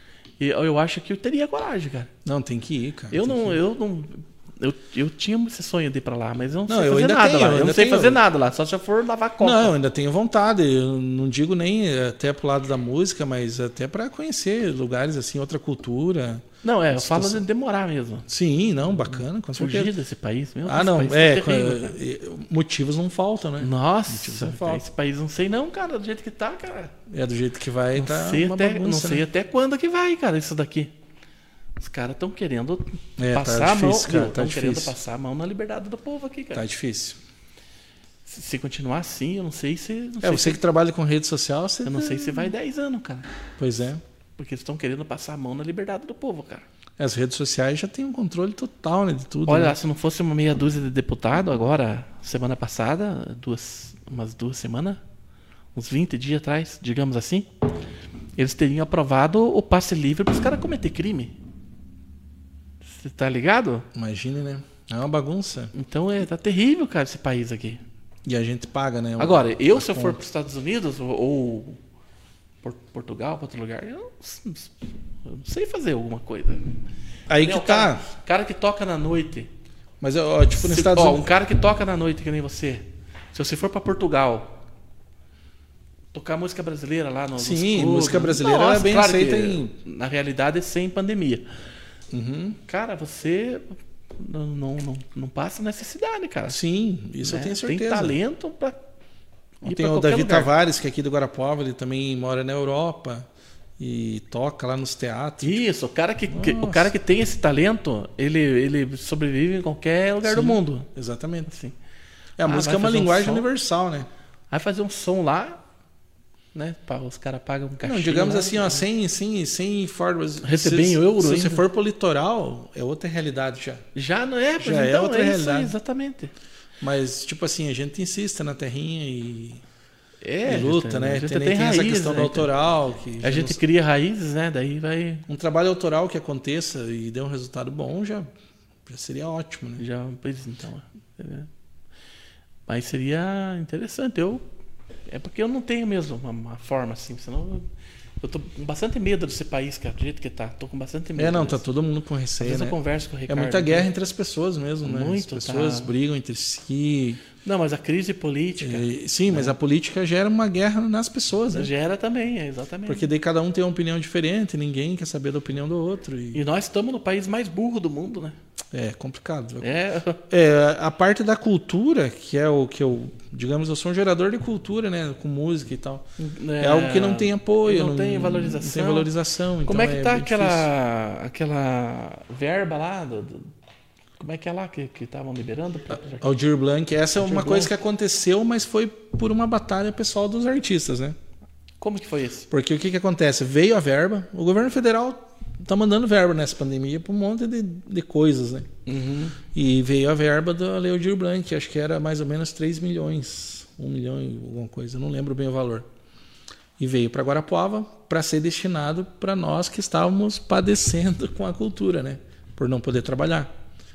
eu, eu acho que eu teria coragem, cara. Não, tem que ir, cara. Eu tem não, que ir. eu não, eu, eu tinha esse sonho de ir pra lá, mas eu não, Não, sei eu fazer ainda nada tenho, lá. eu Eu não ainda sei tenho. fazer nada lá, só se eu for lavar copa. Não, eu ainda tenho vontade. Eu não digo nem até pro lado da música, mas até para conhecer lugares assim, outra cultura. Não, é, eu Situação. falo de demorar mesmo. Sim, não, bacana, com Fugir certeza. desse país, meu. Ah, esse não, país é, tá terrível, cara. é, motivos não faltam, né? Nossa, Motivos não faltam. esse país não sei não, cara, do jeito que tá, cara. É do jeito que vai, Não tá sei, uma até, bagunça, não sei né? até quando que vai, cara, isso daqui. Os caras estão querendo É, tá passar a mão, difícil, cara, tá estão querendo difícil. passar a mão na liberdade do povo aqui, cara. Tá difícil. Se, se continuar assim, eu não sei se, não É, sei você se que trabalha com rede social, você eu não sei se vai dez anos, cara. Pois é. Porque eles estão querendo passar a mão na liberdade do povo, cara. As redes sociais já têm um controle total, né, de tudo. Olha, né? se não fosse uma meia dúzia de deputado agora, semana passada, duas, umas duas semanas, uns vinte dias atrás, digamos assim, eles teriam aprovado o passe livre para os caras cometer crime. Você tá ligado? Imagine, né? É uma bagunça. Então é, tá terrível, cara, esse país aqui. E a gente paga, né? o- Agora, eu a se eu for conta. para os Estados Unidos ou, ou Por- Portugal, para outro lugar, eu não, eu não sei fazer alguma coisa. Aí Nem que o cara, tá. cara que toca na noite. Mas, ó, tipo, nos Se- Estados ó, Unidos. um cara que toca na noite, que nem você. Se você for para Portugal, tocar música brasileira lá no Sim, música brasileira é bem claro aceita que, em- na realidade, é sem pandemia. Uhum. Cara, você não, não, não, não passa necessidade, cara. Sim, isso né? eu tenho certeza. Tem talento para ir Tem pra o Davi lugar. Tavares, que é aqui do Guarapuava, ele também mora na Europa e toca lá nos teatros. Isso, o cara que, que, o cara que tem esse talento, ele, ele sobrevive em qualquer lugar Sim, do mundo. Exatamente. Assim. É, a Ah, música vai é uma fazer um linguagem som. universal, né? Vai fazer um som lá, né? Pá, os caras pagam um cachê. Não, digamos lá, assim, ó, sem, sem, sem fora. Receber em euro Se ainda. você for pro litoral, é outra realidade já. Já não é, pois Já é então, outra é isso realidade. aí, exatamente. Mas, tipo assim, a gente insiste na terrinha e, É, e luta, a né? gente Tem, tem tem essa raízes, questão né? do autoral. Que A gente não- cria raízes, né? Daí vai. Um trabalho autoral que aconteça e dê um resultado bom já, já seria ótimo, né? Já, pois então. é. Mas seria interessante. Eu, é porque eu não tenho mesmo uma, uma forma assim, senão eu, eu tô com bastante medo desse país, cara, do jeito que tá. Tô com bastante medo. É, não, tá mesmo. todo mundo com Às receio, vezes né? eu converso com o É Ricardo. muita guerra entre as pessoas mesmo, né? Muito, as pessoas tá. brigam entre si. Não, mas a crise política E- sim, mas a política gera uma guerra nas pessoas, né? gera também, é, exatamente. Porque daí cada um tem uma opinião diferente, ninguém quer saber da opinião do outro. E E nós estamos no país mais burro do mundo, né? é complicado. É, É, a parte da cultura, que é o que eu, digamos, eu sou um gerador de cultura, né? Com música e tal. É, algo que não tem apoio, não, tem valorização. Não tem valorização. Como então é que tá bem difícil. aquela, aquela verba lá? Do, do- como é que é lá que estavam liberando? Pra, pra- Aldir Blanc, essa é Aldir uma Blanc. coisa que aconteceu, mas foi por uma batalha pessoal dos artistas, né? Como que foi isso? Porque o que, que acontece? Veio a verba, o governo federal tá mandando verba nessa pandemia para um monte de, de coisas, né? Uhum. E veio a verba da Lei Aldir Blanc, acho que era mais ou menos três milhões, um milhão e alguma coisa, não lembro bem o valor. E veio para Guarapuava para ser destinado para nós que estávamos padecendo com a cultura, né? Por não poder trabalhar.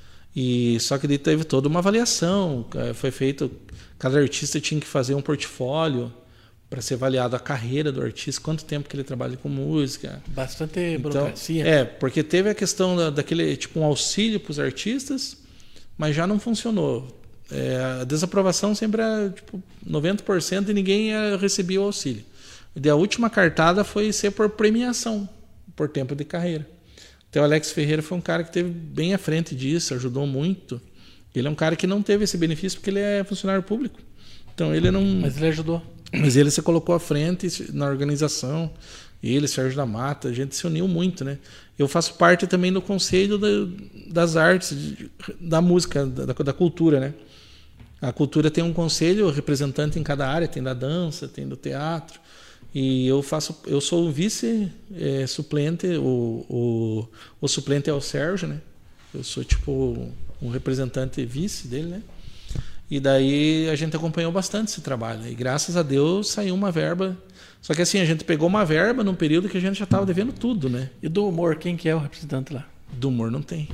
E só que daí teve toda uma avaliação, eh, foi feito, cada artista tinha que fazer um portfólio para ser avaliado a carreira do artista, quanto tempo que ele trabalha com música. Bastante Então, burocracia. é, porque teve a questão da, daquele tipo um auxílio para os artistas, mas já não funcionou. É, a desaprovação sempre é tipo noventa por cento e ninguém é, recebia o auxílio. E a última cartada foi ser por premiação, por tempo de carreira. Então o Alex Ferreira foi um cara que esteve bem à frente disso, ajudou muito. Ele é um cara que não teve esse benefício porque ele é funcionário público. Então ele não. Mas ele ajudou. Mas ele se colocou à frente na organização. Ele, Sérgio da Mata, a gente se uniu muito, né? Eu faço parte também do conselho da, das artes, da música, da, da cultura, né? A cultura tem um conselho representante em cada área, tem da dança, tem do teatro. E eu faço, eu sou o vice é, suplente, o, o, o suplente é o Sérgio, né? Eu sou tipo um representante vice dele, né? E daí a gente acompanhou bastante esse trabalho. E graças a Deus saiu uma verba. Só que assim, a gente pegou uma verba num período que a gente já estava devendo tudo, né? E do humor, quem que é o representante lá? Do humor não tem.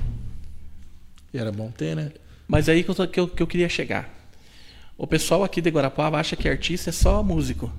E era bom ter, né? Mas aí que eu, tô- que eu, que eu queria chegar. O pessoal aqui de Guarapuava acha que artista é só músico.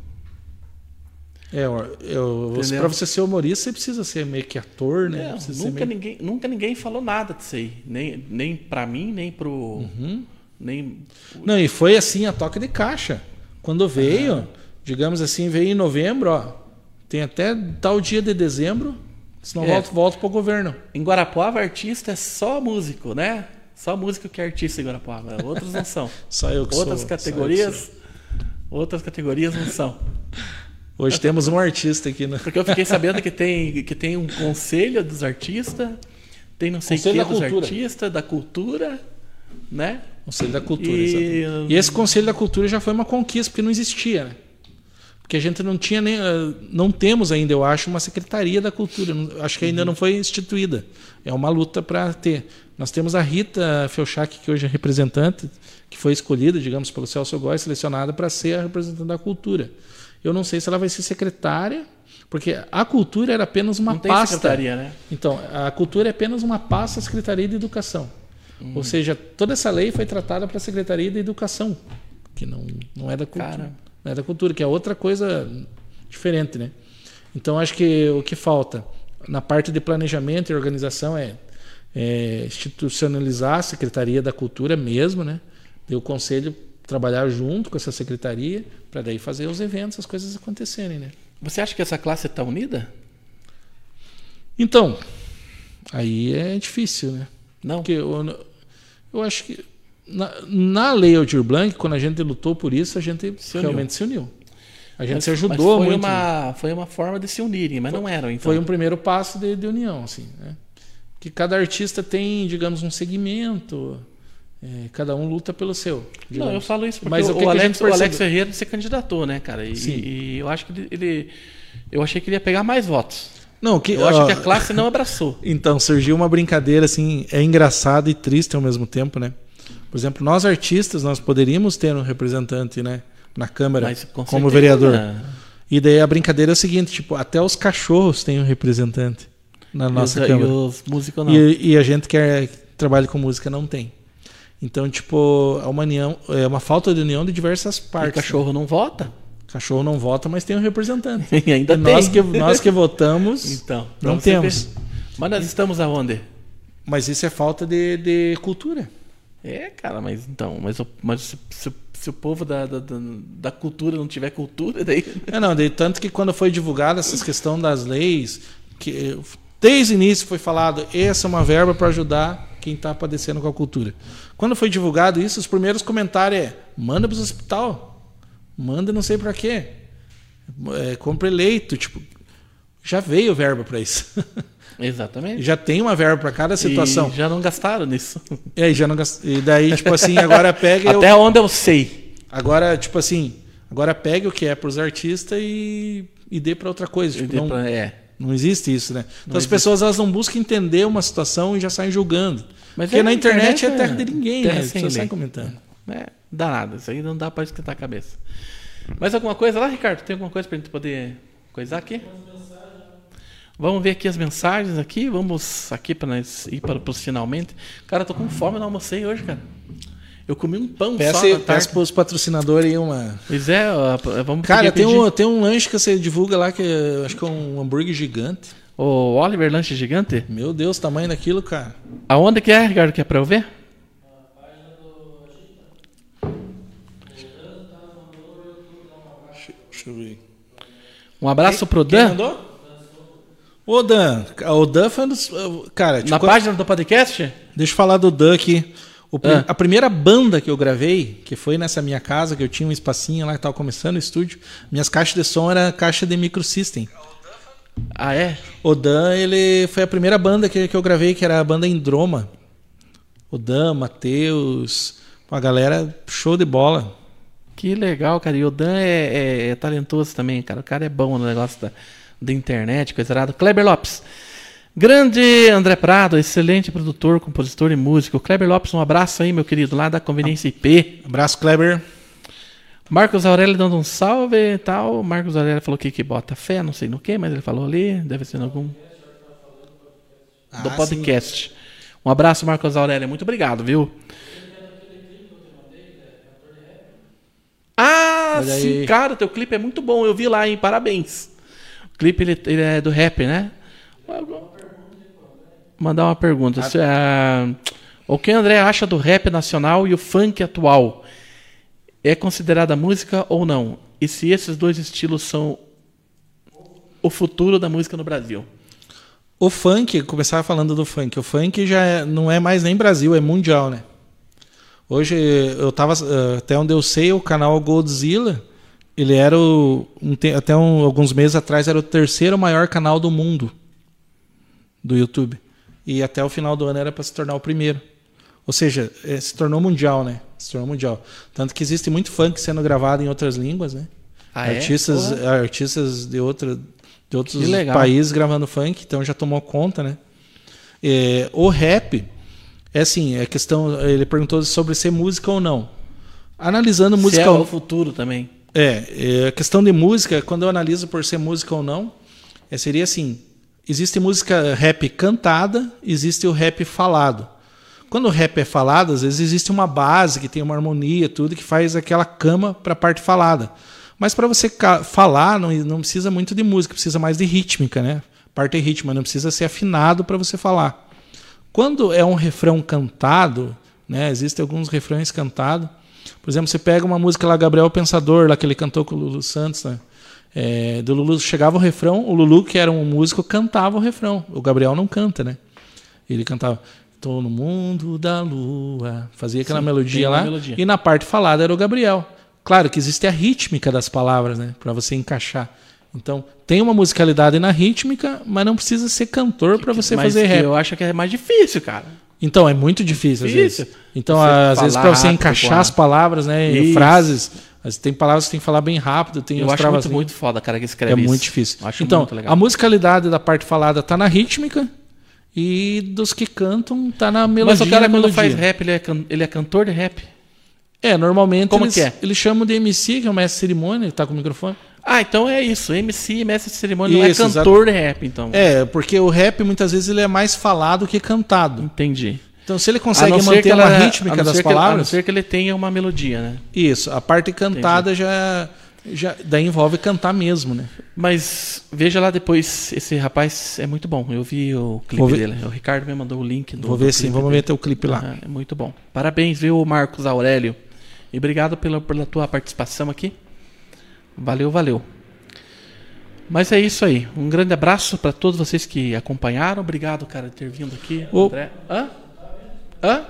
É, eu, eu, Entendeu? pra você ser humorista, você precisa ser meio que ator, né? Não, Precisa nunca, ser meio... ninguém, nunca ninguém falou nada disso aí. Nem, nem pra mim, nem pro. Uhum. Nem... Não, e foi assim a toque de caixa. Quando veio, Ah. digamos assim, veio em novembro, ó. Tem até tal dia de dezembro, senão É. volta, volta pro governo. Em Guarapuava, artista é só músico, né? Só músico que é artista em Guarapuava. Outros não são. Só eu que Outras sou. categorias. só eu que Outras categorias não são. sou. Hoje temos um artista aqui, né? Porque eu fiquei sabendo que tem, que tem um conselho dos artistas, tem não sei o que Conselho da dos cultura. artistas, da cultura, né? Conselho da Cultura, E- exatamente. E esse Conselho da Cultura já foi uma conquista, porque não existia, né? Porque a gente não tinha nem. eh, Não temos ainda, eu acho, uma Secretaria da Cultura. Não- Acho que ainda não foi instituída. É uma luta para ter. Nós temos a Rita Felchak, que hoje é representante, que foi escolhida, digamos, pelo Celso Góes, selecionada para ser a representante da cultura. Eu não sei se ela vai ser secretária, porque a cultura era apenas uma Não tem pasta. secretaria, né? Então, a cultura é apenas uma pasta da Secretaria de Educação. Hum. Ou seja, toda essa lei foi tratada para a Secretaria de Educação, que não, não é da cultura. Cara. Não é da cultura, que é outra coisa diferente, né? Então, acho que o que falta na parte de planejamento e organização é, é institucionalizar a Secretaria da Cultura mesmo, né? E o Conselho trabalhar junto com essa secretaria para daí fazer os eventos, as coisas acontecerem, né? Você acha que essa classe está unida? Então, aí é difícil, né? Não. Porque o- Eu acho que na, na Lei Aldir Blanc, quando a gente lutou por isso, a gente Se uniu. realmente se uniu. A gente Mas- se ajudou mas foi muito. Uma, foi uma forma de se unirem, mas não eram, então. Foi um primeiro passo de, de união, assim, né? Que cada artista tem, digamos, um segmento, é, cada um luta pelo seu. Não, digamos. eu falo isso porque Mas o, o que o que a Alex, gente o Alex percebe? Ferreira se candidatou, né, cara? E, Sim. e eu acho que ele, ele- Eu achei que ele ia pegar mais votos. Não, que, Eu acho ó, que a classe não abraçou. Então, surgiu uma brincadeira, assim, é engraçado e triste ao mesmo tempo, né? Por exemplo, nós artistas, nós poderíamos ter um representante, né, na Câmara, Mas, com como certeza, vereador. né? E daí a brincadeira é o seguinte, tipo, até os cachorros têm um representante na nossa e os, Câmara. E os músicos não. E, e a gente que é- trabalha com música não tem. Então, tipo, é uma união, é uma falta de união de diversas E partes. cachorro não vota? Né? Cachorro não vota, mas tem um representante. E ainda E tem. nós que nós que votamos, Então, pra não você temos. ver. Mas nós estamos aonde? Mas isso é falta de, de cultura. É, cara, mas então, mas, o- mas se, se- se o povo da, da, da- da cultura não tiver cultura, daí. É, não, de tanto que quando foi divulgada essa questão das leis, que desde o início foi falado, essa é uma verba para ajudar quem está padecendo com a cultura. Quando foi divulgado isso, os primeiros comentários é: manda para o hospital, manda não sei para quê, é, compra leito, tipo, já veio verba para isso. Exatamente. Já tem uma verba para cada situação. E já não gastaram nisso. E aí já não gast... E daí, tipo assim, agora pega. Até eu... onde eu sei. Agora, tipo assim, agora pega o que é para os artistas e, e dê para outra coisa. Tipo, Dê não... pra- É. Não existe isso, né? Então Não as existe. pessoas elas não buscam entender uma situação e já saem julgando. Mas Porque é, na a internet, internet é terra é de ninguém, terra né? As sem pessoas lei. saem comentando. É, danado. Isso aí não dá pra esquentar a cabeça. Mais alguma coisa lá, Ricardo? Tem alguma coisa pra gente poder coisar aqui? Vamos ver aqui as mensagens aqui. Vamos aqui para nós ir para os finalmente. Cara, eu tô com fome, eu não almocei hoje, cara. Eu comi um pão só Peça, na tarde. peça para os patrocinadores aí uma. Pois é, ó, vamos Cara, tem pedir. um, tem um lanche que você divulga lá que eu acho que é um hambúrguer gigante. O Oliver Lanche Gigante? Meu Deus, o tamanho daquilo, cara. Aonde que é, Ricardo? Que é pra eu ver? Deixa, deixa eu ver. Um abraço pro Quem Dan. mandou? Ô, Dan. O Dan foi um dos. Cara, tipo, Na página do podcast? deixa eu falar do Dan aqui. O prim- Ah. A primeira banda que eu gravei, que foi nessa minha casa, que eu tinha um espacinho lá que estava começando o estúdio, minhas caixas de som era caixa de microsystem. Ah, é? O Dan, ele foi a primeira banda que, que eu gravei, que era a banda Indroma. O Dan, Matheus, a galera show de bola. Que legal, cara. E o Dan é, é- é talentoso também, cara. O cara é bom no negócio da, da internet, coisa errada. Kleber Lopes. Grande André Prado, excelente produtor, compositor e músico. Kleber Lopes, um abraço aí, meu querido, lá da Conveniência I P. Abraço, Kleber. Marcos Aurélio dando um salve e tal. Marcos Aurélio falou que, que bota fé, não sei no que, mas ele falou ali. Deve ser em algum do Ah, podcast. Um abraço, Marcos Aurélio. Muito obrigado, viu? Ah, Olha sim, aí. cara, teu clipe é muito bom. Eu vi lá, hein? Parabéns. O clipe ele, ele é do rap, né? Mandar uma pergunta. Se, ah, o que o André acha do rap nacional e o funk atual? É considerada música ou não? E se esses dois estilos são o futuro da música no Brasil? O funk, começava falando do funk. O funk já é- não é mais nem Brasil, é mundial, né? Hoje, eu tava, eh, até onde eu sei, o canal Godzilla, ele era o, um te- até um- alguns meses atrás, era o terceiro maior canal do mundo do YouTube. E até o final do ano era para se tornar o primeiro. Ou seja, eh, se tornou mundial, né? Se tornou mundial. Tanto que existe muito funk sendo gravado em outras línguas, né? Ah, é? artistas, Porra. artistas de, outra, de outros Que legal. países gravando funk, então já tomou conta, né? É, o rap, é assim, é questão. Ele perguntou sobre ser música ou não. Analisando Se música é ou o futuro também. é, é, a questão de música, quando eu analiso por ser música ou não, é, seria assim: existe música rap cantada, existe o rap falado. Quando o rap é falado, às vezes existe uma base que tem uma harmonia, tudo que faz aquela cama para a parte falada. Mas para você ca- falar, não, não precisa muito de música, precisa mais de rítmica, né? Parte rítmica, não precisa ser afinado para você falar. Quando é um refrão cantado, né? Existem alguns refrões cantados. Por exemplo, você pega uma música lá, Gabriel Pensador, lá que ele cantou com o Lulu Santos, né? É, do Lulu chegava o refrão, o Lulu, que era um músico, cantava o refrão. O Gabriel não canta, né? Ele cantava. Tô no mundo da lua. Fazia aquela Sim, melodia tem uma lá. melodia. E na parte falada era o Gabriel. Claro que existe a rítmica das palavras, né? Para você encaixar. Então, tem uma musicalidade na rítmica, mas não precisa ser cantor para você Mas fazer que rap. eu acho que é mais difícil, cara. Então, é muito difícil, às Difícil. vezes. Então, Você às vezes, falar para você rápido, encaixar pô. as palavras, né? E Isso. frases, as- tem palavras que tem que falar bem rápido, tem Eu os acho travas- muito, muito foda, cara, que É escreve isso. muito difícil. Acho Então, muito legal. a musicalidade da parte falada tá na rítmica e dos que cantam tá na melodia. Mas o cara, na quando melodia. faz rap, ele é, can- ele é cantor de rap? É, normalmente Como eles, que é? eles chamam de M C, que é o mestre de cerimônia, ele tá com o microfone. Ah, então é isso. M C, mestre de cerimônia, não Isso, é cantor de rap, então. É, porque o rap muitas vezes ele é mais falado que cantado. Entendi. Então se ele A consegue não ser manter que uma ela- a rítmica não das ser que ele- A não palavras, ser que ele tenha uma melodia, né? isso, a parte cantada já, já daí envolve cantar mesmo, né? Mas veja lá depois, esse rapaz é muito bom. Eu vi o clipe Vou ver- dele. O Ricardo me mandou o link do Vou do ver sim, clipe vamos dele. ver teu clipe lá. Ah, é muito bom. Parabéns, viu, Marcos Aurélio. E obrigado pela, pela tua participação aqui. Valeu, valeu. Mas é isso aí. Um grande abraço para todos vocês que acompanharam. Obrigado, cara, por ter vindo aqui. Ô. André. Hã? Hã?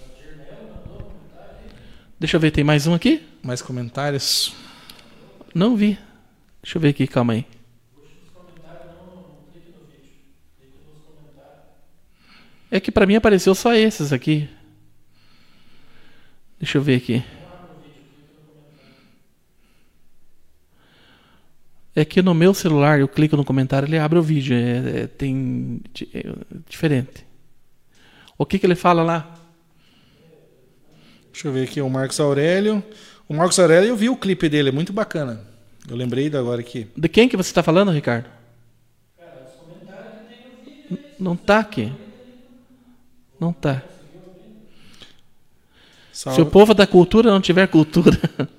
Deixa eu ver, tem mais um aqui? Mais comentários? Não vi. Deixa eu ver aqui, calma aí. É que pra mim apareceu só esses aqui. Deixa eu ver aqui. É que no meu celular eu clico no comentário, ele abre o vídeo. É, é, tem é, diferente. O que que ele fala lá? Deixa eu ver aqui o Marcos Aurélio. O Marcos Aurélio, eu vi o clipe dele, é muito bacana. Eu lembrei da agora aqui. De quem que você está falando, Ricardo? N- Não tá aqui. Não tá. Salve. Se o povo da cultura não tiver cultura.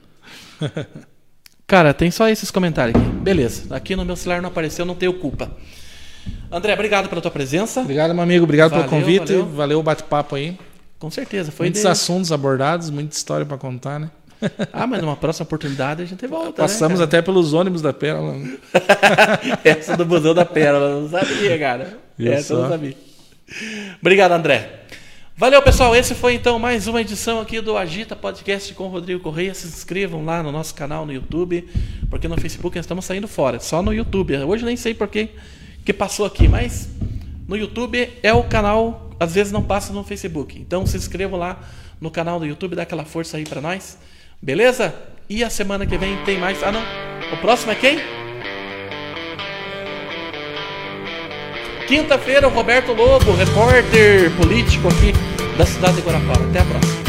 Cara, tem só esses comentários aqui. Beleza. Aqui no meu celular não apareceu, não tenho culpa. André, obrigado pela tua presença. Obrigado, meu amigo. Obrigado Valeu, pelo convite. valeu. Valeu o bate-papo aí. Com certeza. Foi Muitos de... assuntos abordados, muita história para contar, né? Ah, mas numa próxima oportunidade a gente volta. Passamos né, até pelos ônibus da Pérola. né? Essa do Museu da Pérola, eu não sabia, cara. Viu Essa eu não só? sabia. Obrigado, André. Valeu, pessoal. Esse foi então mais uma edição aqui do Agita Podcast com o Rodrigo Correia. Se inscrevam lá no nosso canal no YouTube, porque no Facebook nós estamos saindo fora, só no YouTube. Hoje nem sei por que que passou aqui, mas no YouTube é o canal, às vezes não passa no Facebook. Então se inscrevam lá no canal do YouTube, dá aquela força aí pra nós. Beleza? E a semana que vem tem mais. Ah, não. O próximo é quem? Quinta-feira, o Roberto Lobo, repórter político aqui da cidade de Guarapara. Até a próxima.